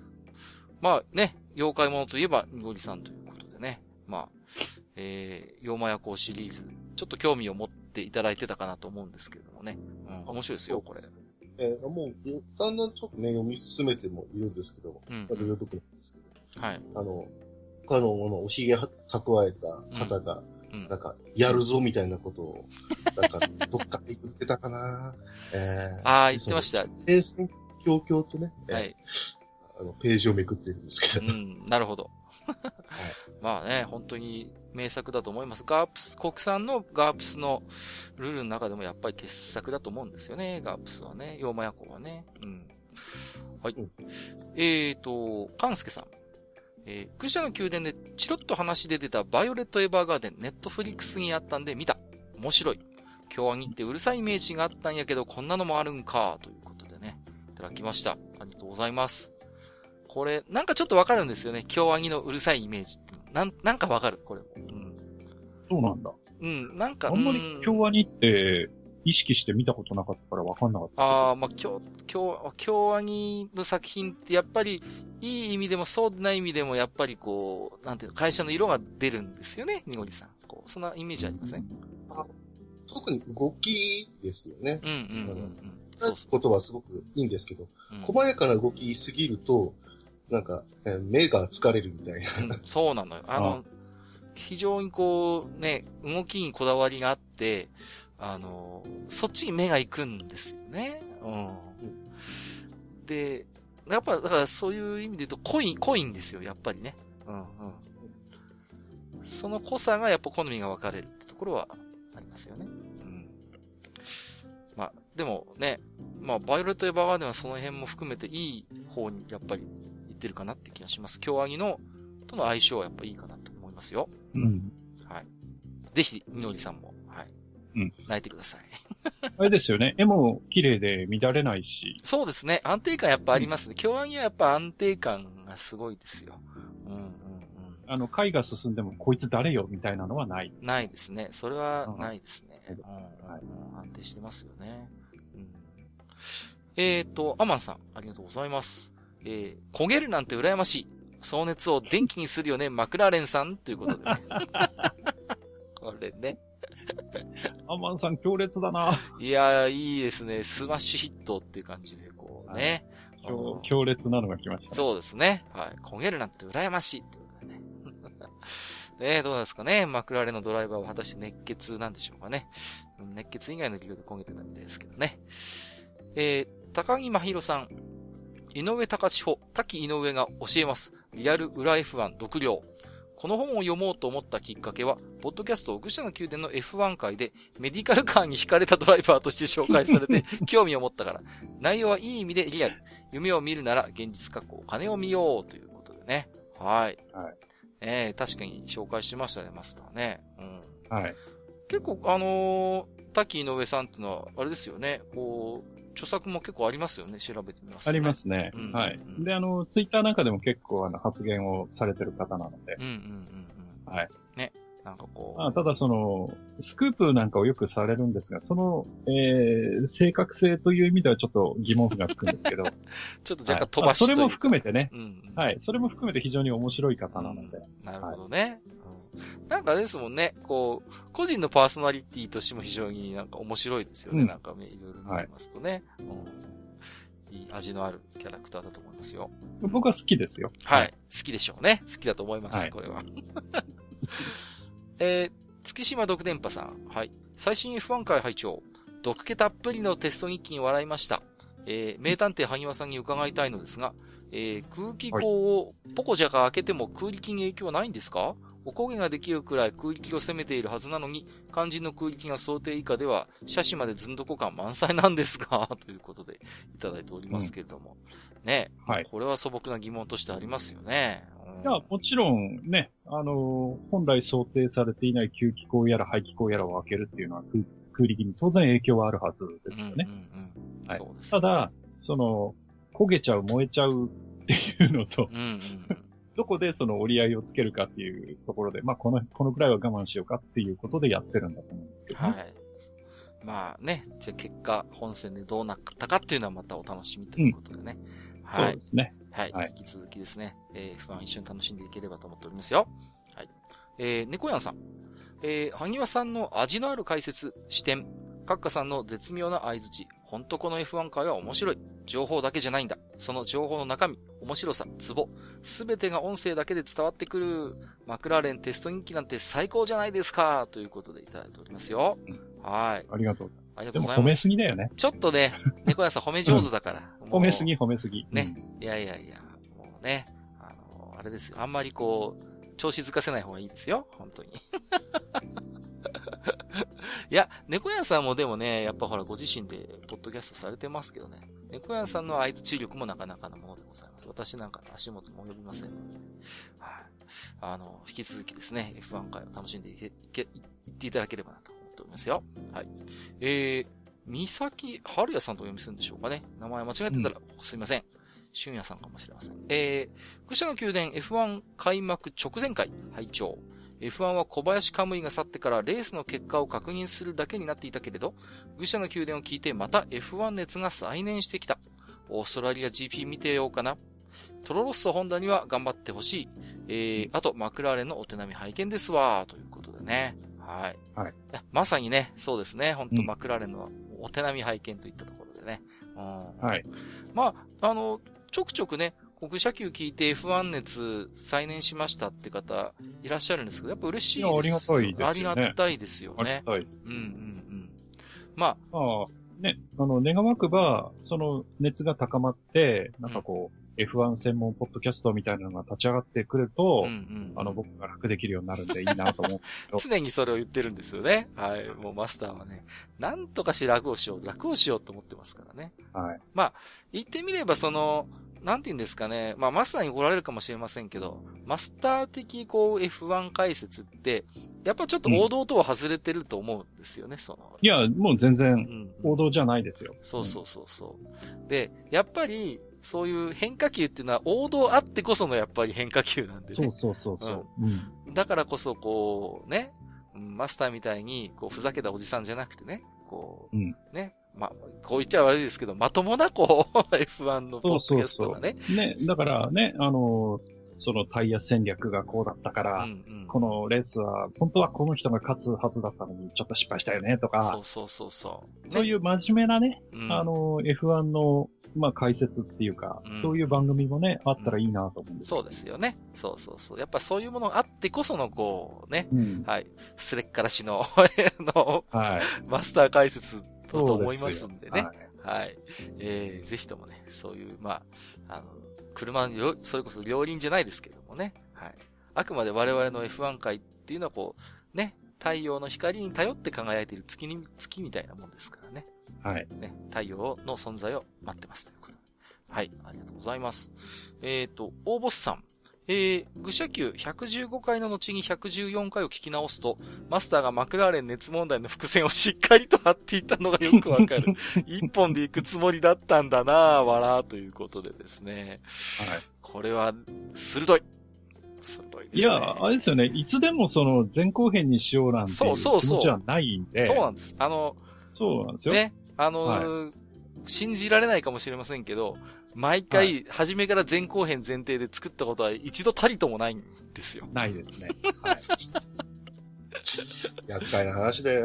まあね、妖怪物といえば、みごりさんということでね。まあ、えー、ヨマヤコシリーズ、ちょっと興味を持っていただいてたかなと思うんですけれどもね。うん、面白いですよ、これ。 えー、もう、だんだんちょっとね、読み進めてもいるんですけど、うん、うん。ルールブックなんですけど。はい。あの、他のもの、おひげ蓄えた方が、うん、なんか、やるぞみたいなことを、なんか、どっかで言ってたかなえー、ああ、言ってました。 戦々恐々とね、はい。あの、ページをめくってるんですけど。 うん、なるほど。はい、まあね、本当に名作だと思います。ガープス、国産のガープスのルールの中でもやっぱり傑作だと思うんですよね。ガープスはね。ヨーマヤコはね。うん。はい。うん、えーと、カンスケさん。えー、愚者の宮殿でチロッと話で出たバイオレットエヴァーガーデン、ネットフリックスにあったんで見た。面白い。京アニってうるさいイメージがあったんやけど、こんなのもあるんか、ということでね。いただきました。ありがとうございます。これ、なんかちょっとわかるんですよね。京アニのうるさいイメージって。なん、なんかわかる、これも。うん。 そうなんだ。 うん、なんか、 あんまり京アニって意識して見たことなかったからわかんなかった。 ああ、まあ、京、京、京アニの作品ってやっぱり、いい意味でもそうでない意味でもやっぱりこう、なんていうの、会社の色が出るんですよね、にごりさん。こう、そんなイメージありません？あ、 特に動きですよね。 うんうんうん、うん。 そうそう。ことはすごくいいんですけど、うん、細やかな動きすぎると、なんか、目が疲れるみたいな、うん。そうなのよ。あの、非常にこう、ね、動きにこだわりがあって、あの、そっちに目が行くんですよね。うん。うん、で、やっぱ、だからそういう意味で言うと、濃い、濃いんですよ、やっぱりね。うんうん。その濃さがやっぱ好みが分かれるってところはありますよね。うん。まあ、でもね、 まあ、バイオレット・エヴァーガーデンはその辺も含めていい方にやっぱり行ってるかなって気がします。京アニの、との相性はやっぱいいかなと思いますよ。 うん。 はい。ぜひ、みのりさんも、はい。 うん。 泣いてください。 あれですよね。絵も綺麗で乱れないし。 そうですね。安定感やっぱありますね。京アニはやっぱ安定感がすごいですよ。うんうんうん。 あの、回が進んでもこいつ誰よみたいなのはない。 ないですね。それはないですね。 うん、 うんうん、安定してますよね。うん、えっ、ー、と、アマンさん、ありがとうございます。えー、焦げるなんて羨ましい。その熱を電気にするよね、マクラーレンさんということでね。これね。 アマンさん強烈だな。 いやー、いいですね。スマッシュヒットっていう感じで、こうね。 強, 強烈なのが来ました、ね。 そうですね。はい。焦げるなんて羨ましいってことでね。ねどうですかね。マクラーレンのドライバーは果たして熱血なんでしょうかね。熱血以外の理由で焦げてたみたいですけどね。えー、高木真宏さん。井上隆千穂、滝井上が教えます。リアル裏 エフワン 読了。この本を読もうと思ったきっかけは、ポッドキャスト愚者の宮殿の エフワン 回でメディカルカーに惹かれたドライバーとして紹介されて興味を持ったから、内容はいい意味でリアル。夢を見るなら現実確保、お金を見ようということでね。はい。 はい。 えー、確かに紹介しましたね、マスターね。 うん。はい。 結構、あのー、滝井上さんっていうのは、あれですよね、こう、著作も結構ありますよね、調べてみますと、ね。 ありますね。うん、はい。で、あの、ツイッターなんかでも結構あの発言をされてる方なので。 うんうんうんうん。 はい。 ね。なんかこう。あただその、スクープなんかをよくされるんですが、その、えー、正確性という意味ではちょっと疑問符がつくんですけど。 ちょっと若干飛ばしというか、 はい、それも含めてね、 うんうん。 はい。それも含めて非常に面白い方なので。うん、 なるほどね。はい、うん、なんかあれですもんね、こう、個人のパーソナリティとしても非常になんか面白いですよね。うん、なんかね、いろいろ見てますとね。はい、うん、いい味のあるキャラクターだと思いますよ。 僕は好きですよ。 はい。はい、好きでしょうね。好きだと思います、はい、これは。えー、月島独電波さん。はい。最新 エフワン 回拝聴。毒気たっぷりのテスト日記に笑いました。えー、名探偵萩和さんに伺いたいのですが、えー、空気口をポコジャが開けても空力に影響はないんですか？お焦げができるくらい空力を攻めているはずなのに、肝心の空力が想定以下では、車種までずんどこ感満載なんですかということでいただいておりますけれども。うん、ね、はい。これは素朴な疑問としてありますよね。 うん、いや、もちろんね、あのー、本来想定されていない吸気口やら排気口やらを開けるっていうのは空、空力に当然影響はあるはずですよね。うんうんうん、はい。そうですね、ただ、その、焦げちゃう、燃えちゃうっていうのと、うんうんどこでその折り合いをつけるかっていうところで、まあこの、このくらいは我慢しようかっていうことでやってるんだと思うんですけどね。はい。 まあね、じゃあ結果、本戦でどうなったかっていうのはまたお楽しみということでね。うん、はい。 そうですね。 はい。はい、引き続きですね、えー、エフワン 一緒に楽しんでいければと思っておりますよ。はい。えー、猫やんさん。えー、萩和さんの味のある解説、視点、カッカさんの絶妙な相槌。ほんとこの エフワン 回は面白い。情報だけじゃないんだ。その情報の中身、面白さ、ツボ。すべてが音声だけで伝わってくる。マクラーレンテスト日記なんて最高じゃないですか。ということでいただいておりますよ。うん、はい。 ありがとう。 ありがとうございます。 でも褒めすぎだよね。 ちょっとね、猫屋さん褒め上手だから。 うん、褒めすぎ褒めすぎ。 ね。いやいやいや、もうね、あのー、あれですよ。あんまりこう、調子づかせない方がいいですよ。本当に。いや、猫屋さんもでもね、やっぱほらご自身でポッドキャストされてますけどね。猫屋さんの相槌力もなかなかのものでございます。私なんかの足元も及びませんので、はい、あの、引き続きですね、エフワン 回を楽しんでいけ、いけ、いっていただければなと思っておりますよ。はい。えー、三崎春也さんとお読みするんでしょうかね。名前間違えてたら、うん、すいません。俊也さんかもしれません。えー、愚者の宮殿 エフワン 開幕直前回、拝聴。エフワン は小林カムイが去ってからレースの結果を確認するだけになっていたけれど、愚者の宮殿を聞いてまた エフワン 熱が再燃してきた。オーストラリア ジーピー 見てようかな。トロロッソホンダには頑張ってほしい。えー、あとマクラーレンのお手並み拝見ですわ。ということでね。はい。はい。まさにね、そうですね。本当、うん、マクラーレンのお手並み拝見といったところでね。うん、はい。まあ、あの、ちょくちょくね、愚者級聞いて エフワン 熱再燃しましたって方いらっしゃるんですけど、やっぱ嬉しいです。 ありがたいですよね。 ありがたいですよね。ありがたい。うんうんうん。まあ。 まあ、ね、あの、願わくば、その熱が高まって、なんかこう、 エフワン 専門ポッドキャストみたいなのが立ち上がってくると、 うんうんうん、 あの、僕が楽できるようになるんでいいなと思う。 常にそれを言ってるんですよね。はい。もうマスターはね、なんとかし楽をしよう、楽をしようと思ってますからね。 はい。 まあ、言ってみればその、なんて言うんですかね。まあ、マスターに怒られるかもしれませんけど、マスター的こう エフワン 解説って、やっぱちょっと王道とは外れてると思うんですよね、うん、その。 いや、もう全然王道じゃないですよ。 うん、そうそうそうそう。で、やっぱり、そういう変化球っていうのは王道あってこそのやっぱり変化球なんでね。 そうそうそうそう、 うんうん。だからこそこう、ね、マスターみたいに、こう、ふざけたおじさんじゃなくてね、こう、うん、ね、まあ、こう言っちゃ悪いですけど、まともな、こう、エフワン のポッドキャストがね。 そうそうそうね、だからね、あの、そのタイヤ戦略がこうだったから、うんうん、このレースは、本当はこの人が勝つはずだったのに、ちょっと失敗したよね、とか。 そうそうそうそう。 ね、そういう真面目なね、うん、あの、エフワン の、まあ解説っていうか、うん、そういう番組もね、あったらいいなと思うんです、 うん、そうですよね。そうそうそう。やっぱそういうものがあってこその、こう、ね、うん、はい、スレッからしの、の、はい、マスター解説だと思いますんでね。はい。はい、えー、ぜひともね、そういう、まあ、あの、車の、それこそ両輪じゃないですけどもね。はい。あくまで我々の エフワン 界っていうのはこう、ね、太陽の光に頼って輝いている月に、月みたいなもんですからね。 はい。 ね、太陽の存在を待ってますということで。はい。ありがとうございます。えっと、大ボスさん。えー、愚者級ひゃくじゅうごかいの後にひゃくじゅうよんかいを聞き直すと、マスターがマクラーレン熱問題の伏線をしっかりと張っていたのがよくわかる。一本で行くつもりだったんだなぁ、わらーということでですね。はい。これは、鋭い。鋭いですね。 いや、あれですよね。いつでもその前後編にしようなんていう気持ちはないんで。 そうそうそう。そうなんです。あの、 そうなんですよ。 ね。あの、はい、信じられないかもしれませんけど、毎回、初めから前後編前提で作ったことは一度たりともないんですよ。 ないですね。はい。 厄介な話だよ。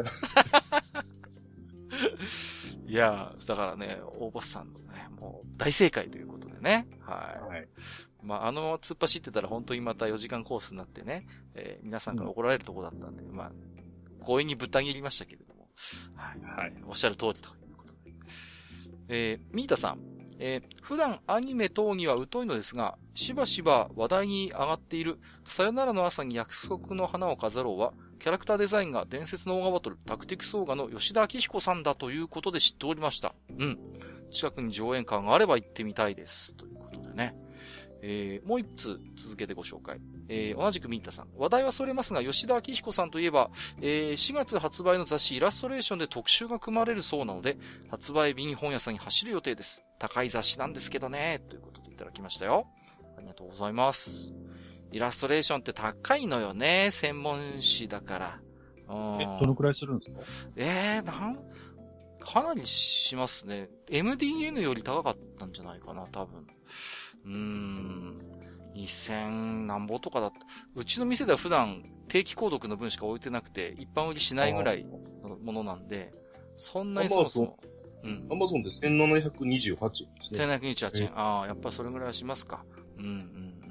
いやー、だからね、大ボスさんのね、もう大正解ということでね。はい。はい、まあ、あのまま突っ走ってたら本当にまたよじかんコースになってね、えー、皆さんから怒られるところだったんで、うん、まあ、強引にぶった切りましたけれども。はい。はい。おっしゃる通りということで。えー、ミータさん。えー、普段アニメ等には疎いのですが、しばしば話題に上がっている、さよならの朝に約束の花を飾ろうは、キャラクターデザインが伝説のオーガバトル、タクティクスオーガの吉田明彦さんだということで知っておりました。うん。近くに上演館があれば行ってみたいです。ということでね。えー、もう一つ続けてご紹介。えー、同じくミンタさん。話題はそれますが、吉田明彦さんといえば、えー、しがつ発売の雑誌イラストレーションで特集が組まれるそうなので、発売日に本屋さんに走る予定です。高い雑誌なんですけどね。ということでいただきましたよ。ありがとうございます。イラストレーションって高いのよね。専門誌だから。 え、どのくらいするんですか？ えー、なん、かなりしますね。エムディーエヌ より高かったんじゃないかな、多分。うーん。にせんなんぼとかだった。うちの店では普段定期購読の分しか置いてなくて、一般売りしないぐらいのものなんで、そんなにそもそも。 うん。アマゾンでせんななひゃくにじゅうはちえんですね。 せんななひゃくにじゅうはちえん。ああ、やっぱそれぐらいはしますか。うんうんうん。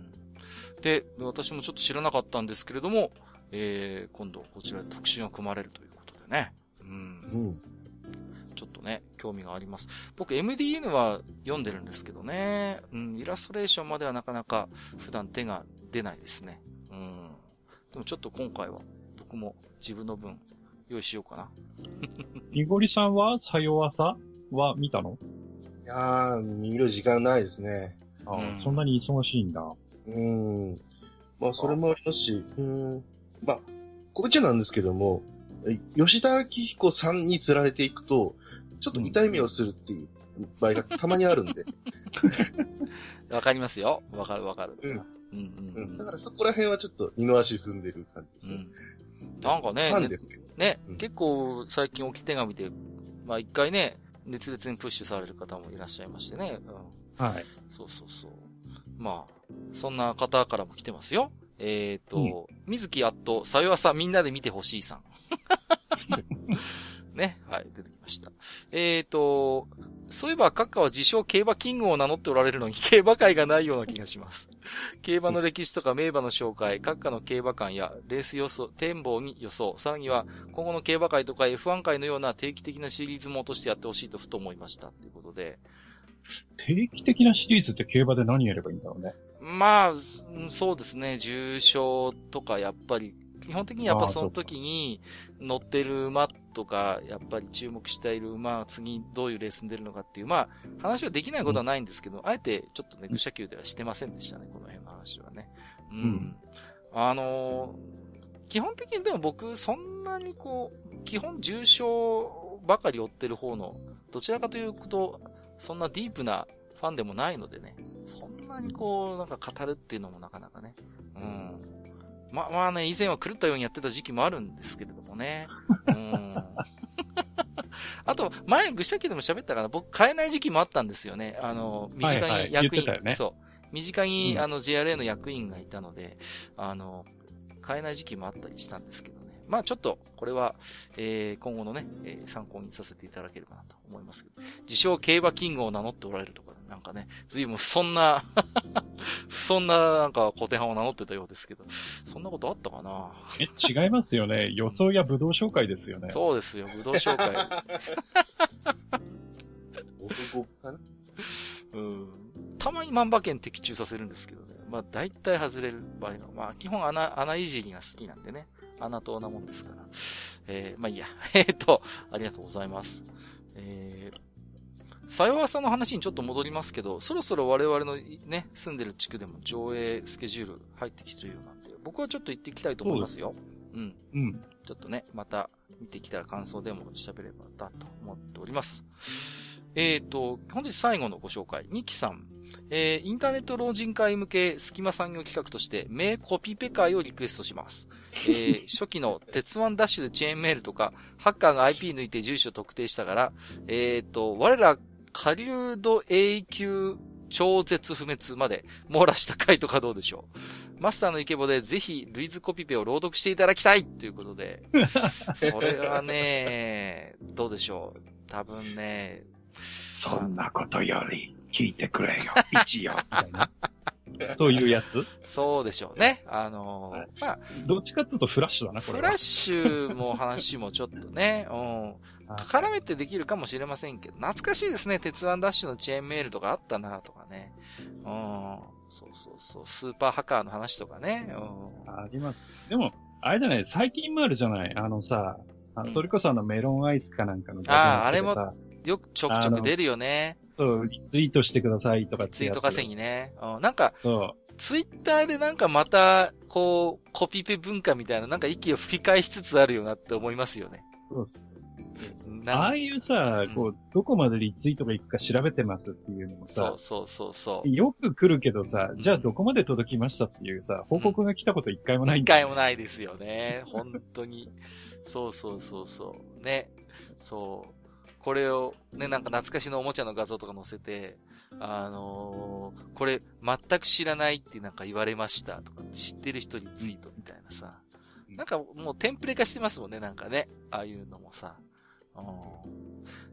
で、私もちょっと知らなかったんですけれども、えー、今度こちらで特集が組まれるということでね。うん。うん。ちょっとね、興味があります。僕 エムディーエヌ は読んでるんですけどね。うん、イラストレーションまではなかなか普段手が出ないですね。うん。でもちょっと今回は僕も自分の分用意しようかな。 いごりさんはさよ朝は見たの？ いやー、見る時間ないですね。 ああ、うん、そんなに忙しいんだ。 うん。まあ、それもありますし、うん。まあ、こっちなんですけども、吉田明彦さんに釣られていくと、ちょっと痛い目をするっていう場合がたまにあるんで。 わかりますよ。わかるわかる。 うん。うんうんうん。だからそこら辺はちょっと二の足踏んでる感じですよ。 うん、なんかね、 なんですけどね、ね、うん、結構最近置き手紙で、まあ一回ね、熱烈にプッシュされる方もいらっしゃいましてね。 うん、はい。 そうそうそう。まあ、そんな方からも来てますよ。えっ、ー、と、うん、水木あっと、さよあさみんなで見てほしいさん。ね。はい、出てきました。えっ、ー、と、そういえば、閣下は自称競馬キングを名乗っておられるのに、競馬界がないような気がします。競馬の歴史とか名馬の紹介、閣下の競馬観やレース予想、展望に予想、さらには今後の競馬界とか エフワン 界のような定期的なシリーズもとしてやってほしいとふと思いました。ということで。 定期的なシリーズって競馬で何やればいいんだろうね。 まあ、そうですね。重賞とか、やっぱり、基本的にやっぱその時に乗ってる馬とか、やっぱり注目している馬は次どういうレースに出るのかっていう、まあ、話はできないことはないんですけど、うん、あえてちょっとね、愚者級ではしてませんでしたね、この辺の話はね。うん。うん、あのー、基本的にでも僕、そんなにこう、基本重賞ばかり追ってる方の、どちらかというと、そんなディープなファンでもないのでね、そんなにこう、なんか語るっていうのもなかなかね、うん。ま、まあね、以前は狂ったようにやってた時期もあるんですけれどもね。うん。あと、前、愚者記でも喋ったかな、僕買えない時期もあったんですよね。あの、身近に役員、はいはいね、そう。身近に、うん、あの、ジェイアールエー の役員がいたので、あの、買えない時期もあったりしたんですけどね。まあちょっと、これは、えー、今後のね、えー、参考にさせていただければなと思いますけど。自称競馬キングを名乗っておられるとか、なんかね、随分不遜な、不遜な、なんか、小手半を名乗ってたようですけど、そんなことあったかな？ え、違いますよね。予想や武道紹介ですよね。 そうですよ、武道紹介。 男かな？ うん。たまに万馬券的中させるんですけどね。まあ大体外れる場合が、まあ基本穴、穴いじりが好きなんでね。穴党なもんですから。えー、まあいいや。えーっと、ありがとうございます。えー、さよわさの話にちょっと戻りますけど、そろそろ我々のね、住んでる地区でも上映スケジュール入ってきてるようなんで、僕はちょっと行っていきたいと思いますよ。うん。うん。ちょっとね、また見てきたら感想でも喋ればだと思っております。えーと、本日最後のご紹介、ニキさん。えー、インターネット老人会向け隙間産業企画として、名コピペ会をリクエストします。えー、初期の鉄腕ダッシュでチェーンメールとか、ハッカーが アイピー 抜いて住所特定したから、えーと、我ら、狩人永久超絶不滅まで網羅した回とかどうでしょう。マスターのイケボでぜひルイズコピペを朗読していただきたいということで、それはね、どうでしょう。多分ね、 そんなことより聞いてくれよ、一よ、みたいな。そういうやつそうでしょうね。あのー、はい、まあ。 どっちかっていうとフラッシュだな、これは。 フラッシュも話もちょっとね、うん。絡めてできるかもしれませんけど、懐かしいですね。鉄腕ダッシュのチェーンメールとかあったなとかね。うん。そうそうそう。スーパーハッカーの話とかね。うん。 あります。でも、あれじゃない、最近もあるじゃない。あのさ、あの、それこそあのメロンアイスかなんかの画像、 うん、ああ、あれもよくちょくちょく出るよね。 そう、リツイートしてくださいとかってツイート稼ぎね。うん。なんか、そう。ツイッターでなんかまた、こう、コピペ文化みたいな、なんか息を吹き返しつつあるよなって思いますよね。 そう。ああいうさ、うん、こう、どこまでリツイートがいくか調べてますっていうのもさ、 そうそうそうそう。 よく来るけどさ、じゃあどこまで届きましたっていうさ、報告が来たこと一回もないんだ、ね。一回もないですよね。本当に。そうそうそうそう。ね。そう。これを、ね、なんか懐かしのおもちゃの画像とか載せて、あのー、これ全く知らないってなんか言われましたとか、知ってる人リツイートみたいなさ。うん、なんかもうテンプレ化してますもんね、なんかね。ああいうのもさ。うん、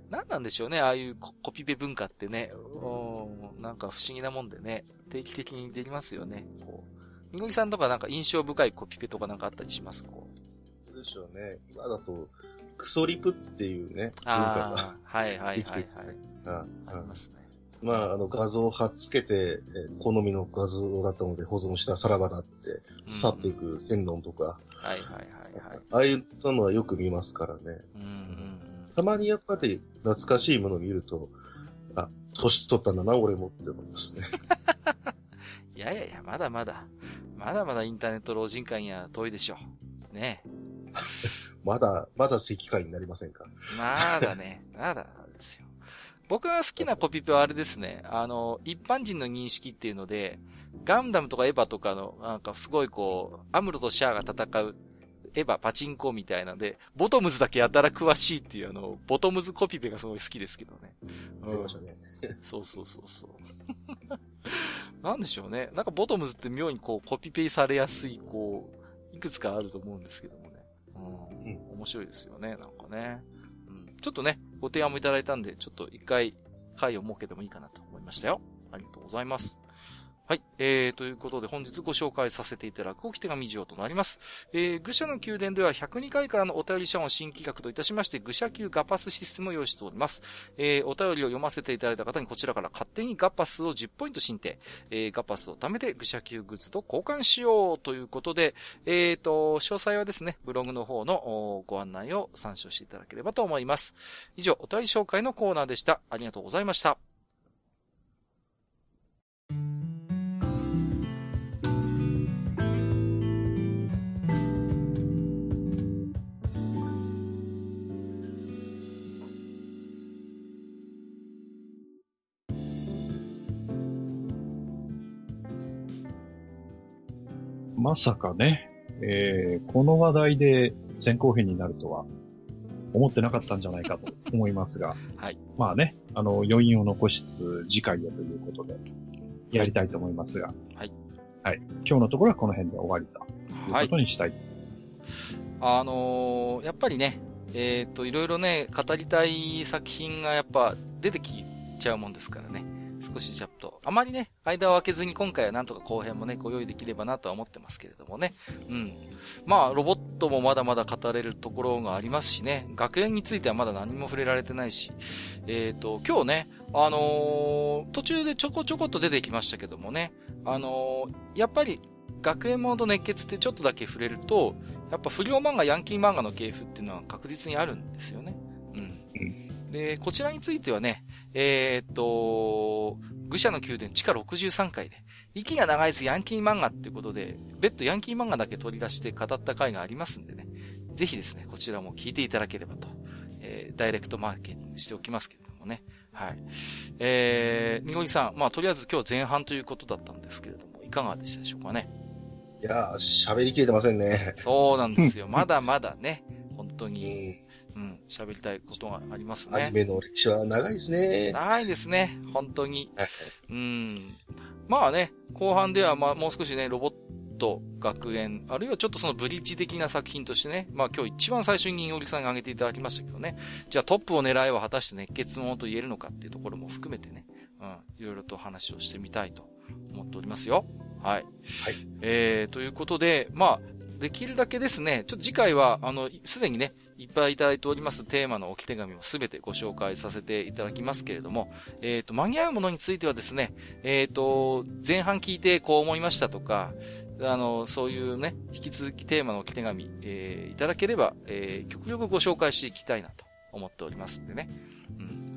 なんなんでしょうね、ああいうコピペ文化ってね。うん、なんか不思議なもんでね、定期的に出ますよね。こう。みごきさんとかなんか印象深いコピペとかなんかあったりしますこう。そうでしょうね。今だと、クソリプっていうね、文化がはいはいはいはい。 あありますね。まあ、あの画像を貼っつけて、え好みの画像だったので保存したさらばだって、去っていく言論とか、 うん、はいはいはいはい。 ああいうのはよく見ますからね。 うんうんうん、 たまにやっぱり懐かしいものを見ると、あ、年取ったんだな、俺もって思いますね。 いやいやいや、まだまだ、まだまだインターネット老人会には遠いでしょう。ねえ。 まだ、まだ石灰になりませんか？ まだね、まだですよ。僕が好きなコピペはあれですね。あの、一般人の認識っていうので、ガンダムとかエヴァとかの、なんかすごいこう、アムロとシャアが戦う、エヴァパチンコみたいなので、ボトムズだけやたら詳しいっていうあの、ボトムズコピペがすごい好きですけどね。 ありましたね。 そうそうそうそう。なんでしょうね。なんかボトムズって妙にこう、コピペされやすい、こう、いくつかあると思うんですけどもね。うん、うん、面白いですよね、なんかね、うん。ちょっとね、ご提案もいただいたんで、ちょっと一回回を設けてもいいかなと思いましたよ。ありがとうございます。 はい。えー、ということで本日ご紹介させていただく置き手紙以上となります。えー、愚者の宮殿ではひゃくにかいからのお便りシャワー新企画といたしまして、愚者級ガパスシステムを用意しております。えー、お便りを読ませていただいた方にこちらから勝手にガパスをじゅっポイント申請、えー、ガパスを貯めて愚者級グッズと交換しようということで、えーと、詳細はですね、ブログの方のご案内を参照していただければと思います。以上、お便り紹介のコーナーでした。ありがとうございました。 まさかね、えー、この話題で前後編になるとは思ってなかったんじゃないかと思いますが、 はい。 まあね、あの、余韻を残しつつ次回へということで、やりたいと思いますが、 はい。 はい。今日のところはこの辺で終わりということにしたいと思います。 はい、あのー、やっぱりね、えっと、いろいろね、語りたい作品がやっぱ出てきちゃうもんですからね。少しちょっと、あまりね、間を空けずに今回はなんとか後編もね、ご用意できればなとは思ってますけれどもね。うん。まあ、ロボットもまだまだ語れるところがありますしね。学園についてはまだ何も触れられてないし。えっと、今日ね、あのー、途中でちょこちょこっと出てきましたけどもね。あのー、やっぱり、学園ものと熱血ってちょっとだけ触れると、やっぱ不良漫画、ヤンキー漫画の系譜っていうのは確実にあるんですよね。うん。うんで、こちらについてはね、えー、っと、愚者の宮殿地下ろくじゅうさんかいで、息が長いですヤンキー漫画っていうことで、別途ヤンキー漫画だけ取り出して語った回がありますんでね、ぜひですね、こちらも聞いていただければと、えー、ダイレクトマーケティングしておきますけれどもね。はい。えー、みごりさん、まあ、とりあえず今日前半ということだったんですけれども、いかがでしたでしょうかね。 いやー、喋りきれてませんね。 そうなんですよ。まだまだね、本当に。うん、喋りたいことがありますね。 アニメの歴史は長いですね。 長いですね、本当に。うん。まあね、後半ではまあもう少しね、ロボット、学園、あるいはちょっとそのブリッジ的な作品としてね、まあ今日一番最初に銀織さんが挙げていただきましたけどね、じゃあトップを狙えば果たして熱血ものと言えるのかっていうところも含めてね、うん、いろいろと話をしてみたいと思っておりますよ。はい。はい。えー、ということで、まあ、できるだけですね、ちょっと次回は、あの、すでにね、いっぱいいただいておりますテーマの置き手紙もすべてご紹介させていただきますけれども、えっと、間に合うものについてはですね、えっと、前半聞いてこう思いましたとか、あの、そういうね、引き続きテーマの置き手紙、えー、いただければ、えー、極力ご紹介していきたいなと思っておりますんでね。うん。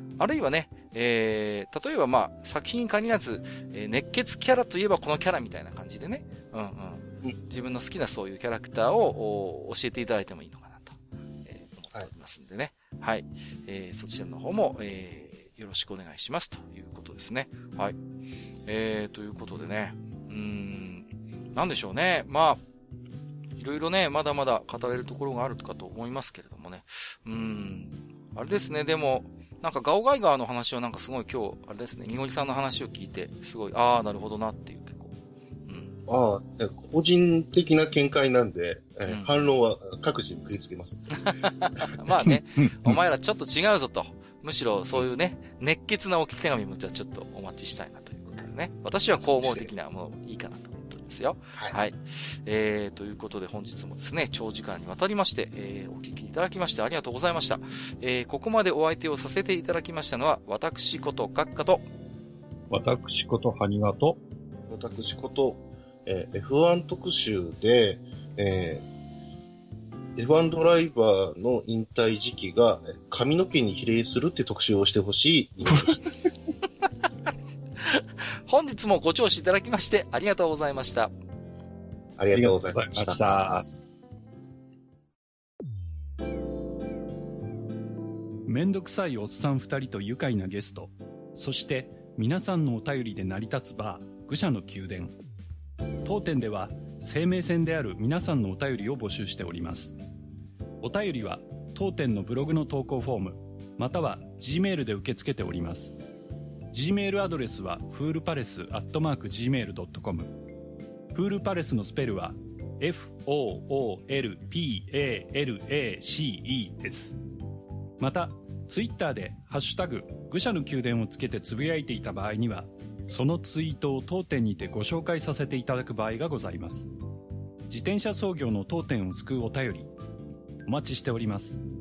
あるいはね、えー、例えばまあ、作品に限らず、えー、熱血キャラといえばこのキャラみたいな感じでね、うんうん。自分の好きなそういうキャラクターを教えていただいてもいいのかなと、えー、思っておりますんでね。はい。えー、そちらの方も、えー、よろしくお願いしますということですね。はい。えー、ということでね。うーん、なんでしょうね。まあ、いろいろね、まだまだ語れるところがあるかと思いますけれどもね。うーん、あれですね、でも、なんかガオガイガーの話をなんかすごい今日、あれですね、みごりさんの話を聞いて、すごい、ああ、なるほどなっていう。 ああ、個人的な見解なんで、えーうん、反論は各自に食いつけます。 まあね、お前らちょっと違うぞと。むしろそういうね、熱血な置き手紙もじゃあちょっとお待ちしたいなということでね。私はこう思う的なものいいかなと思ってるんですよ。はい。はい。えー、ということで本日もですね、長時間にわたりまして、えー、お聞きいただきましてありがとうございました。えー、ここまでお相手をさせていただきましたのは、私こと閣下と、 私ことハニワと、 私こと、えー、エフワン 特集で、えー、エフワン ドライバーの引退時期が髪の毛に比例するって特集をしてほしい。 本日もご聴取いただきましてありがとうございました。 ありがとうございました。 めんどくさいおっさん二人と愉快なゲスト、そして皆さんのお便りで成り立つバー、愚者の宮殿。当店では生命線である皆さんのお便りを募集しております。お便りは当店のブログの投稿フォームまたは G メールで受け付けております。 G メールアドレスはフールパレスアットマーク ジーメールドットコム。 フールパレスのスペルは エフオーオーエルピーエーエルエーシーイー です。またツイッターでハッシュタグ愚者の宮殿をつけてつぶやいていた場合にはそのツイートを当店にてご紹介させていただく場合がございます。自転車操業の当店を救うお便り、お待ちしております。